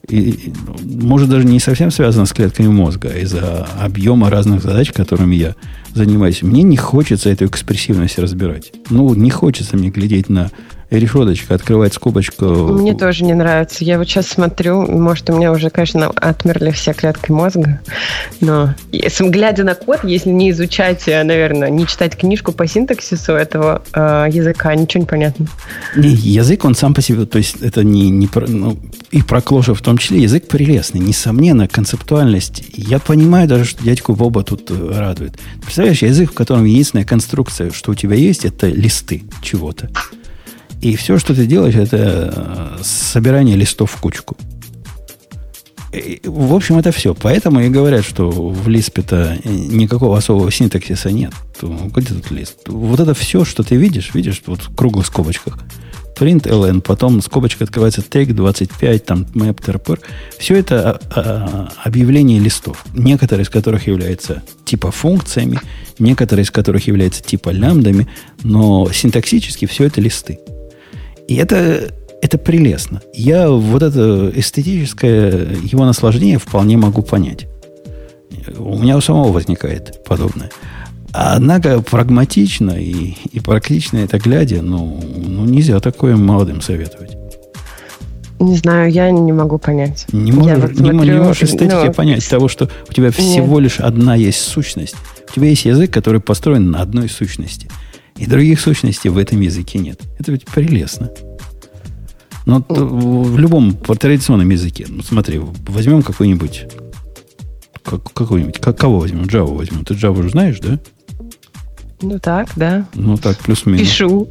И, может, даже не совсем связано с клетками мозга, а из-за объема разных задач, которыми я занимаюсь. Мне не хочется эту экспрессивность разбирать. Ну, не хочется мне глядеть на решеточку, открывать скобочку. Мне тоже не нравится. Я вот сейчас смотрю, может, у меня уже, конечно, отмерли все клетки мозга, но глядя на код, если не изучать, наверное, не читать книжку по синтаксису этого э, языка, ничего не понятно. Не, язык, он сам по себе, то есть это не, не про, ну, и про Clojure в том числе, язык прелестный, несомненно, концептуальность. Я понимаю даже, что дядьку Боба тут радует. Представляешь, язык, в котором единственная конструкция, что у тебя есть, это листы чего-то. И все, что ты делаешь, это собирание листов в кучку. И, в общем, это все. Поэтому и говорят, что в Лиспе-то никакого особого синтаксиса нет. Где тут лист? Вот это все, что ты видишь, видишь, вот в круглых скобочках. Print-ln, потом скобочка открывается тег двадцать пять, там map trpr. Все это а, а, объявление листов, некоторые из которых являются типа функциями, некоторые из которых являются типа лямбдами, но синтаксически все это листы. И это, это прелестно. Я вот это эстетическое его наслаждение вполне могу понять. У меня у самого возникает подобное. Однако прагматично и, и практично это глядя, ну, ну, нельзя такое молодым советовать. Не знаю, я не могу понять. Не можешь, вот не, смотрю, не можешь эстетики ну, понять того, что у тебя всего нет. лишь одна есть сущность. У тебя есть язык, который построен на одной сущности. И других сущностей в этом языке нет. Это ведь прелестно. Но mm. в любом традиционном языке, ну, смотри, возьмем какой-нибудь, как, какой-нибудь, как, кого возьмем? Java возьмем. Ты Java уже знаешь, да? Ну так, да. Ну так, плюс-минус. Пишу.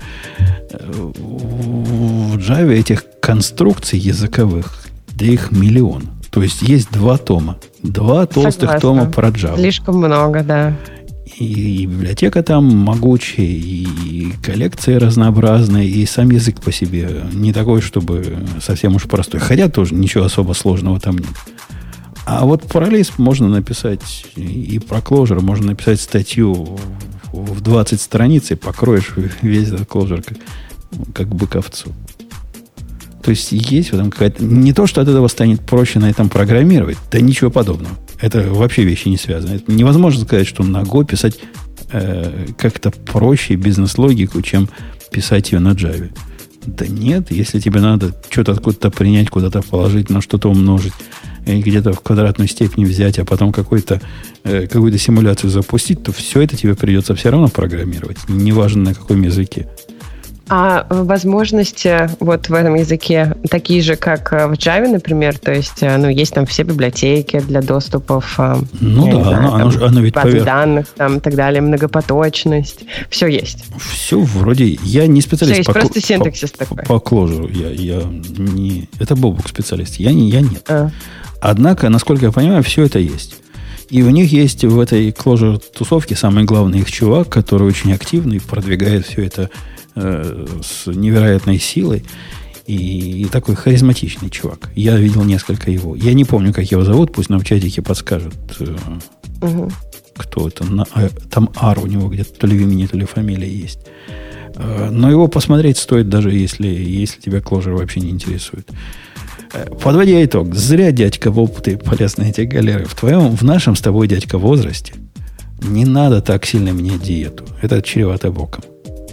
В Java этих конструкций языковых, да их миллион. То есть есть два тома. Два толстых Согласна. тома про Java. Слишком много, да. И, и библиотека там могучая, и коллекции разнообразные, и сам язык по себе не такой, чтобы совсем уж простой. Хотя тоже ничего особо сложного там нет. А вот про Lisp можно написать, и про Clojure можно написать статью в двадцать страниц, и покроешь весь этот Clojure как, как бык овцу. То есть есть в этом какая-то... Не то, что от этого станет проще на этом программировать, да ничего подобного. Это вообще вещи не связаны. Это невозможно сказать, что на Go писать э, как-то проще бизнес-логику, чем писать ее на Java. Да нет, если тебе надо что-то откуда-то принять, куда-то положить, на что-то умножить, и где-то в квадратную степень взять, а потом какой-то, э, какую-то симуляцию запустить, то все это тебе придется все равно программировать, неважно на каком языке. А возможности вот в этом языке такие же, как в Java, например? То есть, ну, есть там все библиотеки для доступов. Ну да, знаю, оно, там, оно ведь базы поверх... данных там, и так далее, многопоточность. Все есть. Все вроде... Я не специалист все по, есть, просто синтаксис по, такой. По Clojure. Я, я не... Это Бобук специалист. Я, не, я нет. А. Однако, насколько я понимаю, все это есть. И у них есть в этой Clojure тусовке самый главный их чувак, который очень активный, продвигает все это с невероятной силой и, и такой харизматичный чувак. Я видел несколько его. Я не помню, как его зовут, пусть нам в чатике подскажут, угу. кто это. На, там Ар у него где-то то ли в имени, то ли фамилия есть. Но его посмотреть стоит, даже если, если тебя Clojure вообще не интересует. Подводя итог, зря, дядька Боб, ты полез на эти галеры. В твоем, в нашем с тобой, дядька, возрасте не надо так сильно менять диету. Это чревато боком.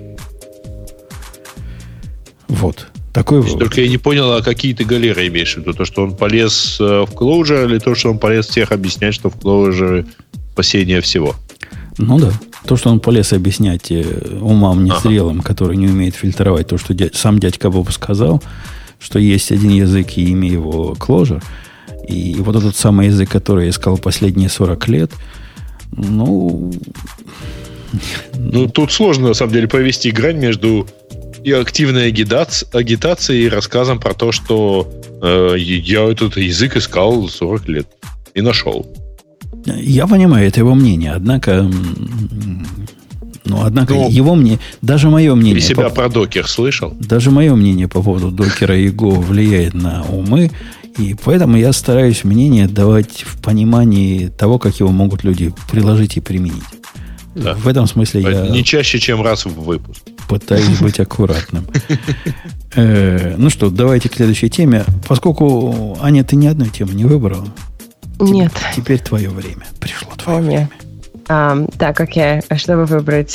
Вот. Такой вывод. Только я не понял, а какие ты галеры имеешь в виду? То, что он полез в Clojure, или то, что он полез всех объяснять, что в Clojure спасение всего? Ну да. То, что он полез объяснять умам незрелым, ага. которые не умеют фильтровать то, что дядь, сам дядька Боб сказал, что есть один язык и имя его Clojure, и вот этот самый язык, который я искал последние сорок лет, ну... Ну, тут сложно, на самом деле, провести грань между и активной агитацией, агитацией и рассказом про то, что э, я этот язык искал сорок лет и нашел. Я понимаю, это его мнение, однако... Ну, однако, ну, его мнение, даже мое мнение... Ты себя по, про докер слышал? Даже мое мнение по поводу докера и Go влияет на умы, и поэтому я стараюсь мнение давать в понимании того, как его могут люди приложить и применить. Да. В этом смысле я... Не чаще, чем раз в выпуск. Пытаюсь быть аккуратным. Ну что, давайте к следующей теме. Поскольку, Аня, ты ни одной темы не выбрала. Нет. Теперь твое время. Пришло твое время. Так, окей. А чтобы выбрать...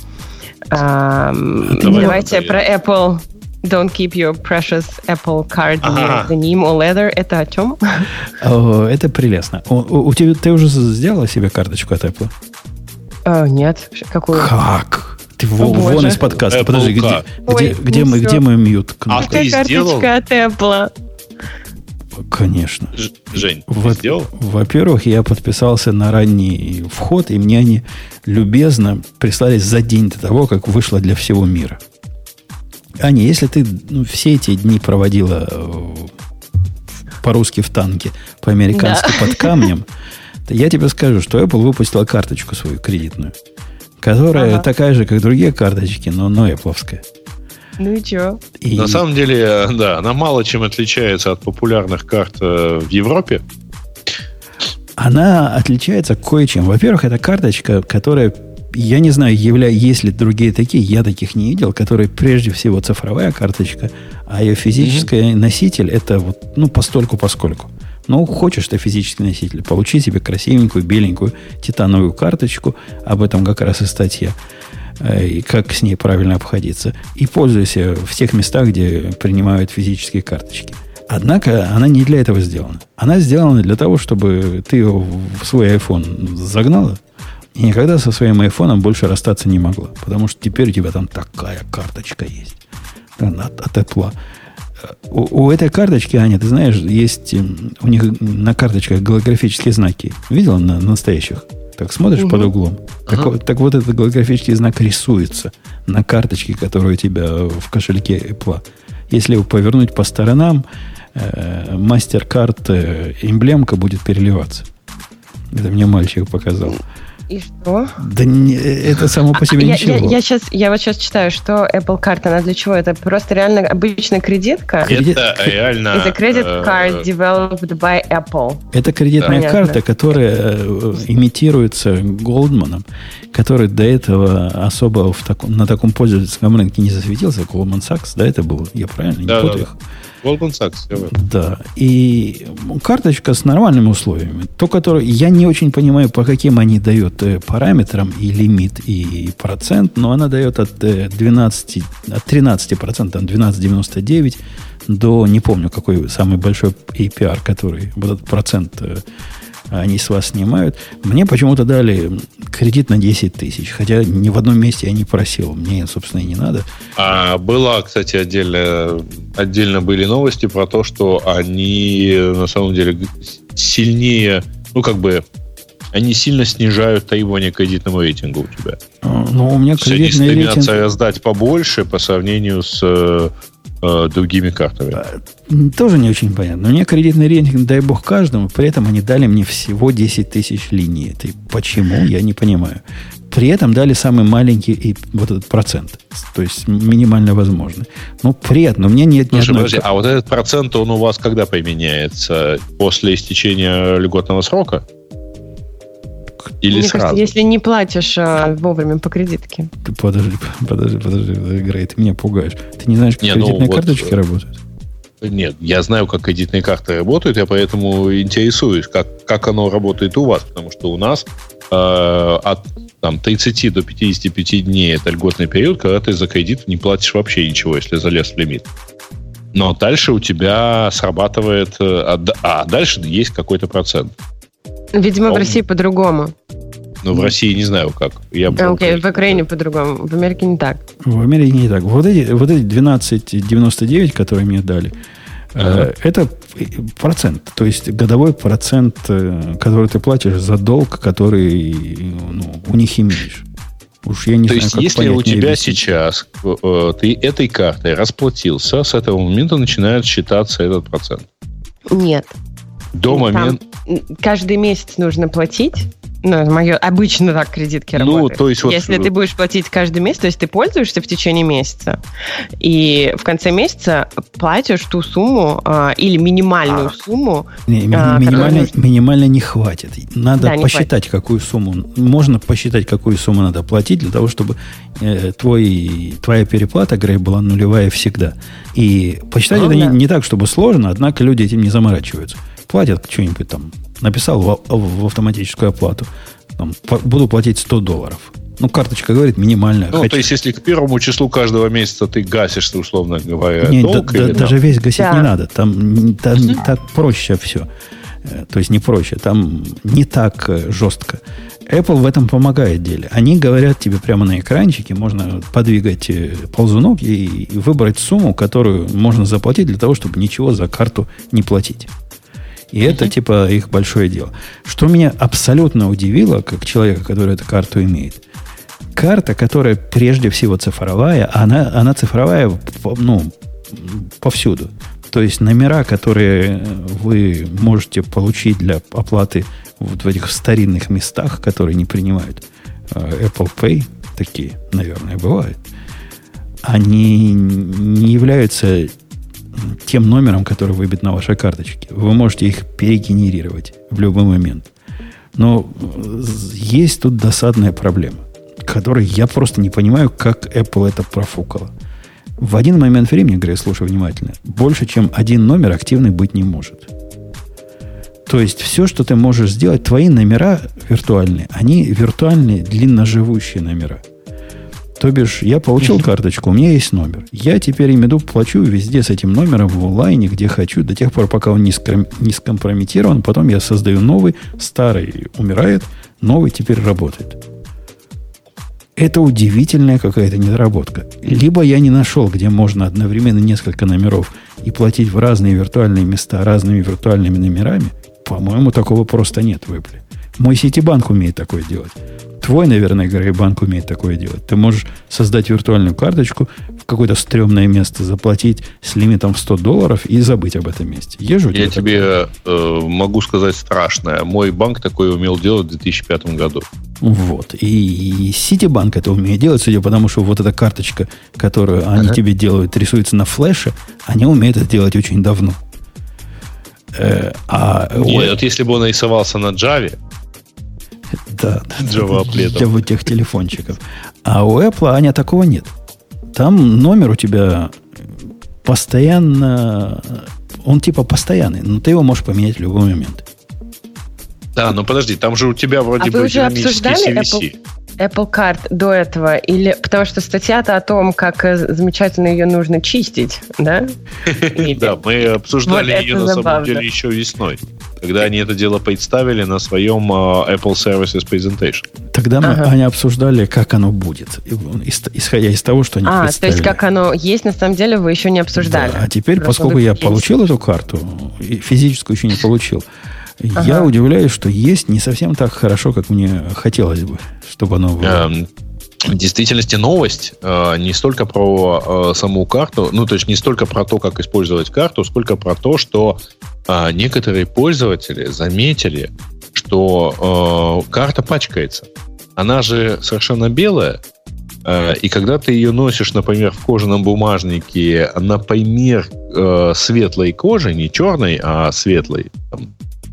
Давайте про Apple... Don't keep your precious Apple card ага. in denim or leather. Это о чем? О, это прелестно. У, у тебя, ты уже сделала себе карточку от Apple? О, нет. Какую? Как? Ты О, вон из подкаста. Apple Подожди, где, Ой, где, где, мы, где мой мьют? А Какая ты карточка сделал? от Apple? Конечно. Ж, Жень, Во- ты сделал? Во-первых, я подписался на ранний вход, и мне они любезно прислали за день до того, как вышло для всего мира. Аня, если ты ну, все эти дни проводила э, по-русски в танке, по-американски да. под камнем, то я тебе скажу, что Apple выпустила карточку свою кредитную, которая ага. такая же, как другие карточки, но, но Apple'овская. Ну и что? И... На самом деле, да, она мало чем отличается от популярных карт в Европе. Она отличается кое-чем. Во-первых, это карточка, которая... Я не знаю, явля... есть ли другие такие, я таких не видел, которые прежде всего цифровая карточка, а ее физический mm-hmm. носитель это вот, ну, постольку-поскольку. Ну, хочешь ты физический носитель, получи себе красивенькую, беленькую титановую карточку, об этом как раз и статья, и как с ней правильно обходиться, и пользуйся в тех местах, где принимают физические карточки. Однако она не для этого сделана. Она сделана для того, чтобы ты ее в свой iPhone загнала, и никогда со своим айфоном больше расстаться не могла. Потому что теперь у тебя там такая карточка есть. От, от Apple. У, у этой карточки, Аня, ты знаешь, есть у них на карточках голографические знаки. Видела на, на настоящих? Так смотришь угу. под углом. Ага. Так, так вот этот голографический знак рисуется на карточке, которая у тебя в кошельке Apple. Если его повернуть по сторонам, э, MasterCard э, эмблемка будет переливаться. Это мне мальчик показал. И что? Да не, это само по себе а, ничего. Я, я, я, сейчас, я вот сейчас читаю, что Apple Card, она для чего? Это просто реально обычная кредитка? Кредит... Это реально... Это credit card developed by Apple. Это кредитная да. карта, которая э, имитируется Голдманом, который до этого особо в таком, на таком пользовательском рынке не засветился. Goldman Sachs, да, это был? Я правильно да, не путаю да, их? Goldman Sachs. Да. И карточка с нормальными условиями. То, которое я не очень понимаю, по каким они дают э, параметрам и лимит, и процент, но она дает от двенадцати, от тринадцати процентов, двенадцать целых девяносто девять до, не помню, какой самый большой эй пи ар, который вот этот процент э, они с вас снимают. Мне почему-то дали кредит на десять тысяч, хотя ни в одном месте я не просил. Мне, собственно, и не надо. А была, кстати, отдельно, отдельно были новости про то, что они на самом деле сильнее, ну, как бы, они сильно снижают требования к кредитному рейтингу у тебя. Ну, у меня кредитный рейтинг... Они стремятся раздать побольше по сравнению с э, другими картами. Тоже не очень понятно. У меня кредитный рейтинг, дай бог, каждому, при этом они дали мне всего десять тысяч линий. Это почему, я не понимаю. При этом дали самый маленький и вот этот процент. То есть минимально возможный. Ну, приятно. У меня нет ни Слушай, одной... подожди, а вот этот процент, он у вас когда применяется? После истечения льготного срока? Или Мне сразу? кажется, если не платишь а, вовремя по кредитке. Ты подожди, подожди, подожди, подожди, Грей, ты меня пугаешь. Ты не знаешь, как не, кредитные ну, карточки вот, работают? Нет, я знаю, как кредитные карты работают, я поэтому интересуюсь, как, как оно работает у вас. Потому что у нас э, от там, тридцати до пятидесяти пяти дней это льготный период, когда ты за кредит не платишь вообще ничего, если залез в лимит. Но дальше у тебя срабатывает... А, а дальше есть какой-то процент. Видимо, в России по-другому. Ну, в России не знаю как. Я Окей, okay, в Украине по-другому. В Америке не так. В Америке не так. Вот эти, вот эти двенадцать целых девяносто девять, которые мне дали, uh-huh. э, это процент. То есть годовой процент, э, который ты платишь за долг, который ну, у них имеешь. Уж я не То знаю, есть, как если понять, у тебя объяснить. сейчас э, ты этой картой расплатился, с этого момента начинает считаться этот процент? Нет. До Там момента... каждый месяц нужно платить, Ну, мое, обычно так кредитки ну, работают. То есть, вот, если ты будешь платить каждый месяц, то есть ты пользуешься в течение месяца, и в конце месяца платишь ту сумму а, или минимальную а. сумму. Не, ми- а, минимально, нужно... минимально не хватит. Надо да, посчитать, хватит. какую сумму. Можно посчитать, какую сумму надо платить для того, чтобы э, твой, твоя переплата, Грей, была нулевая всегда. И посчитать ну, это да. не, не так, чтобы сложно, однако люди этим не заморачиваются. Платят что-нибудь там. Написал в, в автоматическую оплату. Там, по, буду платить сто долларов. Ну, карточка говорит минимальная. Ну, Хочу. то есть, если к первому числу каждого месяца ты гасишь, условно говоря, не, долг? Да, или да, даже весь гасить да. не надо. Там, там не так проще все. То есть, не проще. Там не так жестко. Apple в этом помогает деле. Они говорят тебе прямо на экранчике, можно подвигать ползунок и, и выбрать сумму, которую можно заплатить для того, чтобы ничего за карту не платить. И mm-hmm. это, типа, их большое дело. Что меня абсолютно удивило, как человека, который эту карту имеет. Карта, которая прежде всего цифровая, она, она цифровая, ну, повсюду. То есть номера, которые вы можете получить для оплаты вот в этих старинных местах, которые не принимают Apple Pay, такие, наверное, бывают, они не являются тем номером, который выбит на вашей карточке. Вы можете их перегенерировать в любой момент. Но есть тут досадная проблема, которой я просто не понимаю, как Apple это профукала. В один момент времени, Грей, слушай внимательно, больше, чем один номер активный быть не может. То есть все, что ты можешь сделать, твои номера виртуальные, они виртуальные длинноживущие номера. То бишь, я получил карточку, у меня есть номер. Я теперь им иду, плачу везде с этим номером в онлайне, где хочу, до тех пор, пока он не, скром, не скомпрометирован. Потом я создаю новый, старый умирает, новый теперь работает. Это удивительная какая-то недоработка. Либо я не нашел, где можно одновременно несколько номеров и платить в разные виртуальные места разными виртуальными номерами. По-моему, такого просто нет в Apple. Мой Ситибанк умеет такое делать. Твой, наверное, Грей, банк умеет такое делать. Ты можешь создать виртуальную карточку, в какое-то стрёмное место заплатить с лимитом в сто долларов и забыть об этом месте. Езжу Я тебе э, могу сказать страшное. Мой банк такое умел делать в две тысячи пятом году. Вот. И Ситибанк это умеет делать, судя по тому, что вот эта карточка, которую они ага. тебе делают, рисуется на флеше, они умеют это делать очень давно. Э, а Нет, если бы он рисовался на Java, да, Java для вот тех телефончиков. А у Apple, Аня, такого нет. Там номер у тебя постоянно... Он типа постоянный, но ты его можешь поменять в любой момент. Да, но подожди, там же у тебя вроде а бы динамический си ви си. Apple, Apple Card до этого? Или потому что статья-то о том, как замечательно ее нужно чистить, да? Да, мы обсуждали ее на самом деле еще весной, когда они это дело представили на своем Apple Services Presentation. Тогда мы, ага. они обсуждали, как оно будет, исходя из того, что они а, представили. А, то есть как оно есть, на самом деле вы еще не обсуждали. Да, а теперь, Просто поскольку я получил эту карту, физическую еще не получил, ага. я удивляюсь, что есть не совсем так хорошо, как мне хотелось бы, чтобы оно было. В действительности новость э, не столько про э, саму карту, ну, то есть не столько про то, как использовать карту, сколько про то, что э, некоторые пользователи заметили, что э, карта пачкается. Она же совершенно белая, э, и когда ты ее носишь, например, в кожаном бумажнике на пример э, светлой кожи, не черной, а светлой, там,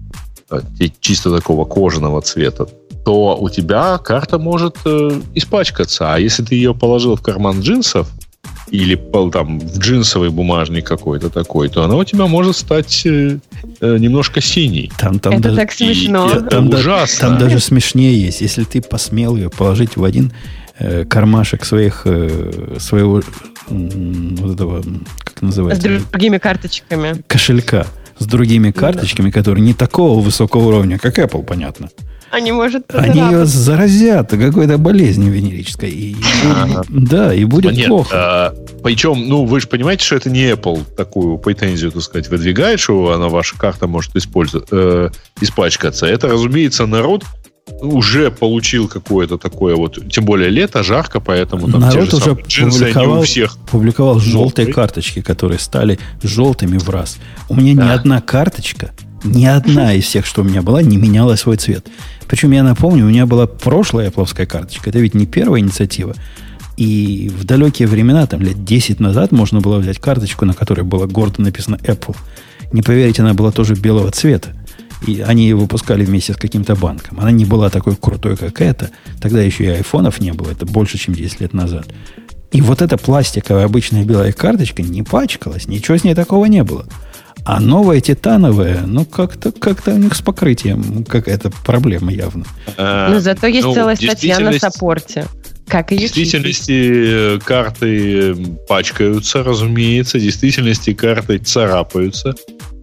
чисто такого кожаного цвета, то у тебя карта может э, испачкаться. А если ты ее положил в карман джинсов или там, в джинсовый бумажник какой-то такой, то она у тебя может стать э, э, немножко синей. Там, там это даже, так смешно. И, и, там, ужасно. Там даже смешнее есть. Если ты посмел ее положить в один э, кармашек своих, э, своего вот этого, как называется? С другими карточками. Кошелька. С другими карточками, да. которые не такого высокого уровня, как Apple, понятно. Они, может, Они ее заразят какой-то болезнью венерической. И, ага. Да, и будет Нет, плохо. А, причем, ну, вы же понимаете, что это не Apple такую претензию, так сказать, выдвигает, что она, ваша карта может использовать, э, испачкаться. Это, разумеется, народ уже получил какое-то такое вот, тем более лето, жарко, поэтому там народ те же уже джинсы, публиковал, у всех. публиковал желтые карточки, которые стали желтыми в раз. У меня да. ни одна карточка Ни одна из всех, что у меня была, не меняла свой цвет. Причем, я напомню, у меня была прошлая Apple-овская карточка. Это ведь не первая инициатива. И в далекие времена, там лет десять назад, можно было взять карточку, на которой было гордо написано Apple. Не поверите, она была тоже белого цвета. И они ее выпускали вместе с каким-то банком. Она не была такой крутой, как эта. Тогда еще и айфонов не было. Это больше, чем десять лет назад. И вот эта пластиковая обычная белая карточка не пачкалась. Ничего с ней такого не было. А новая титановая, ну, как-то, как-то у них с покрытием какая-то проблема явно. А, Но зато есть ну, целая статья на саппорте. Как и в действительности карты пачкаются, разумеется. В действительности карты царапаются.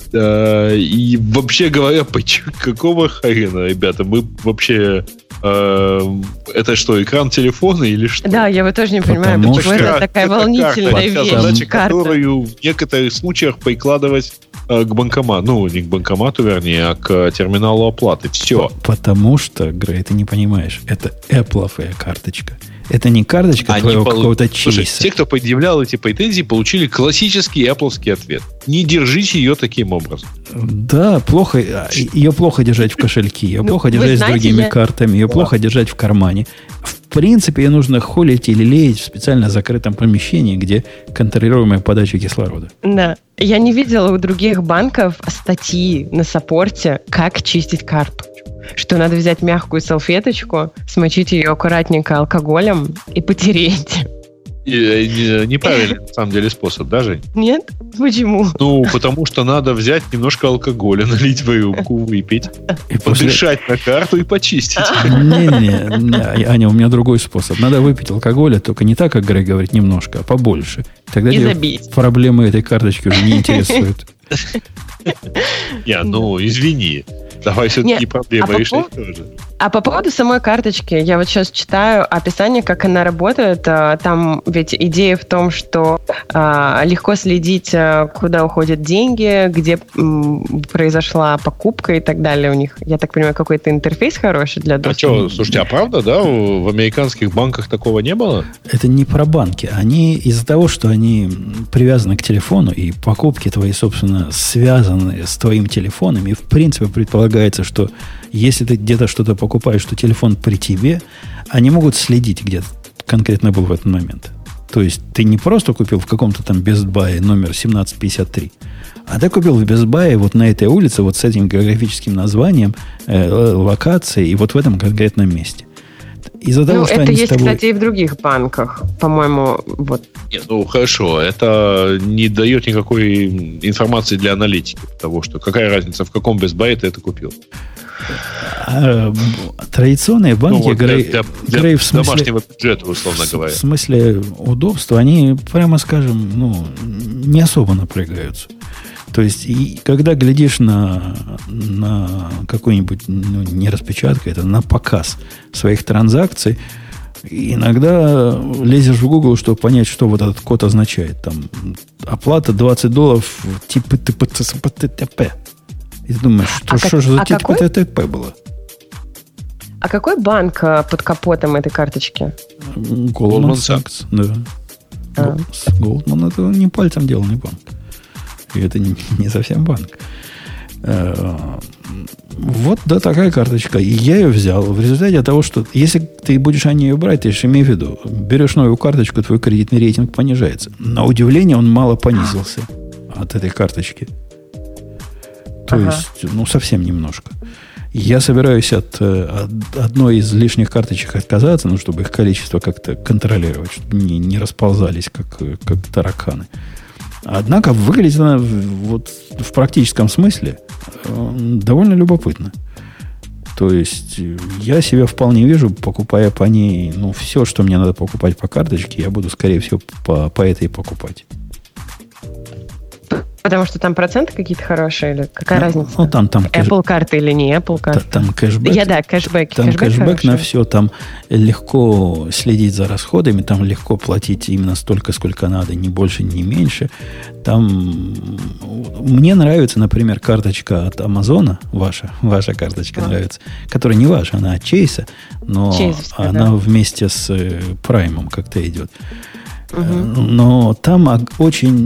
И вообще говоря, какого хрена, ребята, мы вообще... Э, это что, экран телефона или что? Да, я вот тоже не понимаю, Потому почему это такая это волнительная карта, вещь. Задача, которую в некоторых случаях прикладывать э, к банкомату. Ну, не к банкомату, вернее, а к терминалу оплаты. Все. Потому что, Грей, ты не понимаешь, это Apple-овая карточка. Это не карточка Они твоего полу... какого-то чейса. Слушай, те, кто предъявлял эти претензии, получили классический Apple-овский ответ. Не держите ее таким образом. Да, плохо. Ее плохо держать в кошельке, ее ну, плохо держать знаете, с другими я... картами, ее да. плохо держать в кармане. В принципе, ее нужно холить или леять в специально закрытом помещении, где контролируемая подача кислорода. Да. Я не видела у других банков статьи на саппорте, как чистить карту. Что надо взять мягкую салфеточку, смочить ее аккуратненько алкоголем и потереть. И, и, неправильный, на самом деле, способ, да, Жень? Нет? Почему? Ну, потому что надо взять немножко алкоголя, налить в рюмку, выпить, и подышать после... на карту и почистить. Не-не-не, Аня, у меня другой способ. Надо выпить алкоголя, только не так, как Грей говорит, немножко, а побольше. Тогда проблемы этой карточки уже не интересуют. Не, ну, извини. Давай все-таки проблемы решить тоже. А по поводу самой карточки, я вот сейчас читаю описание, как она работает. Там ведь идея в том, что а, легко следить, куда уходят деньги, где м, произошла покупка и так далее у них. Я так понимаю, какой-то интерфейс хороший для доступа. А что, слушайте, а правда, да, в американских банках такого не было? Это не про банки. Они из-за того, что они привязаны к телефону, и покупки твои, собственно, связаны с твоим телефоном, и в принципе предполагается, что если ты где-то что-то покупаешь, что телефон при тебе, они могут следить, где конкретно был в этот момент. То есть ты не просто купил в каком-то там Best Buy номер семнадцать пятьдесят три, а ты купил в Best Buy вот на этой улице, вот с этим географическим названием, э, локацией, и вот в этом конкретном месте. Из-за того, ну, что это они есть, с тобой... кстати, и в других банках, по-моему, вот. Нет, ну, хорошо, это не дает никакой информации для аналитики того, что какая разница, в каком Best Buy ты это купил. А, традиционные банки, ну, вот Грей, для, для, Грей, в смысле, домашнего бюджета, условно говоря. В смысле удобства, они, прямо скажем, ну, не особо напрягаются. То есть, и когда глядишь на, на какую-нибудь, ну, не распечатку, это на показ своих транзакций, иногда лезешь в Google, чтобы понять, что вот этот код означает. Там оплата двадцать долларов типа ТП. И ты думаешь, что, а что как, же за а типа ТП было? А какой банк под капотом этой карточки? Goldman Sachs, да. А. Goldman это не пальцем деланный банк. И это не, не совсем банк. Вот, да, такая карточка. И я ее взял в результате того, что если ты будешь о ней брать, ты же имей в виду, берешь новую карточку, твой кредитный рейтинг понижается. На удивление, он мало понизился от этой карточки. То ага. есть, ну, совсем немножко. Я собираюсь от, от одной из лишних карточек отказаться, ну, чтобы их количество как-то контролировать, чтобы не, не расползались, как, как тараканы. Однако выглядит она вот в практическом смысле довольно любопытно. То есть я себя вполне вижу, покупая по ней, ну, все, что мне надо покупать по карточке, я буду, скорее всего, по, по этой покупать. Потому что там проценты какие-то хорошие, или какая ну, разница? Ну, там, там кэш... Apple карты или не Apple карты? Там кэшбэк. Я, да, кэшбэк. Там кэшбэк, кэшбэк на все, там легко следить за расходами, там легко платить именно столько, сколько надо, ни больше, ни меньше. Там мне нравится, например, карточка от Амазона, ваша, ваша карточка а. нравится, которая не ваша, она от Чейса, но Чейзовская, она да. вместе с Праймом как-то идет. Угу. Но там очень...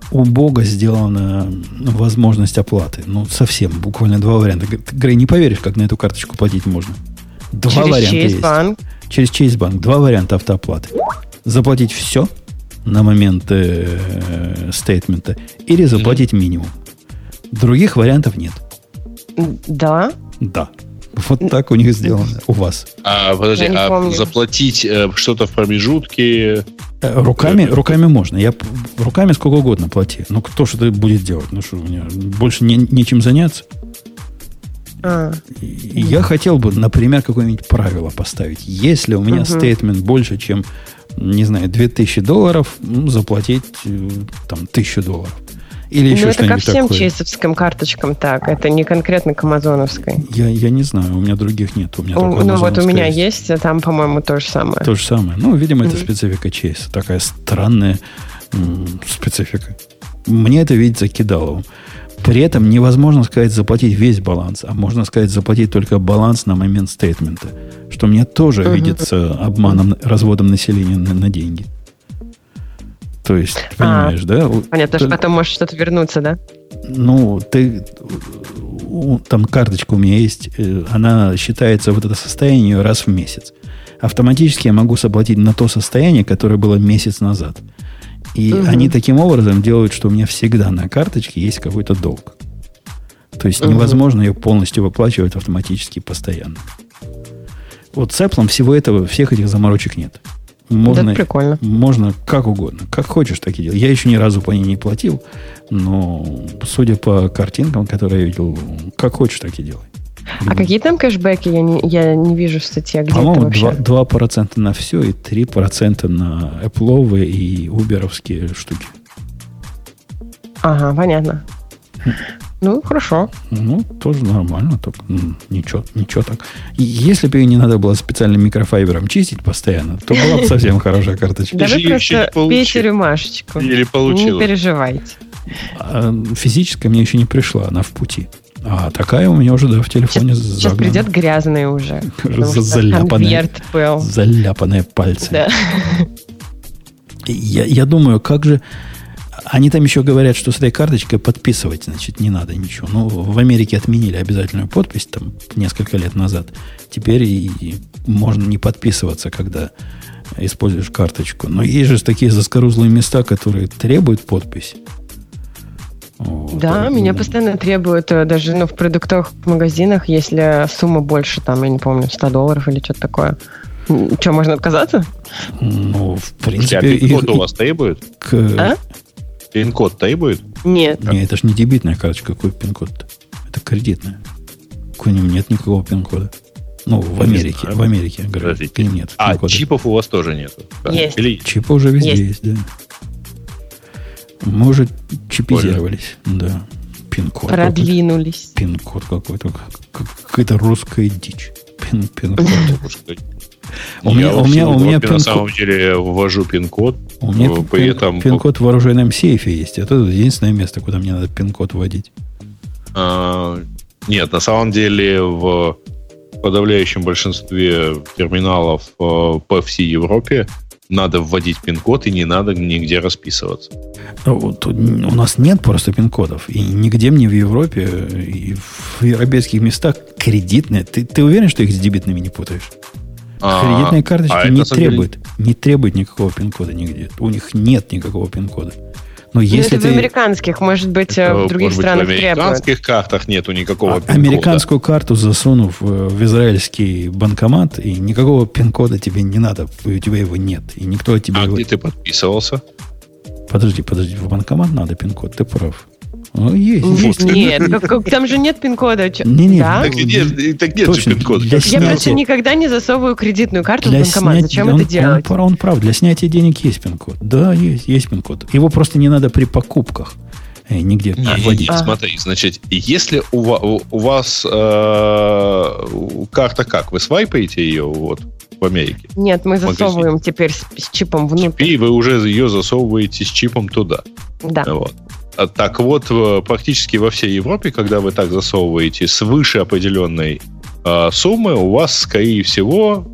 убого сделана возможность оплаты. Ну, совсем, буквально два варианта. Грей, не поверишь, как на эту карточку платить можно. Два Через варианта Chase есть. Bank. Через Chase Bank. Два варианта автооплаты. Заплатить все на момент э, стейтмента или заплатить mm-hmm. минимум. Других вариантов нет. Да? Да. Вот так у них сделано. У вас. А, подожди, а помню. Заплатить э, что-то в промежутке... Руками, руками можно. Я руками сколько угодно плати. Но кто что это будет делать? Ну что, у меня больше не, нечем заняться. А. Я хотел бы, например, какое-нибудь правило поставить. Если у меня стейтмент угу. больше, чем, не знаю, две тысячи долларов, ну, заплатить там тысячу долларов. Или еще ну, что-нибудь это ко всем такое. чейсовским карточкам так. Это не конкретно к амазоновской. Я, я не знаю, у меня других нет. У меня у, ну вот у меня есть, есть, а там, по-моему, то же самое. То же самое. Ну, видимо, mm-hmm. это специфика чейса. Такая странная м- специфика. Мне это видится кидаловым. При этом невозможно сказать заплатить весь баланс, а можно сказать заплатить только баланс на момент стейтмента. Что мне тоже mm-hmm. видится обманом, разводом населения на, на деньги. То есть, ты понимаешь, а, да? Понятно, ты, что потом может что-то вернуться, да? Ну, ты... Там карточка у меня есть, она считается, вот это состояние, раз в месяц. Автоматически я могу заплатить на то состояние, которое было месяц назад. И угу. они таким образом делают, что у меня всегда на карточке есть какой-то долг. То есть угу. невозможно ее полностью выплачивать автоматически постоянно. Вот с Apple всего этого, всех этих заморочек нет. Можно, это прикольно. Можно как угодно. Как хочешь, так и делай. Я еще ни разу по ней не платил, но судя по картинкам, которые я видел, как хочешь, так и делай. А какие там кэшбэки? Я не, я не вижу в статье. Где По-моему, это вообще? два процента на все и три процента на Apple'овые и Uber'овские штуки. Ага, понятно. Ну, хорошо. Ну, тоже нормально. Так, ничего, ничего так. И если бы ее не надо было специальным микрофайбером чистить постоянно, то была бы совсем хорошая карточка. Да вы просто пейте рюмашечку. Или получилось. Не переживайте. Физическая мне еще не пришла, она в пути. А такая у меня уже, да, в телефоне сейчас, сейчас придет грязная уже. Заляпанная, заляпанная пальцы. Да. Я, я думаю, как же... Они там еще говорят, что с этой карточкой подписывать, значит, не надо ничего. Ну, в Америке отменили обязательную подпись там несколько лет назад. Теперь и, и можно не подписываться, когда используешь карточку. Но есть же такие заскорузлые места, которые требуют подпись. Вот. Да, так, меня да. постоянно требуют, даже ну, в продуктовых магазинах, если сумма больше, там, я не помню, сто долларов или что-то такое. Что, можно отказаться? Ну, в принципе... Пин-код их, у вас требует? К... А? Пин-код требует? Нет. Нет, это же не дебетная карточка, какой пин-код-то? Это кредитная. К ним нет никакого пин-кода. Ну, в Америке. В Америке, говорю, к ним нет. А пин-кода. Чипов у вас тоже нет? Есть. Или... Чипы уже везде есть, есть да. Мы уже чипизировались, Боже. Да. Пин-код. Продвинулись. Какой-то. Пин-код какой-то. Какая-то русская дичь. Пин, пин-код. У меня, у меня, у меня пин-код. На самом деле ввожу пин-код. У меня при пин, этом... пин-код в вооруженном сейфе есть. Это единственное место, куда мне надо пин-код вводить. А, нет, на самом деле в подавляющем большинстве терминалов по всей Европе надо вводить пин-код, и не надо нигде расписываться. Вот, у нас нет просто пин-кодов. И нигде мне в Европе, и в европейских местах кредитные. Ты, ты уверен, что их с дебетными не путаешь? А, Кредитные карточки а не, требуют, деле... не требуют никакого пин-кода нигде. У них нет никакого пин-кода. Но если это ты... в американских, может быть, это, в других может странах требуют. В американских картах нету никакого а, пин-кода. Американскую карту засунув в израильский банкомат, и никакого пин-кода тебе не надо, у тебя его нет. И никто от тебя а его... где ты подписывался? Подожди, подожди, в банкомат надо пин-код, ты прав. Ну, есть, есть. Нет, как, как, там же нет пин-кода. Не, нет, да? Так нет, так нет же пин-кода. Я снятия... просто никогда не засовываю кредитную карту для в банкомат. Снятия... Зачем он, это делать? Он, он прав, для снятия денег есть пин-код. Да, есть, есть пин-код. Его просто не надо при покупках э, нигде не, вводить. Не, не, смотри, значит, если у, у, у вас э, карта как? Вы свайпаете ее вот в Америке? Нет, мы засовываем магазин. Теперь с, с чипом внутрь. Теперь вы уже ее засовываете с чипом туда. Да. Вот. Так вот, практически во всей Европе, когда вы так засовываете свыше определенной э, суммы, у вас, скорее всего,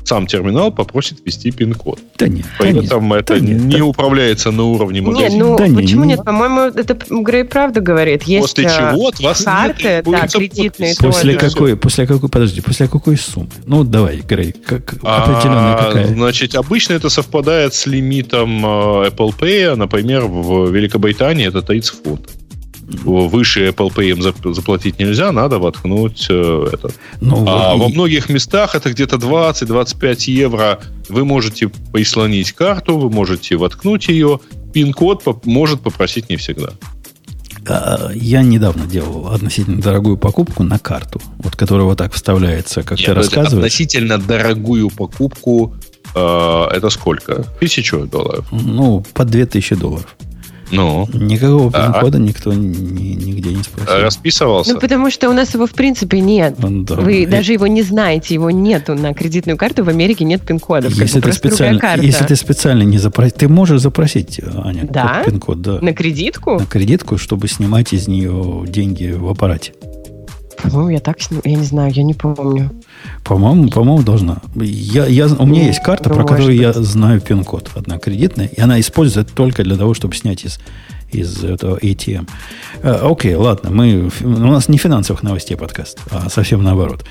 сам терминал попросит ввести пин-код. Да нет. Поэтому да это да нет, не да. управляется на уровне магазина. Не, ну Да почему не, нет? По-моему, это Грей правда говорит. Есть После чего от вас карты, да, кредитные после тоже. какой, после какой, подожди, после какой суммы? Ну, вот давай, Грей, как, а, определенная какая? Значит, обычно это совпадает с лимитом Apple Pay. Например, в Великобритании это тридцать фунтов. Выше Apple Pay заплатить нельзя, надо воткнуть э, это. Ну, а и... во многих местах это где-то двадцать-двадцать пять евро. Вы можете прислонить карту, вы можете воткнуть ее. Пин-код поп- может попросить не всегда. Я недавно делал относительно дорогую покупку на карту, вот которая вот так вставляется, как Нет, ты рассказываешь. Относительно дорогую покупку э, это сколько? Тысячу долларов? Ну, по две тысячи долларов. Ну, никакого пин-кода а, никто ни, нигде не спросил. Расписывался? Ну, потому что у нас его в принципе нет. Да. Вы и... даже его не знаете, его нету на кредитную карту. В Америке нет пин-кодов. Если, ты специально, если ты специально не запросишь, ты можешь запросить, Аня, да? пин-код. Да. На кредитку? На кредитку, чтобы снимать из нее деньги в аппарате. По-моему, я так снимаю. Я не знаю, я не помню. По-моему, по-моему, должна. Я, я, у меня ну, есть карта, про которую быть. я знаю пин-код. Одна кредитная, и она используется только для того, чтобы снять из, из этого эй ти эм. А, окей, ладно. Мы, у нас не финансовых новостей подкаст, а совсем наоборот.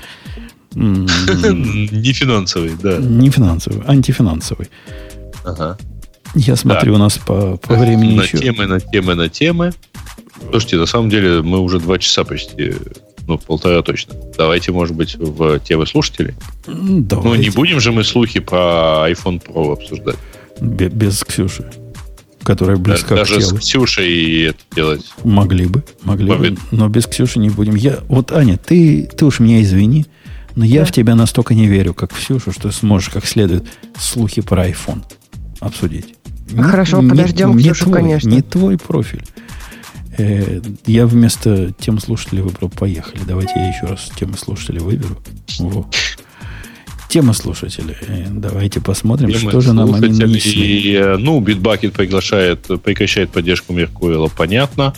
Не финансовый, да. Не финансовый, антифинансовый. Ага. Я смотрю, у нас по, по времени на еще... На темы, на темы, на темы. Слушайте, на самом деле мы уже два часа почти... Ну, полтора точно. Давайте, может быть, в темы слушателей. Давайте. Ну, не будем же мы слухи про iPhone Pro обсуждать. Без, без Ксюши, которая близка Даже к телу. Даже с Ксюшей это делать. Могли бы, могли Побед. бы. Но без Ксюши не будем. Я, вот, Аня, ты, ты уж меня извини, но я да. в тебя настолько не верю, как в Ксюшу, что сможешь как следует слухи про iPhone обсудить. Хорошо, не, подождем не, Ксюшу, не твой, конечно. Не твой профиль. Я вместо темы слушателей выбрал «Поехали». Давайте я еще раз тему слушателей выберу. Во. Тема слушателей. Давайте посмотрим, Темы что же нам они нанесли. Ну, Bitbucket приглашает, прекращает поддержку Mercurial, понятно.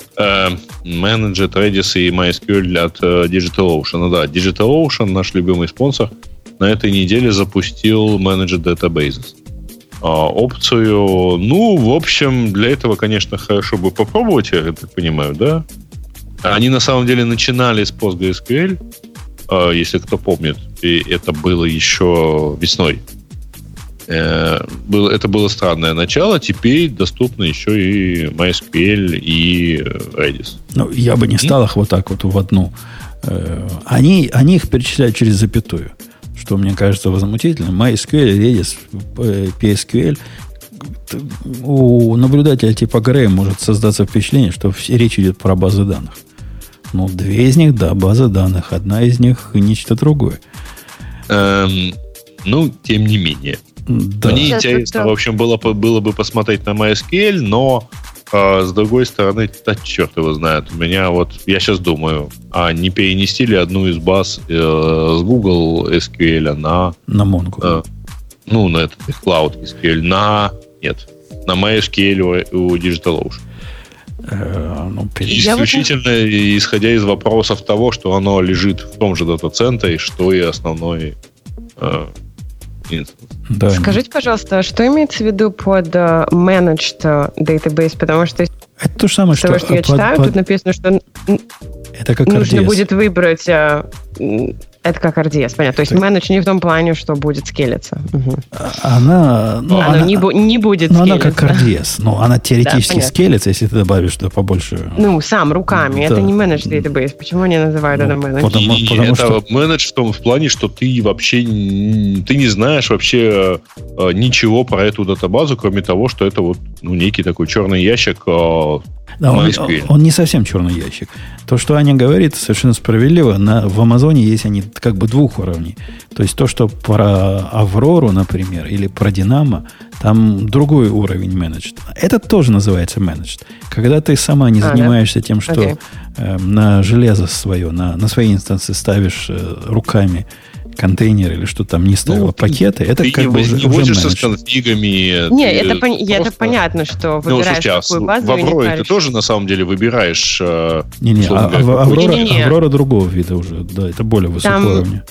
Managed Redis и MySQL от DigitalOcean. Да, DigitalOcean, наш любимый спонсор, на этой неделе запустил Managed Databases. Опцию, ну, в общем, для этого, конечно, хорошо бы попробовать, я так понимаю, да? Они, на самом деле, начинали с PostgreSQL, если кто помнит, и это было еще весной. Это было странное начало, теперь доступны еще и MySQL, и Redis. Ну, я бы не стал их вот так вот в одну. Они, они их перечисляют через запятую, что мне кажется возмутительным. MySQL, Redis, пи эс кью эль. У наблюдателя типа Грея может создаться впечатление, что речь идет про базы данных. Ну, две из них, да, база данных. Одна из них нечто другое. Эм, ну, тем не менее. Да. Мне интересно, в общем, было, было бы посмотреть на MySQL, но э, с другой стороны, да, черт его знает. У меня вот, я сейчас думаю, а не перенести ли одну из баз э, с Google эс кью эль на... На Mongo. Э, ну, на этот Cloud эс кью эль, на... Нет, на MySQL у, у DigitalOcean. Э, ну, исключительно вот... исходя из вопросов того, что оно лежит в том же дата-центре, что и основной э, да. Скажите, пожалуйста, что имеется в виду под uh, managed database? Потому что это то же самое, что, того, что я под, читаю, под... тут написано, что это как нужно эр ди эс. Будет выбрать... Uh, это как эр ди эс, понятно. То есть manage не в том плане, что будет скелиться. Угу. Она... Ну, она, она не, бу- не будет ну, скелиться. Она как эр ди эс. Но она теоретически да, скелится, если ты добавишь туда побольше... Ну, сам, руками. Да. Это не managed database. Почему они называют ну, это managed? Потому, и, потому это что... managed в том в плане, что ты вообще ты не знаешь вообще э, ничего про эту датабазу, кроме того, что это вот ну, некий такой черный ящик э, да, он, он не совсем черный ящик. То, что Аня говорит, совершенно справедливо. На, в Амазоне есть они как бы двух уровней. То есть то, что про Аврору, например, или про Динамо, там другой уровень менеджд. Это тоже называется менеджд. Когда ты сама не а, занимаешься да? тем, что okay. э, на железо свое, на, на свои инстанции ставишь э, руками контейнер или что там не ставила, ну, пакеты, это ты как не, бы уже, не возишься с конфигами. Не, это, пон- просто... это понятно, что выбираешь ну, какую базу. В Авроре ты тоже на самом деле выбираешь... Не-не, а, а, Аврора, не, не, не. Аврора другого вида уже, да, это более высокого там... уровня.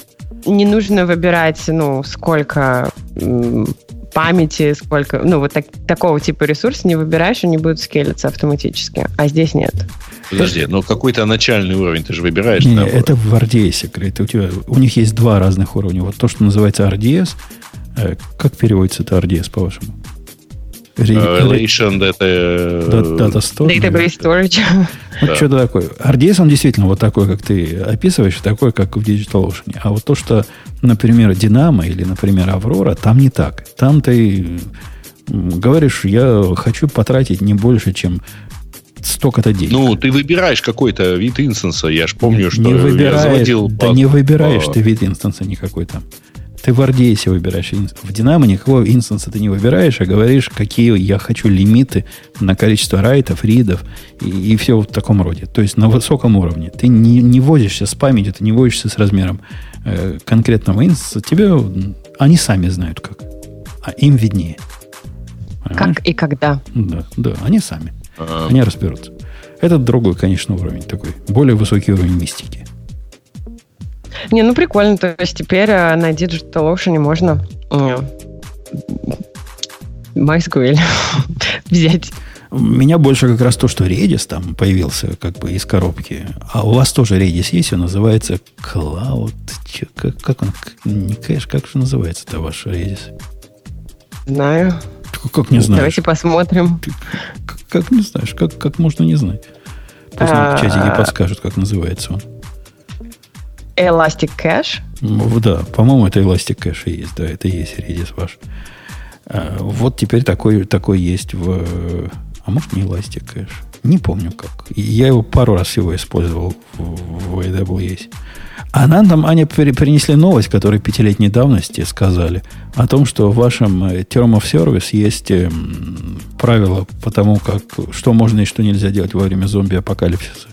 не нужно выбирать, ну, сколько м, памяти, сколько, ну, вот так, такого типа ресурса не выбираешь, они будут скейлиться автоматически, а здесь нет. Подожди, но какой-то начальный уровень ты же выбираешь. Не, это в ар ди эс секрет. У, тебя, у них есть два разных уровня. Вот то, что называется ар ди эс. Э, как переводится это ар ди эс, по-вашему? Relation Data... Data Storage. Database Storage. Вот да. Что-то такое. ар ди эс, он действительно вот такой, как ты описываешь, такой, как в DigitalOcean. А вот то, что, например, Dynamo или, например, Aurora, там не так. Там ты говоришь, я хочу потратить не больше, чем столько-то денег. Ну, ты выбираешь какой-то вид инстанса. Я же помню, что не выбираешь, я заводил... Да не выбираешь ты вид инстанса никакой там. Ты в ар ди эс выбираешь. В Dynamo никакого инстанса ты не выбираешь, а говоришь, какие я хочу лимиты на количество райтов, ридов и, и все в таком роде. То есть на высоком уровне. Ты не, не возишься с памятью, ты не возишься с размером э, конкретного инстанса. Тебе они сами знают как. А им виднее. Понимаешь? Как и когда. Да, да, они сами. А-а-а. Они разберутся. Это другой, конечно, уровень такой. Более высокий уровень мистики. Не, ну прикольно. То есть теперь на DigitalOcean можно MySQL взять. Меня больше как раз то, что Redis там появился как бы из коробки. А у вас тоже Redis есть, он называется Cloud. Че, как, как он? Не кэш, как же называется-то ваш Redis? Знаю. Как не знаешь? Давайте посмотрим. Ты, как, как не знаешь? Как, как можно не знать? Пусть нам в чатике подскажут, как называется он. Elastic Cache? Да, по-моему, это Elastic Cache и есть. Да, это и есть Redis ваш. А, вот теперь такой, такой есть в... А может, не Elastic Cache? Не помню как. Я его пару раз всего использовал в, в эй дабл ю эс. А нам там, Аня, принесли новость, которую пятилетней давности сказали, о том, что в вашем Term of Service есть э, правила по тому, как, что можно и что нельзя делать во время зомби-апокалипсиса.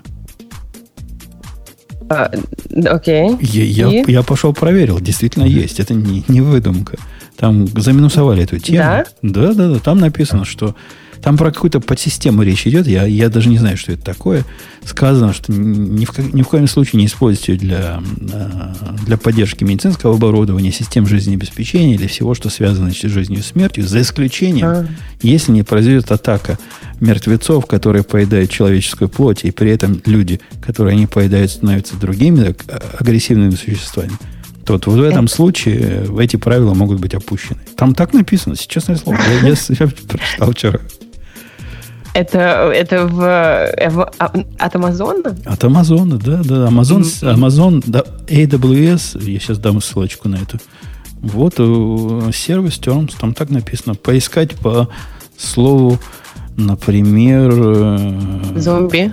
Окей. Uh, okay. Я, я, я пошел проверил. Действительно есть. Это не, не выдумка. Там заминусовали эту тему. Да? Да, да, да. Там написано, что там про какую-то подсистему речь идет. Я, я даже не знаю, что это такое. Сказано, что ни в, ни в коем случае не используйте ее для, для поддержки медицинского оборудования, систем жизнеобеспечения или всего, что связано с жизнью и смертью, за исключением, а. если не произойдет атака мертвецов, которые поедают человеческую плоть, и при этом люди, которые они поедают, становятся другими агрессивными существами, то вот в этом случае эти правила могут быть опущены. Там так написано, честное слово. Я, я, я прочитал вчера. Это, это в, в, от Амазона? От Амазона, да, да. Amazon, mm-hmm. Amazon, да, эй дабл ю эс, я сейчас дам ссылочку на эту. Вот сервис Terms, там так написано. Поискать по слову, например... Зомби.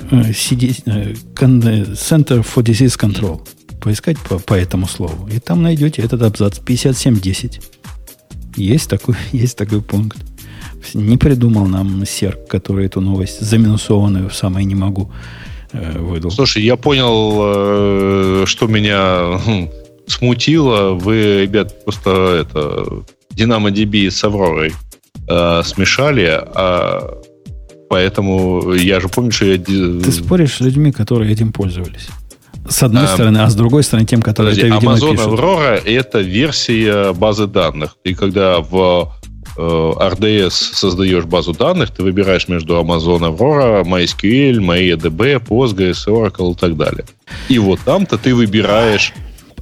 Center for Disease Control. Поискать по, по этому слову. И там найдете этот абзац пятьдесят семь десять. Есть такой, есть такой пункт. Не придумал нам Серк, который эту новость заминусованную в самое не могу э, выдал. Слушай, я понял, э, что меня хм, смутило. Вы, ребят, просто это DynamoDB с Авророй э, смешали, а поэтому я же помню, что я... Ты споришь с людьми, которые этим пользовались. С одной а, стороны, а с другой стороны, тем, которые подожди, это, видимо, Amazon пишут. Aurora — это версия базы данных. Ты когда в э, ар ди эс создаешь базу данных, ты выбираешь между Amazon Aurora, MySQL, MariaDB, Postgres, Oracle и так далее. И вот там-то ты выбираешь...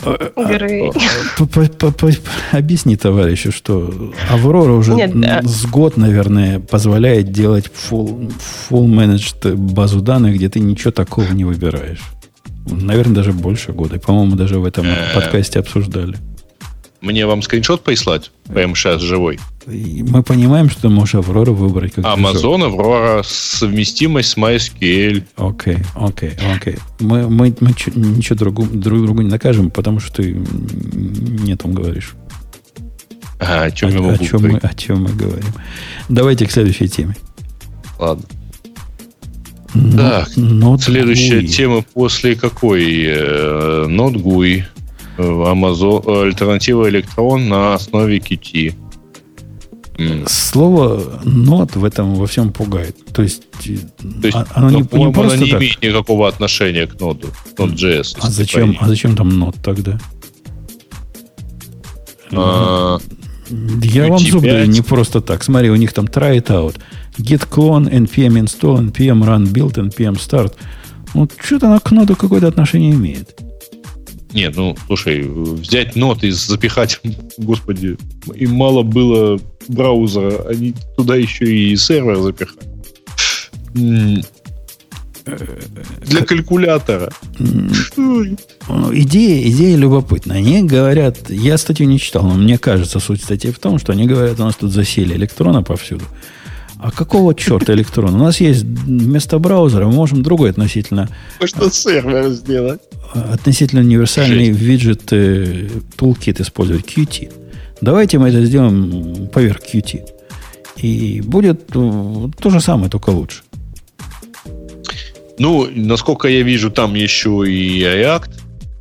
Объясни товарищу, что Aurora уже Нет, да. с год, наверное, позволяет делать full, full managed базу данных, где ты ничего такого не выбираешь. Наверное, даже больше года. И, по-моему, даже в этом подкасте обсуждали. Мне вам скриншот прислать? Прямо сейчас живой. И мы понимаем, что ты можешь Aurora выбрать как Amazon Aurora, совместимость с MySQL. Окей, окей, окей. Мы, мы, мы ч- ничего другу, друг другу не накажем, потому что ты не о том говоришь. А, о чем, о, о, чем мы, о чем мы говорим. Давайте к следующей теме. Ладно. Not, так, not следующая гуи. тема после какой? Not гуи. Amazon, альтернатива Electron на основе кью ти. Mm. Слово not в этом во всем пугает. То есть, То есть оно, не, не просто оно не так. имеет никакого отношения к ноду. Node.js. А зачем, а зачем там not тогда? А, Я вам зуб даю не просто так. Смотри, у них там try it out. Git clone, npm install, npm run build, npm start. Ну, что-то она к ноду какое-то отношение имеет. Нет, ну, слушай, взять нод и запихать, господи, им мало было браузера, они туда еще и сервер запихали. Для калькулятора. Идея, идея любопытная. Они говорят, я статью не читал, но мне кажется, суть статьи в том, что они говорят, у нас тут засели электроны повсюду. А какого черта электрон? У нас есть вместо браузера, мы можем другой относительно... Что сервер сделать? Относительно универсальный виджет toolkit использовать, кью ти. Давайте мы это сделаем поверх кью ти. И будет то же самое, только лучше. Ну, насколько я вижу, там еще и React.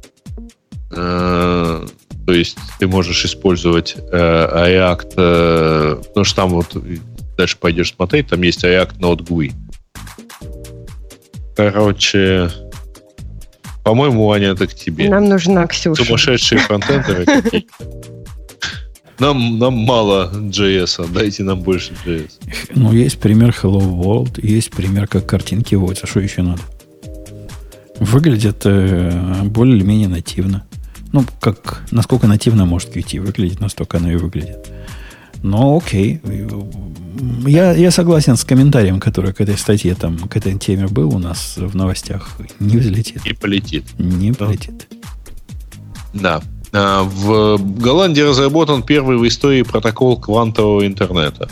Э, то есть ты можешь использовать э, React, э, потому что там вот дальше пойдешь смотреть, там есть React Node джи ю ай. Короче, по-моему, Аня, это к тебе. Нам нужна Ксюша. Сумасшедшие фронтендеры какие-то. Нам, нам мало джей эс, дайте нам больше джей эс. Ну, есть пример Hello World, есть пример, как картинки вводятся. Что еще надо? Выглядит э, более-менее нативно. Ну, как, насколько нативно может кью ти выглядеть, настолько оно и выглядит. Но окей. Я, я согласен с комментарием, который к этой статье, там, к этой теме был у нас в новостях. Не взлетит. Не полетит. Не полетит. Да. В Голландии разработан первый в истории протокол квантового интернета.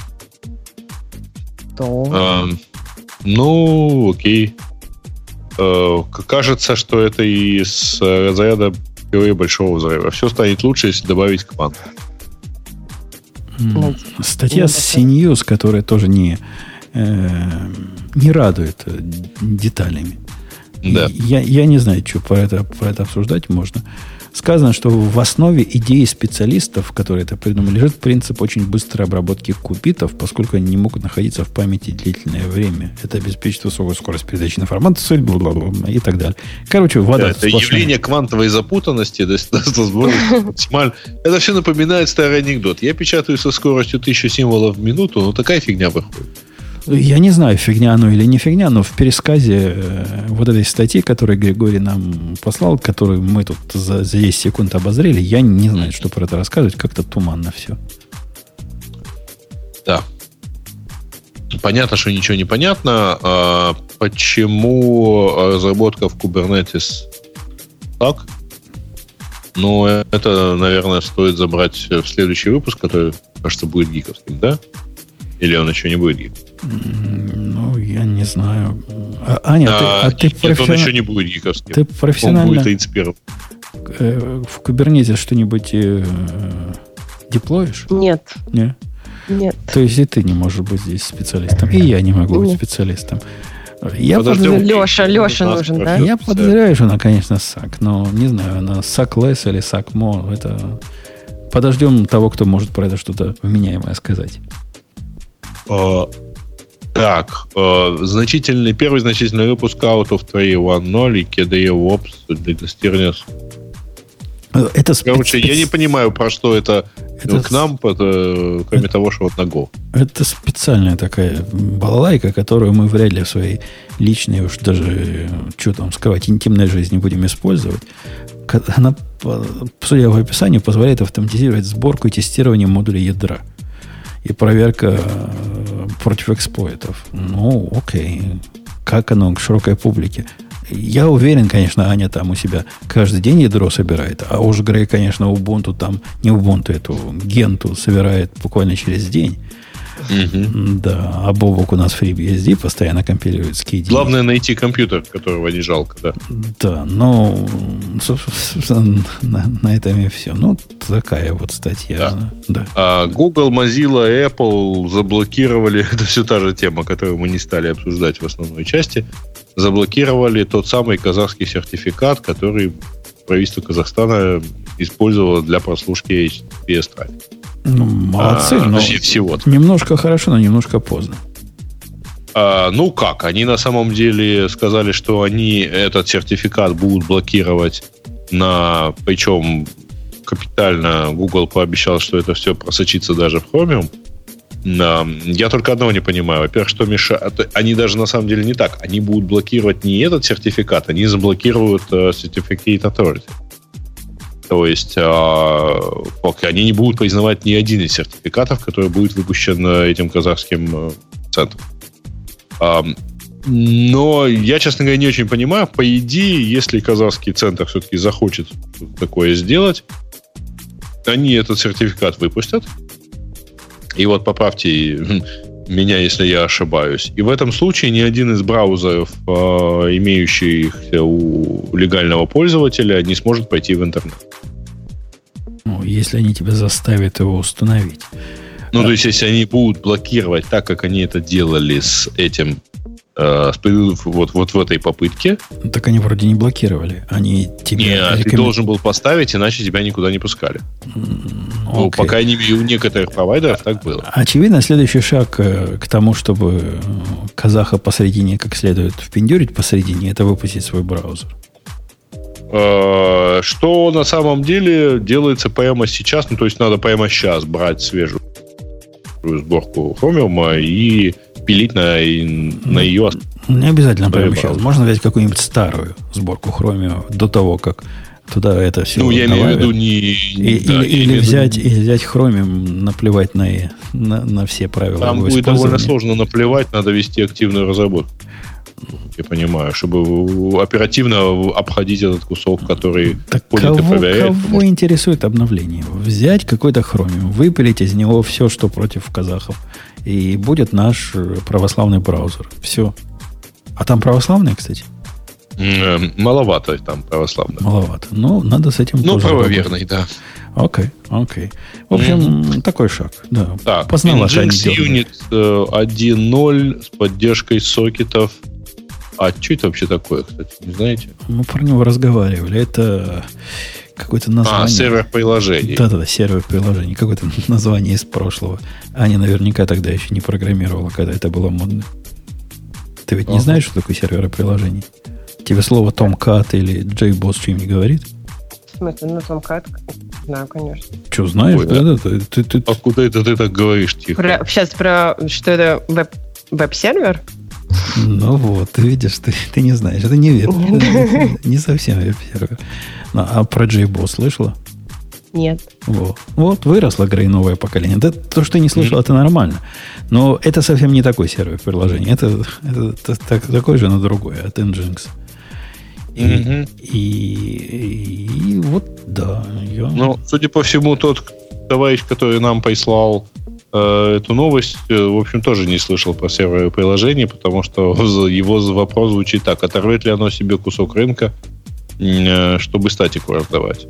А, ну, окей. А, кажется, что это из разряда теории большого взрыва. Все станет лучше, если добавить квант. Mm. Статья с си-News, которая тоже не, э, не радует деталями. Да. Я, я не знаю, что про это, про это обсуждать можно. Сказано, что в основе идеи специалистов, которые это придумали, лежит принцип очень быстрой обработки кубитов, поскольку они не могут находиться в памяти длительное время. Это обеспечит высокую скорость передачи информации, бла-бла-бла, и так далее. Короче, вода... Да, это сплошная. Явление квантовой запутанности. Это все напоминает старый анекдот. Я печатаю со скоростью тысячу символов в минуту, но такая фигня выходит. Я не знаю, фигня оно или не фигня, но в пересказе э, вот этой статьи, которую Григорий нам послал, которую мы тут за, за десять секунд обозрели, я не знаю, что про это рассказывать, как-то туманно все. Да. Понятно, что ничего не понятно. А почему разработка в Kubernetes так? Ну, это, наверное, стоит забрать в следующий выпуск, который, кажется, будет гиковским, да? Или он еще не будет гиковским? Ну, я не знаю. А, Аня, а, ты, а ты профессионально... он еще не будет гиковским. Ты профессионально... Он будет тридцать первым. В Kubernetes что-нибудь э, деплоишь? Нет. Нет? Нет. То есть и ты не можешь быть здесь специалистом. И я не могу быть Нет. специалистом. Я подозреваю... Леша, Леша нужен, да? Я подозреваю, что она, конечно, сак, но не знаю, она сак-лесс или сак-мо. Это... Подождем того, кто может про это что-то вменяемое сказать. Uh, так, uh, значительный, первый значительный выпуск Out of три точка ноль и кей ди Ops для тестирования. Это специ... Короче, я не понимаю, про что это, это к нам, это, кроме это... того, что вот на Go. Это специальная такая балалайка, которую мы вряд ли в своей личной, уж даже, что там скрывать, интимной жизни будем использовать. Она, судя по описанию, позволяет автоматизировать сборку и тестирование модуля ядра. И проверка против эксплойтов. Ну, окей. Как оно к широкой публике? Я уверен, конечно, Аня там у себя каждый день ядро собирает. А уж Грей, конечно, Ubuntu там, не Ubuntu, эту Генту собирает буквально через день. Mm-hmm. Да, а Бобок у нас в FreeBSD постоянно компилирует с кей ди. Главное найти компьютер, которого не жалко, да. Да, но собственно, на, на этом и все. Ну, такая вот статья. Да. Да. А Google, Mozilla, Apple заблокировали, это все та же тема, которую мы не стали обсуждать в основной части, заблокировали тот самый казахский сертификат, который правительство Казахстана использовало для прослушки эйч ти ти пи эс трафика. Ну, молодцы, а, но всего-то. Немножко хорошо, но немножко поздно. А, ну как, они на самом деле сказали, что они этот сертификат будут блокировать на, причем капитально Google пообещал, что это все просочится даже в Chromium. Я только одного не понимаю. Во-первых, что мешает... Они даже на самом деле не так. Они будут блокировать не этот сертификат, они заблокируют uh, Certificate Authority. То есть uh, они не будут признавать ни один из сертификатов, который будет выпущен этим казахским uh, центром. Um, но я, честно говоря, не очень понимаю. По идее, если казахский центр все-таки захочет такое сделать, они этот сертификат выпустят. И вот поправьте меня, если я ошибаюсь. И в этом случае ни один из браузеров, имеющих у легального пользователя, не сможет пойти в интернет. Ну, если они тебя заставят его установить. Ну, а... то есть, если они будут блокировать так, как они это делали с этим, э, вот, вот в этой попытке. Так они вроде не блокировали. Они тебя Нет, рекомен... ты должен был поставить, иначе тебя никуда не пускали. Mm, ну, по крайней мере, у некоторых провайдеров так было. Очевидно, следующий шаг к тому, чтобы казаха посредине как следует впендюрить посредине, это выпустить свой браузер. Что на самом деле делается прямо сейчас. Ну, то есть надо прямо сейчас брать свежую сборку Chromium и пилить на, на ее... Не обязательно прямо браузер. Сейчас. Можно взять какую-нибудь старую сборку Chromium до того, как туда это все... Ну, я имею в виду не... И, да, или или взять, или взять Chromium, наплевать на, на, на все правила. Там будет довольно сложно наплевать, надо вести активную разработку. Я понимаю, чтобы оперативно обходить этот кусок, который так ходит кого, и проверяет. Кого потому... интересует обновление? Взять какой-то Chromium, выпилить из него все, что против казахов, и будет наш православный браузер. Все. А там православный, кстати? Маловато там православный. Маловато. Ну, надо с этим ну, тоже правоверный, да. Окей, окей. В общем, mm. такой шаг. Да. Так, Nginx Unit один ноль с поддержкой сокетов. А что это вообще такое, кстати, не знаете? Мы про него разговаривали. Это какое-то название. А, сервер приложений. Да-да-да, сервер приложений. Какое-то название из прошлого. Аня наверняка тогда еще не программировала, когда это было модно. Ты ведь ага. не знаешь, что такое сервер приложений? Тебе слово Tomcat или JBoss что-нибудь не говорит? В смысле, ну Tomcat знаю, конечно. Что, знаешь? Ой, да, да, да. Ты, ты... Откуда это ты так говоришь, тихо? Про, сейчас про, что это веб, веб-сервер? Ну вот, ты видишь, ты, ты не знаешь. Это неверно. Не совсем веб-сервер. А про JBoss слышала? Нет. Вот, вот выросло, Грей, новое поколение. Да, то, что ты не слышал, mm-hmm. это нормально. Но это совсем не такой сервер приложения. Это, это, это так, такой же, но другой, от Nginx. И, mm-hmm. и, и, и вот, да. Я... Ну, судя по всему, тот товарищ, который нам прислал э, эту новость, э, в общем, тоже не слышал про серверы приложений, потому что его вопрос звучит так: оторвет ли оно себе кусок рынка, э, чтобы статику раздавать?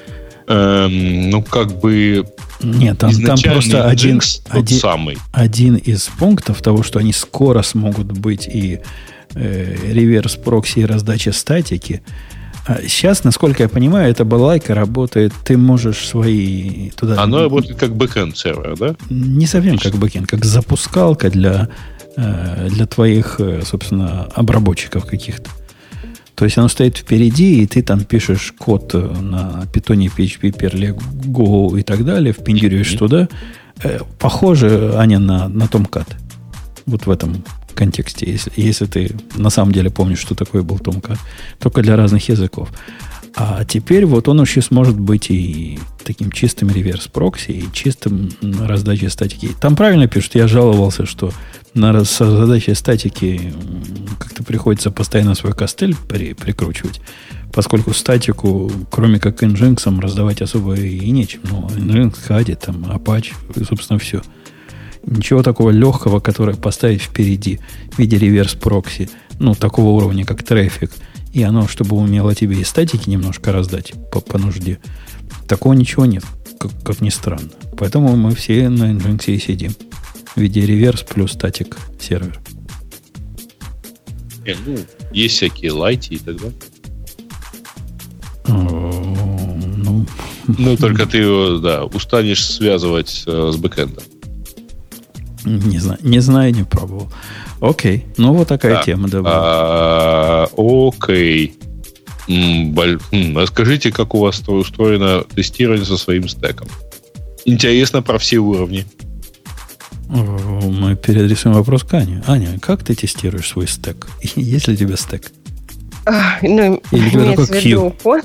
Эм, ну, как бы... Нет, там, там просто один, один, самый. один из пунктов того, что они скоро смогут быть и э, реверс-прокси, и раздача статики. А сейчас, насколько я понимаю, эта балайка работает, ты можешь свои... туда. Оно работает как бэкэнд сервер, да? Не совсем как бэкэнд, как запускалка для, э, для твоих, собственно, обработчиков каких-то. То есть оно стоит впереди, и ты там пишешь код на Python, пи эйч пи, Perl, Go и так далее, впендюриваешь mm-hmm. туда. Похоже, Аня, на, на Tomcat. Вот в этом контексте. Если, если ты на самом деле помнишь, что такое был Tomcat. Только для разных языков. А теперь вот он еще сможет быть и таким чистым реверс-прокси, и чистым раздачей статики. Там правильно пишут, я жаловался, что на раздаче статики как-то приходится постоянно свой костыль при, прикручивать, поскольку статику, кроме как Nginx, раздавать особо и нечем. Ну, Nginx, Kadi, там, Apache, и, собственно, все. Ничего такого легкого, которое поставить впереди в виде реверс-прокси, ну, такого уровня, как трафик, и оно, чтобы умело тебе и статики немножко раздать по, по нужде, такого ничего нет, как, как ни странно. Поэтому мы все на Nginx и сидим в виде реверс плюс статик сервер. Не, ну, есть всякие лайти и так далее. Ну, ну, только ты его, да, устанешь связывать э, с бэкэндом. Не знаю, не знаю, не пробовал. Окей, ну вот такая да. тема. А, окей. Расскажите, как у вас устроено тестирование со своим стеком. Интересно про все уровни. Мы переадресуем вопрос к Ане. Аня, как ты тестируешь свой стек? Есть ли у тебя стек? А, ну, или имеется в виду код.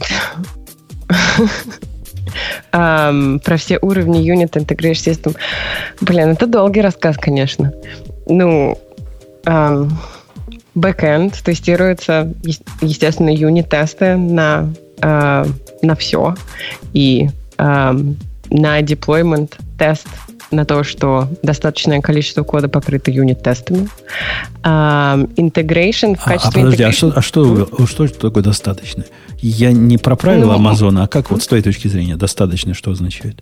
um, про все уровни Unit Integration System. Блин, это долгий рассказ, конечно. Ну, um, бэкэнд тестируется, естественно, юнит-тесты на, uh, на все. И um, на deployment тест на то, что достаточное количество кода покрыто юнит-тестами. Uh, integration в а, качестве... А подожди, а что, а что, что такое достаточно? Я не про правила ну, Амазона, а как вот с твоей точки зрения достаточно, что означает?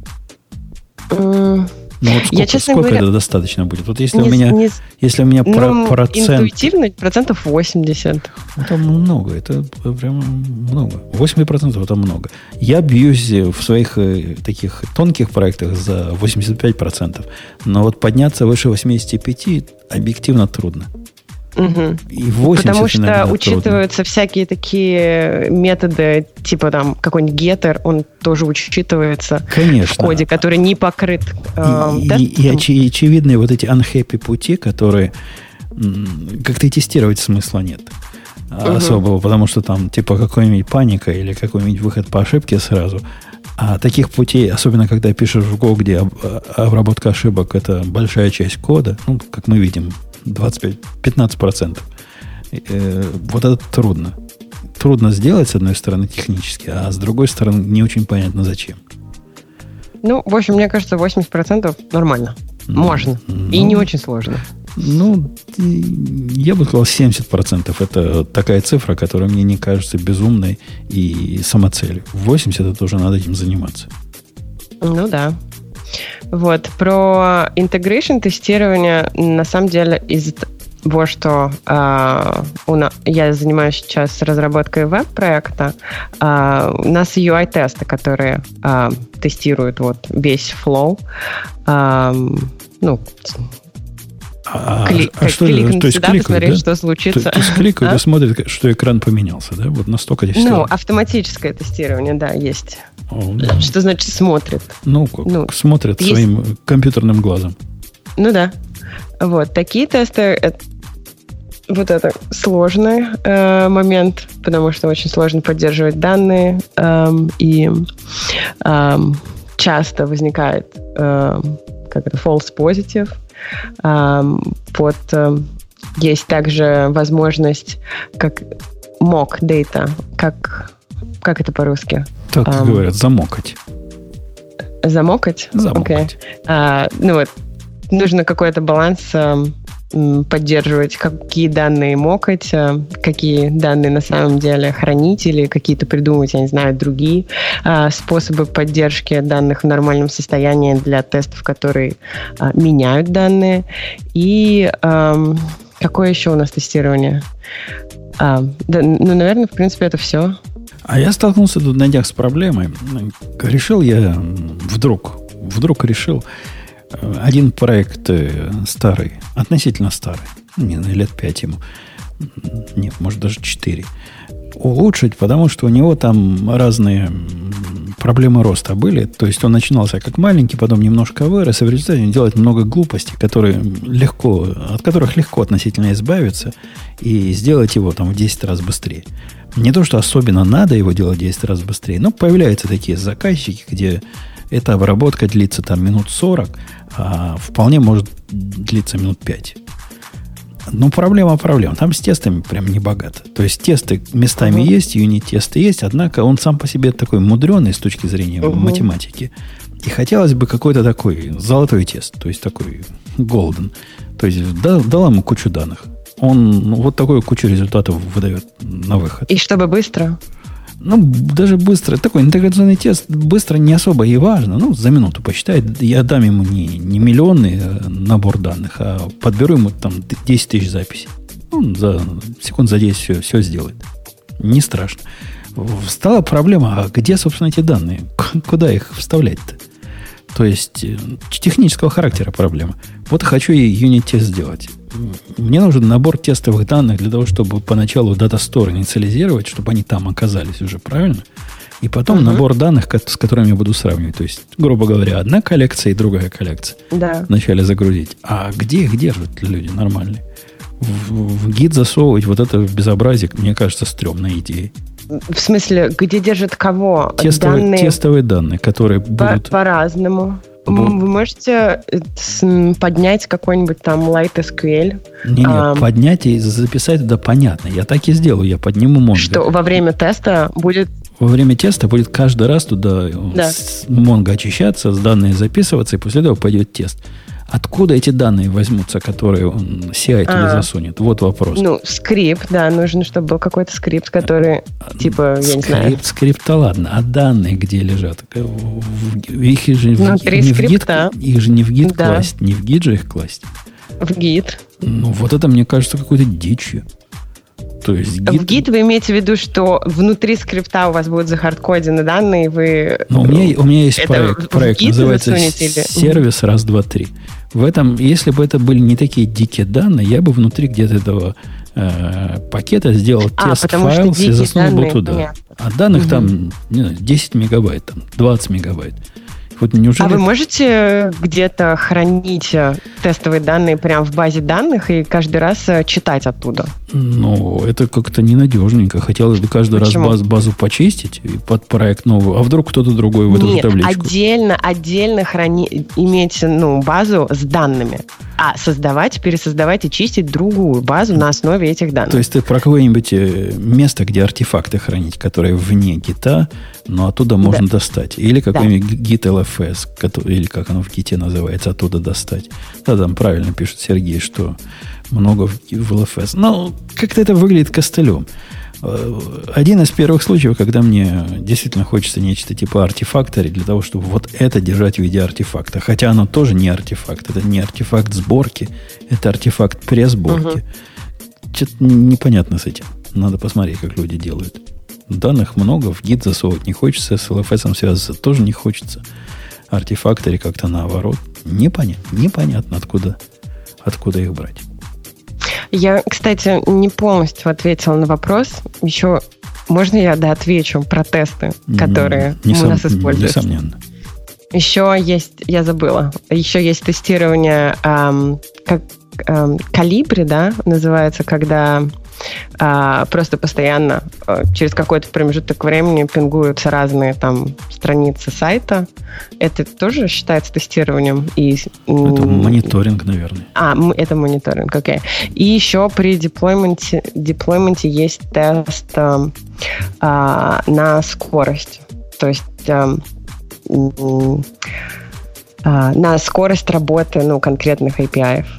Uh, ну вот сколько, я, честно сколько говоря, это достаточно будет? Вот если не, у меня, не, если у меня ну, про, процент... Интуитивно процентов восемьдесят. Это много, это прям много. восемьдесят процентов это много. Я бьюсь в своих таких тонких проектах за восемьдесят пять процентов. Но вот подняться выше восемьдесят пять процентов объективно трудно. Угу. И восемьдесят Потому что учитываются трудно. Всякие такие методы, типа там какой-нибудь getter, он тоже учитывается Конечно. В коде, который не покрыт э, и, и, и, оч, и очевидные вот эти unhappy пути, которые как-то и тестировать смысла нет. Угу. Особого, потому что там типа какой-нибудь паника или какой-нибудь выход по ошибке сразу. А таких путей, особенно когда пишешь в Go, где обработка ошибок это большая часть кода, ну, как мы видим, двадцать пять - пятнадцать процентов. Э, вот это трудно. Трудно сделать, с одной стороны, технически, а с другой стороны, не очень понятно, зачем. Ну, в общем, мне кажется, восемьдесят процентов нормально. Ну, можно. Ну, и не очень сложно. Ну, я бы сказал, семьдесят процентов это такая цифра, которая мне не кажется безумной и самоцелью. восемьдесят процентов это уже надо этим заниматься. Ну да. Вот, про integration тестирование, на самом деле, из того, что э, у нас, я занимаюсь сейчас разработкой веб-проекта, э, у нас ю ай-тесты, которые э, тестируют вот весь flow. Э, ну, а, клик, а что, кликнуть то есть сюда, кликают, посмотреть, да? что случится. То, то есть кликают, да? И смотрят, что экран поменялся, да? Вот настолько здесь Ну, все... автоматическое тестирование, да, есть. О, да. Что значит смотрит? Ну, как, ну смотрят есть... своим компьютерным глазом. Ну да. Вот, такие тесты, это, вот это сложный э, момент, потому что очень сложно поддерживать данные, э, и э, часто возникает э, как это, false positive. Э, под, э, есть также возможность как mock data, как, как это по-русски? Так Um, говорят, замокать. Замокать? Замокать. Okay. Uh, ну вот, нужно какой-то баланс uh, поддерживать, какие данные мокать, uh, какие данные на самом деле хранить или какие-то придумать, я не знаю, другие uh, способы поддержки данных в нормальном состоянии для тестов, которые uh, меняют данные. И um, какое еще у нас тестирование? Uh, да, ну, наверное, в принципе, это все. А я столкнулся тут на днях с проблемой. Решил я вдруг, вдруг решил один проект старый, относительно старый, не знаю, лет пять ему, нет, может даже четыре, улучшить, потому что у него там разные проблемы роста были. То есть он начинался как маленький, потом немножко вырос, и в результате он делает много глупостей, которые легко, от которых легко относительно избавиться и сделать его там в десять раз быстрее. Не то, что особенно надо его делать десять раз быстрее, но появляются такие заказчики, где эта обработка длится там минут сорок, а вполне может длиться минут пять. Ну, проблема проблема. Там с тестами прям не богато. То есть тесты местами uh-huh. есть, юнит-тесты есть, однако он сам по себе такой мудреный с точки зрения uh-huh. математики. И хотелось бы какой-то такой золотой тест, то есть такой golden. То есть дал, дал ему кучу данных. Он ну, вот такую кучу результатов выдает на выход. И чтобы быстро? Ну, даже быстро. Такой интеграционный тест быстро не особо и важно. Ну, за минуту посчитает. Я дам ему не, не миллионный набор данных, а подберу ему там десять тысяч записей. Он за секунд за десять все, все сделает. Не страшно. Стала проблема, а где, собственно, эти данные? Куда их вставлять-то? То есть, технического характера проблема. Вот хочу и юнит-тест сделать. мне нужен набор тестовых данных для того, чтобы поначалу Data Store инициализировать, чтобы они там оказались уже, правильно? И потом uh-huh. набор данных, с которыми я буду сравнивать. То есть, грубо говоря, одна коллекция и другая коллекция. Да. Вначале загрузить. А где их держат люди нормальные? В, в гид засовывать вот это безобразие, мне кажется, стрёмной идеей. В смысле, где держат кого? Тестовые данные, тестовые данные, которые по- будут... По-разному. Вы можете поднять какой-нибудь там Light эс кью эль? Не, не, а, поднять и записать туда понятно. Я так и сделаю, я подниму Mongo. Что во время теста будет... Во время теста будет каждый раз туда да. с Mongo очищаться, с данные записываться, и после этого пойдет тест. Откуда эти данные возьмутся, которые он си ай туда засунет? Вот вопрос. Ну, скрипт, да, нужно, чтобы был какой-то скрипт, который, типа, я не знаю. Скрипт, скрипт-то ладно, а данные где лежат? Их же внутри не скрипта. В гид, их же не в гид да. класть, не в гид же их класть. В гид. Ну, вот это, мне кажется, какой-то дичью. То есть гид... В гид вы имеете в виду, что внутри скрипта у вас будут захардкодены данные, и вы... Ну, у меня, у меня есть проект, проект называется сервис раз, два, три. В этом, если бы это были не такие дикие данные, я бы внутри где-то этого э, пакета сделал а, тест-файл и засунул бы туда. Понятно. А данных угу. там не знаю, десять мегабайт, там, двадцать мегабайт. Вот неужели... А вы можете где-то хранить тестовые данные прямо в базе данных и каждый раз читать оттуда? Ну, это как-то ненадежненько. Хотелось бы каждый Почему? раз базу, базу почистить и под проект новую. А вдруг кто-то другой в эту Нет, же табличку? отдельно, отдельно храни... иметь ну, базу с данными. А создавать, пересоздавать и чистить другую базу на основе этих данных. То есть ты про какое-нибудь место, где артефакты хранить, которые вне гита, но оттуда можно да. достать. Или какой-нибудь да. гит эл эф эс, или как оно в гите называется, оттуда достать. Да, там правильно пишет Сергей, что много в эл эф эс. Но как-то это выглядит костылем. Один из первых случаев, когда мне действительно хочется нечто типа артефактори для того, чтобы вот это держать в виде артефакта. Хотя оно тоже не артефакт. Это не артефакт сборки, это артефакт пресс-сборки. Угу. Что-то непонятно с этим. Надо посмотреть, как люди делают. Данных много, в гид засовывать не хочется, с эл эф эс связываться тоже не хочется. Артефактори как-то наоборот. Непонятно, непонятно откуда, откуда их брать. Я, кстати, не полностью ответила на вопрос. Еще можно я да, отвечу про тесты, которые Несом... у нас используются? Несомненно. Еще есть, я забыла, еще есть тестирование эм, как эм, калибри, да, называется, когда э, просто постоянно э, через какой-то промежуток времени пингуются разные там страницы сайта. Это тоже считается тестированием? И, это мониторинг, наверное. А, это мониторинг, окей. Okay. И еще при деплойменте, деплойменте есть тест э, э, на скорость. То есть э, э, э, на скорость работы ну, конкретных эй пи ай.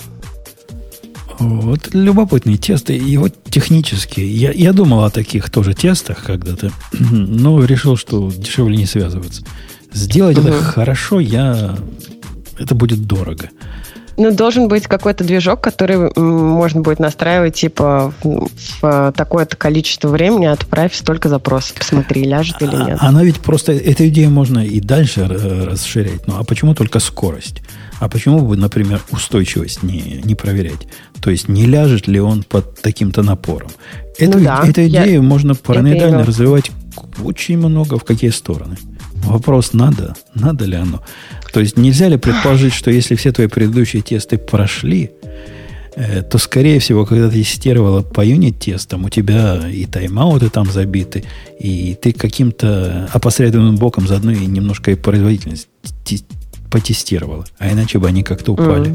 Вот любопытные тесты. И вот технические. Я, я думал о таких тоже тестах когда-то, но решил, что дешевле не связываться. Сделать угу. это хорошо, я... это будет дорого. Ну, должен быть какой-то движок, который можно будет настраивать, типа, в, в такое-то количество времени отправь столько запросов, посмотри, ляжет или нет. Она ведь просто... Эту идею можно и дальше расширять. Ну, а почему только скорость? А почему бы, например, устойчивость не, не проверять? То есть, не ляжет ли он под таким-то напором? Эту, ну, да, эту идею я, можно параноидально развивать очень много в какие стороны. Вопрос, надо, надо ли оно? То есть, нельзя ли предположить, что если все твои предыдущие тесты прошли, э, то, скорее всего, когда ты тестировала по юнит-тестам, у тебя и тайм-ауты там забиты, и ты каким-то опосредованным боком заодно и немножко и производительность потестировала. А иначе бы они как-то упали.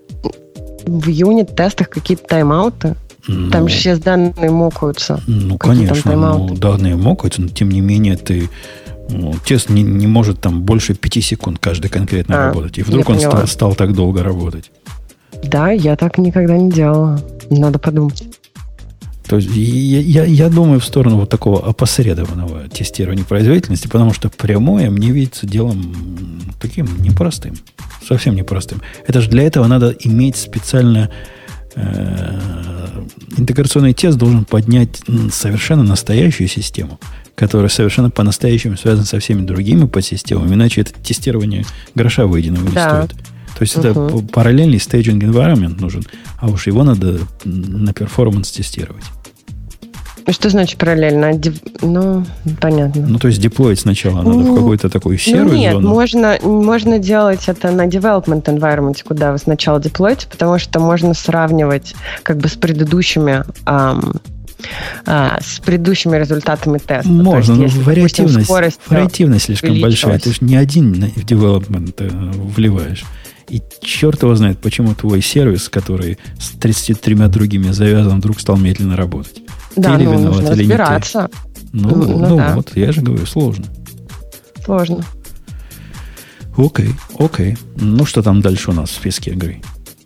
В юнит-тестах какие-то тайм-ауты? Ну, там же сейчас данные мокаются. Ну, Какие конечно, ну, данные мокаются, но тем не менее ты... Ну, тест не, не может там больше пяти секунд каждый конкретно а, работать. И вдруг он стал, стал так долго работать. Да, я так никогда не делала. Надо подумать. То есть я, я, я думаю в сторону вот такого опосредованного тестирования производительности, потому что прямое мне видится делом таким непростым. Совсем непростым. Это же для этого надо иметь специально... Э, интеграционный тест должен поднять совершенно настоящую систему, которая совершенно по-настоящему связана со всеми другими подсистемами, иначе это тестирование гроша выеденного не да. стоит. То есть uh-huh. это параллельный staging environment нужен, а уж его надо на перформанс тестировать. Что значит параллельно? Ну, понятно. Ну, то есть деплоить сначала надо ну, в какую-то такую серую ну, нет, зону? Можно, можно делать это на development environment, куда вы сначала деплоите, потому что можно сравнивать как бы с предыдущими... Ам, А, с предыдущими результатами теста. Можно, но вариативность, вариативность слишком большая. Ты же не один в девелопмент вливаешь. И черт его знает, почему твой сервис, который с тридцатью тремя другими завязан, вдруг стал медленно работать. Да, ты ну, или виноват, нужно или разбираться. Не ты. Ну, ну, ну да. Вот, я же говорю, сложно. Сложно. Окей, окей. Ну, что там дальше у нас в списке игры?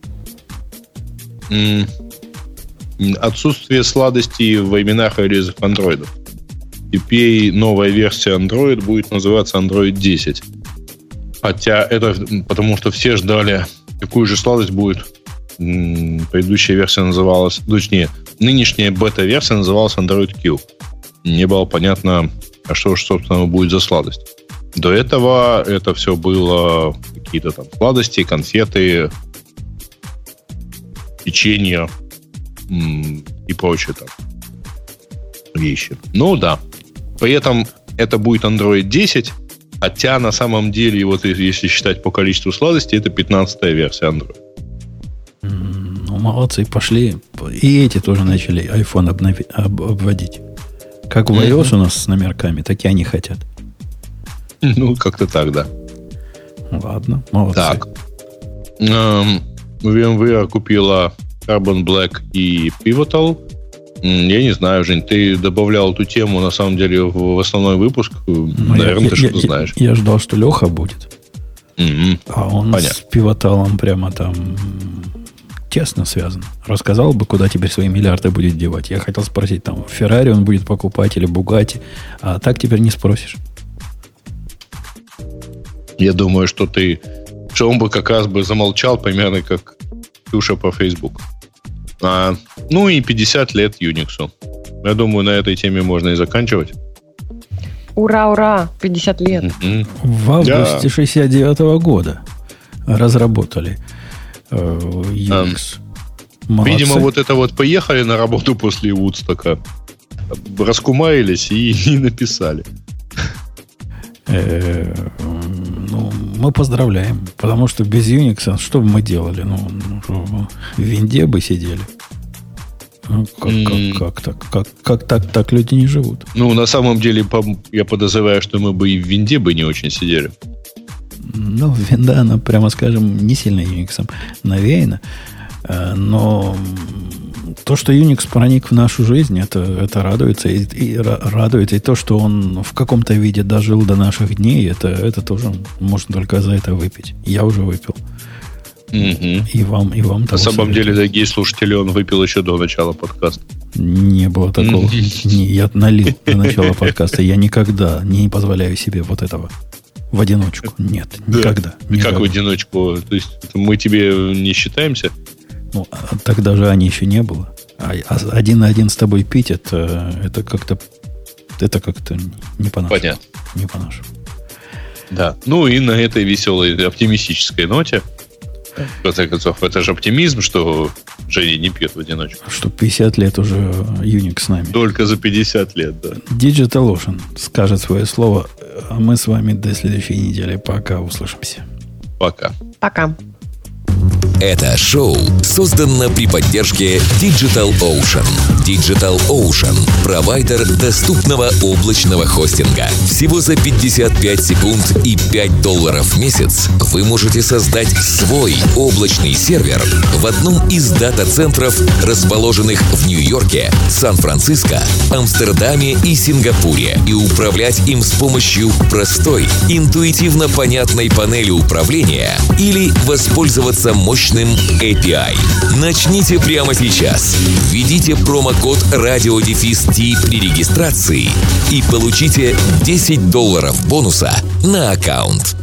Mm. Отсутствие сладостей в именах релизов Android. Теперь новая версия Android будет называться Android десять. Хотя это потому, что все ждали, какую же сладость будет. Предыдущая версия называлась... Точнее, нынешняя бета-версия называлась Android Q. Не было понятно, а что же, собственно, будет за сладость. До этого это все было какие-то там сладости, конфеты, печенье и прочие там вещи. Ну да. При этом это будет Android десять, хотя на самом деле, вот если считать по количеству сладостей, это пятнадцатая версия Android. Ну, молодцы, пошли. И эти тоже начали iPhone обнови, об, обводить. Как в iOS mm-hmm. у нас с номерками, так и они хотят. Ну, как-то так, да. Ладно, молодцы. Так. Эм, VMware купила Carbon Black и Pivotal. Я не знаю, Жень, ты добавлял эту тему, на самом деле, в основной выпуск. Ну, наверное, я, ты я, что-то я, знаешь. Я, я ждал, что Леха будет. Mm-hmm. А он Понятно. С Pivotal прямо там тесно связан. Рассказал бы, куда теперь свои миллиарды будет девать. Я хотел спросить, там, Феррари он будет покупать или Бугатти. А так теперь не спросишь. Я думаю, что ты... Что он бы как раз бы замолчал, примерно как Ксюша по Facebook. А, ну и пятьдесят лет Unix. Я думаю, на этой теме можно и заканчивать. Ура, ура! пятьдесят лет. Mm-hmm. В августе шестьдесят девятого года разработали э, Unix. Um, видимо, вот это вот поехали на работу после Вудстока, раскумарились и, и написали. Э, ну, мы поздравляем, потому что без Unix что бы мы делали? Ну, ну в винде бы сидели. Ну, как, mm. как, как так? Как, как так, так люди не живут? Ну, на самом деле, я подозреваю, что мы бы и в винде бы не очень сидели. Ну, винда, она, прямо скажем, не сильно Unix навеяна. Но то, что Unix проник в нашу жизнь, это, это радуется. И, и радует. И то, что он в каком-то виде дожил до наших дней, это, это тоже можно только за это выпить. Я уже выпил. Mm-hmm. И вам, и вам. На самом советую. Деле, дорогие слушатели, он выпил еще до начала подкаста. Не было такого. Mm-hmm. Не, я налил до начала подкаста. Я никогда не позволяю себе вот этого в одиночку. Нет, никогда. Да. никогда. Как в одиночку? То есть мы тебе не считаемся? Ну, тогда же Ани еще не было. А один на один с тобой пить, это, это как-то это как-то не по-нашему. Понятно. Не по-нашему. Да. Ну и на этой веселой, оптимистической ноте, в конце концов, это же оптимизм, что Женя не пьет в одиночку. Что пятьдесят лет уже Unix с нами. Только за пятьдесят лет, да. DigitalOcean скажет свое слово, а мы с вами до следующей недели. Пока, услышимся. Пока. Пока. Это шоу создано при поддержке DigitalOcean. DigitalOcean – провайдер доступного облачного хостинга. Всего за пятьдесят пять секунд и пять долларов в месяц вы можете создать свой облачный сервер в одном из дата-центров, расположенных в Нью-Йорке, Сан-Франциско, Амстердаме и Сингапуре, и управлять им с помощью простой, интуитивно понятной панели управления или воспользоваться мощным эй пи ай. Начните прямо сейчас. Введите промокод радиодефис-ти при регистрации и получите десять долларов бонуса на аккаунт.